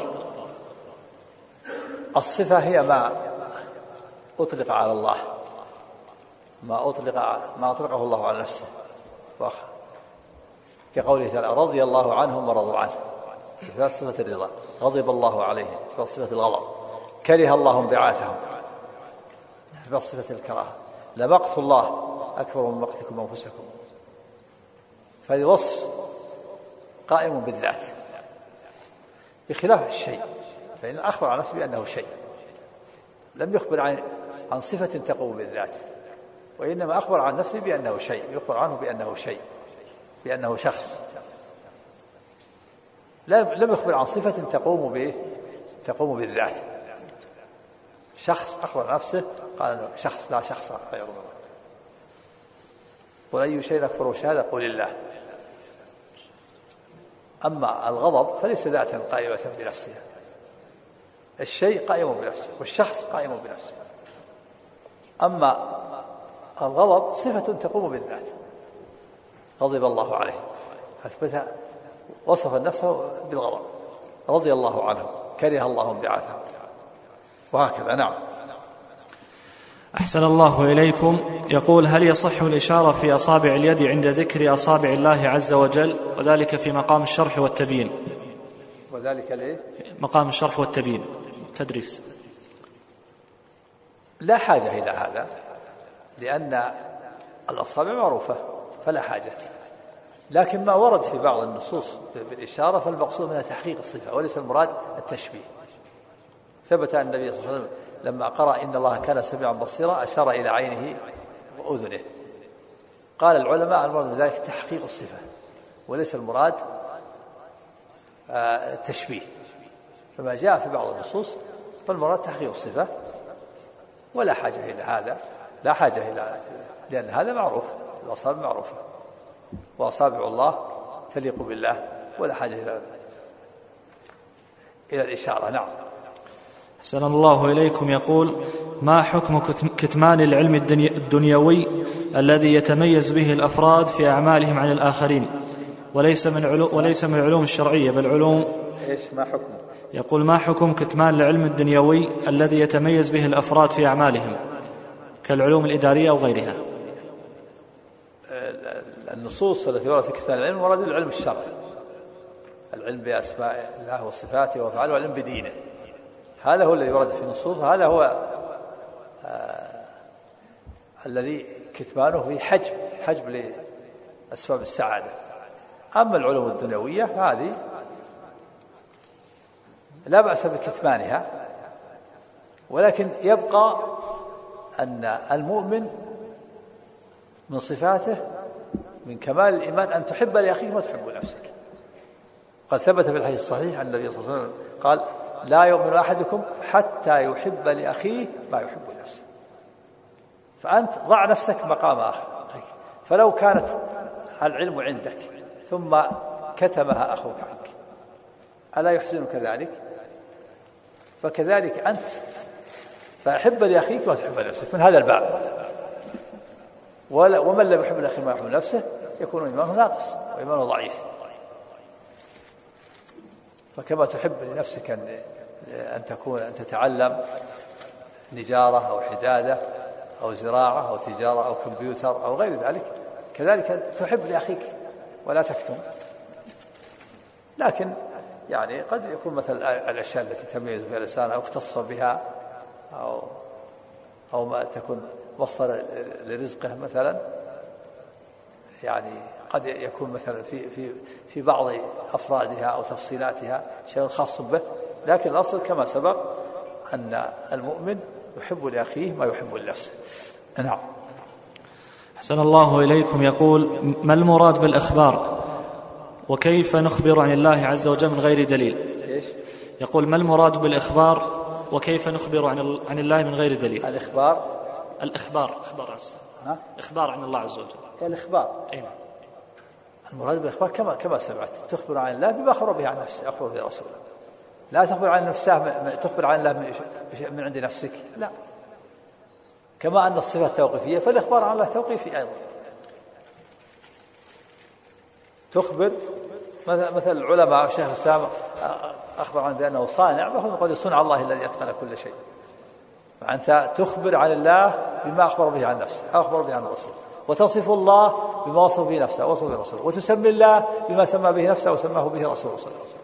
Speaker 1: الصفة هي ما أطلق على الله، ما أطلقه الله على نفسه كقوله تعالى: رضي الله عنهم ورضوا عنه، إثبات صفة الرضا. غضب الله عليهم، إثبات صفة الغضب. كره الله انبعاثهم، إثبات صفة الكراهة. لمقت الله أكبر من مقتكم أنفسكم. فهذا وصف قائم بالذات، بخلاف الشيء، فإن أخبر عن نفسه بأنه شيء، لم يخبر عن صفة تقوم بالذات، وإنما أخبر عن نفسه بأنه شيء، يخبر عنه بأنه شيء، بأنه شخص. لم يخبر عن صفة تقوم بالذات. شخص أخبر نفسه قال أنه شخص، لا شخص غير الله. قل أي شيء أكبر شهادة؟ قل الله. أما الغضب فليس ذاتا قائمة بنفسها، الشيء قائم بنفسه والشخص قائم بنفسه. أما الغضب صفة تقوم بالذات، غضب الله عليه أثبتها، وصف نفسه بالغضب، رضي الله عنه، كره الله انبعاثه، وهكذا. نعم.
Speaker 2: أحسن الله إليكم. يقول: هل يصح الإشارة في أصابع اليد عند ذكر أصابع الله عز وجل، وذلك في مقام الشرح والتبيين؟
Speaker 1: وذلك ليه؟
Speaker 2: مقام الشرح والتبيين، تدريس.
Speaker 1: لا حاجة إلى هذا، لأن الأصابع معروفة فلا حاجة. لكن ما ورد في بعض النصوص بالإشارة فالمقصود منها تحقيق الصفة وليس المراد التشبيه. ثبت أن النبي صلى الله عليه وسلم لما قرأ إن الله كان سميعا بصيرا أشار إلى عينه وأذنه. قال العلماء المراد بذلك تحقيق الصفة وليس المراد التشبيه. فما جاء في بعض النصوص فالمراد تحقيق الصفة، ولا حاجة إلى هذا، لا حاجة إلى، لأن هذا معروف، الأصابع معروفة وأصابع الله تليق بالله، ولا حاجة إلى الإشارة. نعم.
Speaker 2: أحسن الله إليكم. يقول: ما حكم كتمان العلم الدنيوي الذي يتميز به الأفراد في أعمالهم عن الآخرين، وليس من العلوم الشرعية بل علوم؟
Speaker 1: إيش ما حكم؟
Speaker 2: يقول: ما حكم كتمان العلم الدنيوي الذي يتميز به الأفراد في أعمالهم كالعلوم الإدارية أو غيرها؟
Speaker 1: النصوص التي وردت في كتمان العلم ورد العلم الشرعي، العلم بأسماء الله وصفاته وأفعاله، والعلم بدينه، هذا هو الذي ورد في النصوص، هذا هو الذي كتمانه في حجب لأسباب السعادة. أما العلوم الدنيوية فهذه لا بأس بكتمانها، ولكن يبقى أن المؤمن من صفاته من كمال الإيمان أن تحب لأخيك ما تحب لنفسك. قد ثبت في الحديث الصحيح أن النبي صلى الله عليه وسلم قال: لا يؤمن أحدكم حتى يحب لأخيه ما يحب لنفسه. فأنت ضع نفسك مقام أخيك، فلو كانت العلم عندك ثم كتمها أخوك عنك ألا يحزنك ذلك؟ فكذلك أنت فأحب لأخيك ما تحب لنفسك، من هذا الباب. ومن لم يحب لأخيه ما يحب لنفسه يكون إيمانه ناقص وإيمانه ضعيف. فكما تحب لنفسك أن تتعلم نجارة أو حدادة أو زراعة أو تجارة أو كمبيوتر أو غير ذلك، كذلك تحب لأخيك ولا تكتم. لكن يعني قد يكون مثلا الأشياء التي تميز بها الإنسان أو اختص بها أو ما تكون مصدر لرزقه مثلا، يعني قد يكون مثلا في بعض أفرادها أو تفصيلاتها شيء خاص به، لكن الأصل كما سبق أن المؤمن يحب لأخيه ما يحب لنفسه. نعم.
Speaker 2: أحسن الله إليكم. يقول: ما المراد بالإخبار، وكيف نخبر عن الله عز وجل من غير دليل؟ يقول: ما المراد بالإخبار، وكيف نخبر عن الله من غير دليل؟
Speaker 1: الإخبار
Speaker 2: إخبار عن الله عز وجل.
Speaker 1: الإخبار المراد بالإخبار كما سمعت، تخبر عن الله بما أخبر به عن نفسه، أخبر به رسوله. لا تخبر عن نفسه، تخبر عن الله من عند نفسك، لا. كما أن الصفة توقيفية فالإخبار عن الله توقيفي أيضا. تخبر مثل العلماء الشيخ الإسلام أخبر عن بأنه صانع، وهم يقول صنع الله الذي أتقن كل شيء. فأنت تخبر عن الله بما أخبر به عن نفسه أو أخبر به عن الرسول، وتصف الله بما وصف به نفسه ووصف به رسوله، وتسمي الله بما سمى به نفسه وسماه به رسوله صلى الله عليه وسلم.